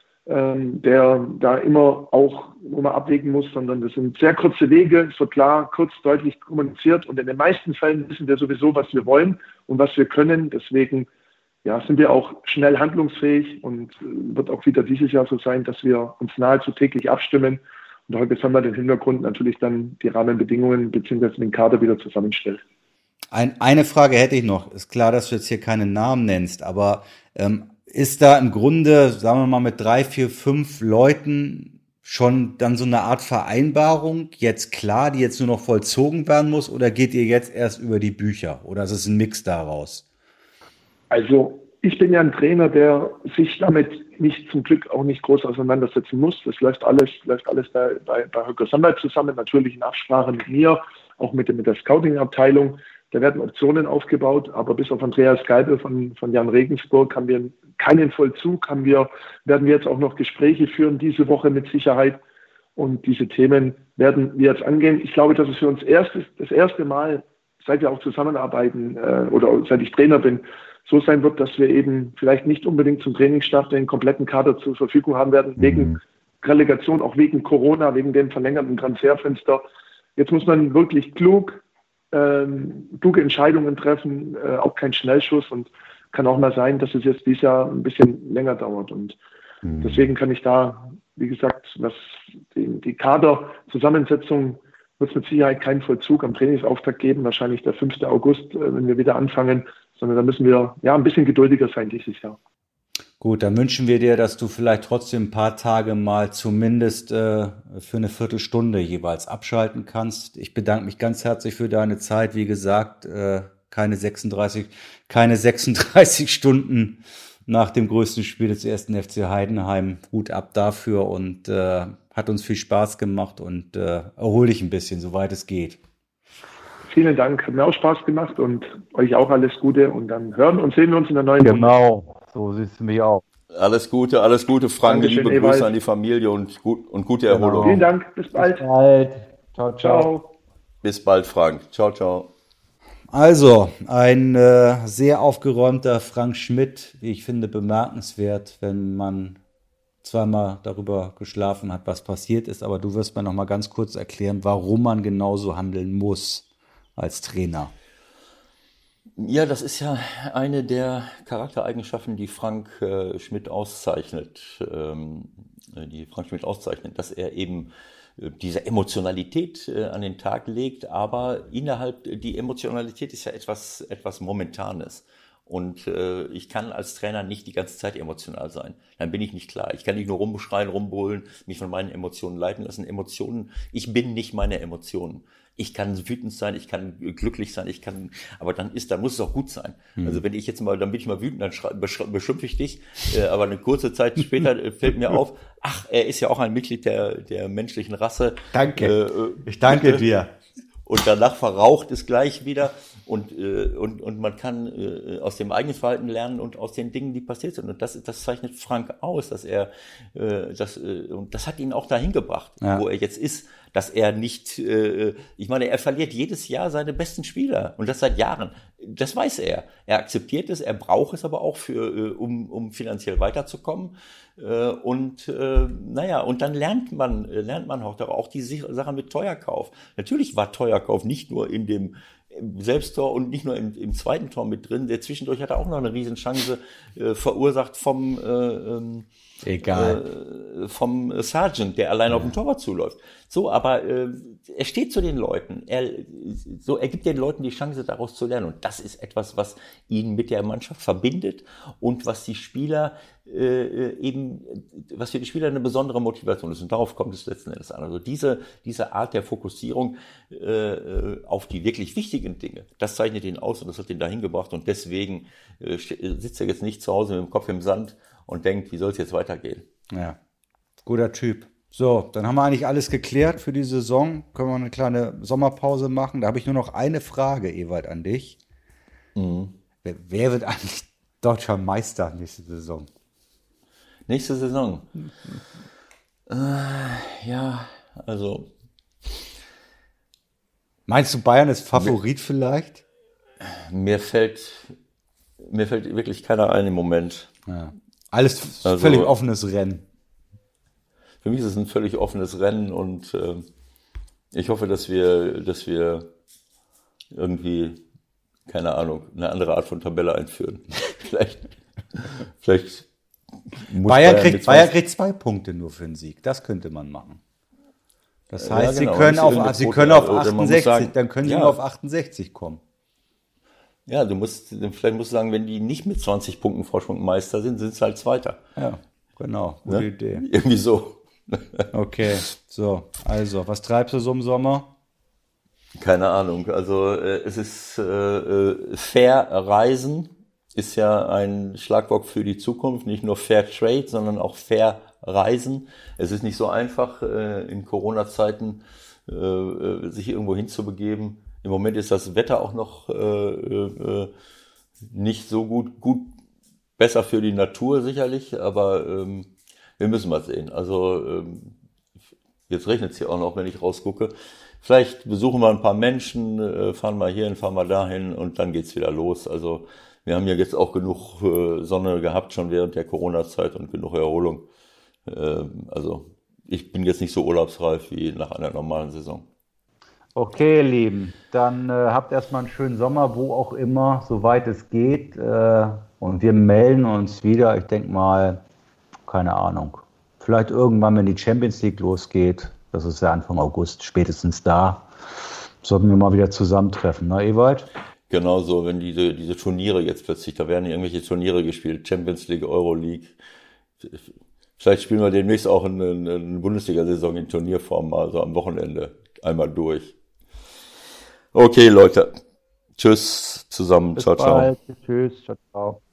der da immer auch, wo man abwägen muss, sondern das sind sehr kurze Wege, so klar, kurz, deutlich kommuniziert, und in den meisten Fällen wissen wir sowieso, was wir wollen und was wir können. Deswegen sind wir auch schnell handlungsfähig, und wird auch wieder dieses Jahr so sein, dass wir uns nahezu täglich abstimmen. Und heute haben wir den Hintergrund natürlich dann die Rahmenbedingungen bzw. den Kader wieder zusammenstellt. Eine Frage hätte ich noch. Ist klar, dass du jetzt hier keine Namen nennst, aber ist da im Grunde, sagen wir mal, mit 3, 4, 5 Leuten schon dann so eine Art Vereinbarung jetzt klar, die jetzt nur noch vollzogen werden muss, oder geht ihr jetzt erst über die Bücher, oder ist es ein Mix daraus? Also ich bin ja ein Trainer, der sich damit zum Glück auch nicht groß auseinandersetzen muss. Das läuft alles bei Holger Sandwald zusammen, natürlich in Absprache mit mir, auch mit der Scouting-Abteilung. Da werden Optionen aufgebaut, aber bis auf Andreas Geibel von Jan Regensburg haben wir keinen Vollzug. Werden wir jetzt auch noch Gespräche führen diese Woche mit Sicherheit, und diese Themen werden wir jetzt angehen. Ich glaube, dass es für uns das erste Mal, seit wir auch zusammenarbeiten oder seit ich Trainer bin, so sein wird, dass wir eben vielleicht nicht unbedingt zum Trainingsstart den kompletten Kader zur Verfügung haben werden, wegen Relegation, auch wegen Corona, wegen dem verlängerten Transferfenster. Jetzt muss man wirklich kluge Entscheidungen treffen, auch kein Schnellschuss, und kann auch mal sein, dass es jetzt dieses Jahr ein bisschen länger dauert. Und deswegen kann ich da, wie gesagt, was die Kaderzusammensetzung, wird es mit Sicherheit keinen Vollzug am Trainingsauftakt geben, wahrscheinlich der 5. August, wenn wir wieder anfangen, sondern da müssen wir ein bisschen geduldiger sein dieses Jahr. Gut, dann wünschen wir dir, dass du vielleicht trotzdem ein paar Tage mal zumindest für eine Viertelstunde jeweils abschalten kannst. Ich bedanke mich ganz herzlich für deine Zeit. Wie gesagt, keine 36 Stunden nach dem größten Spiel des 1. FC Heidenheim. Hut ab dafür, und hat uns viel Spaß gemacht, und erhol dich ein bisschen, soweit es geht. Vielen Dank, hat mir auch Spaß gemacht, und euch auch alles Gute, und dann hören und sehen wir uns in der neuen Runde. Genau, so sieht es mich auch. Alles Gute, Frank. Dankeschön, Liebe Grüße an die Familie und gute Erholung. Vielen Dank, bis bald. Bis bald. Ciao, ciao. Ciao. Bis bald, Frank. Ciao, ciao. Also, ein sehr aufgeräumter Frank Schmidt, wie ich finde, bemerkenswert, wenn man zweimal darüber geschlafen hat, was passiert ist. Aber du wirst mir noch mal ganz kurz erklären, warum man genauso handeln muss als Trainer. Ja, das ist ja eine der Charaktereigenschaften, die Frank Schmidt auszeichnet. Dass er eben diese Emotionalität an den Tag legt, aber die Emotionalität ist ja etwas Momentanes. Und ich kann als Trainer nicht die ganze Zeit emotional sein. Dann bin ich nicht klar. Ich kann nicht nur rumschreien, rumbrüllen, mich von meinen Emotionen leiten lassen. Ich bin nicht meine Emotionen. Ich kann wütend sein, ich kann glücklich sein, aber dann muss es auch gut sein. Also wenn ich jetzt mal, dann bin ich mal wütend, dann beschimpfe ich dich, aber eine kurze Zeit später fällt mir auf, er ist ja auch ein Mitglied der menschlichen Rasse. Danke. Ich danke dir. Und danach verraucht es gleich wieder. und man kann aus dem eigenen Verhalten lernen und aus den Dingen, die passiert sind. Und das zeichnet Frank aus, dass er und das hat ihn auch dahin gebracht, wo er jetzt ist, dass er nicht, ich meine, er verliert jedes Jahr seine besten Spieler und das seit Jahren. Das weiß er. Er akzeptiert es, er braucht es aber auch um finanziell weiterzukommen. Und dann lernt man auch die Sache mit Teuerkauf. Natürlich war Teuerkauf nicht nur in dem Selbsttor und nicht nur im zweiten Tor mit drin. Der zwischendurch hat er auch noch eine Riesenchance verursacht vom Sergeant, der allein auf den Torwart zuläuft. So, aber er steht zu den Leuten. Er gibt den Leuten die Chance, daraus zu lernen. Und das ist etwas, was ihn mit der Mannschaft verbindet und was die Spieler was für die Spieler eine besondere Motivation ist. Und darauf kommt es letzten Endes an. Also diese Art der Fokussierung auf die wirklich wichtigen Dinge, das zeichnet ihn aus und das hat ihn dahin gebracht. Und deswegen sitzt er jetzt nicht zu Hause mit dem Kopf im Sand und denkt, wie soll es jetzt weitergehen? Ja, guter Typ. So, dann haben wir eigentlich alles geklärt für die Saison. Können wir eine kleine Sommerpause machen. Da habe ich nur noch eine Frage, Ewald, an dich. Mhm. Wer wird eigentlich deutscher Meister nächste Saison? Nächste Saison? Ja, also... Meinst du, Bayern ist Favorit vielleicht? Mir fällt wirklich keiner ein im Moment. Ja. Alles völlig offenes Rennen. Für mich ist es ein völlig offenes Rennen und ich hoffe, dass wir irgendwie, keine Ahnung, eine andere Art von Tabelle einführen. Vielleicht muss Bayern kriegt 2 Punkte nur für den Sieg. Das könnte man machen. Das heißt, genau. Sie können auf 68, dann können sie nur auf 68 kommen. Ja, vielleicht musst du sagen, wenn die nicht mit 20 Punkten Vorsprung Meister sind sie halt Zweiter. Ja, genau. Gute Idee. Irgendwie so. Okay, so. Also, was treibst du so im Sommer? Keine Ahnung. Also, es ist fair reisen ist ja ein Schlagwort für die Zukunft. Nicht nur Fair Trade, sondern auch fair reisen. Es ist nicht so einfach, in Corona-Zeiten sich irgendwo hinzubegeben. Im Moment ist das Wetter auch noch nicht so gut, besser für die Natur sicherlich, aber wir müssen mal sehen. Also jetzt regnet es hier auch noch, wenn ich rausgucke. Vielleicht besuchen wir ein paar Menschen, fahren mal hierhin, fahren mal dahin und dann geht's wieder los. Also wir haben ja jetzt auch genug Sonne gehabt schon während der Corona-Zeit und genug Erholung. Also ich bin jetzt nicht so urlaubsreif wie nach einer normalen Saison. Okay, ihr Lieben, dann habt erstmal einen schönen Sommer, wo auch immer, soweit es geht. Und wir melden uns wieder, ich denke mal, keine Ahnung, vielleicht irgendwann, wenn die Champions League losgeht, das ist ja Anfang August, spätestens da, sollten wir mal wieder zusammentreffen, ne, Ewald? Genau so, wenn diese Turniere jetzt plötzlich, da werden irgendwelche Turniere gespielt, Champions League, Euro League. Vielleicht spielen wir demnächst auch eine Bundesliga-Saison in Turnierform mal so am Wochenende einmal durch. Okay, Leute. Tschüss zusammen. Bis Ciao, bald. ciao. Tschüss. Ciao, ciao.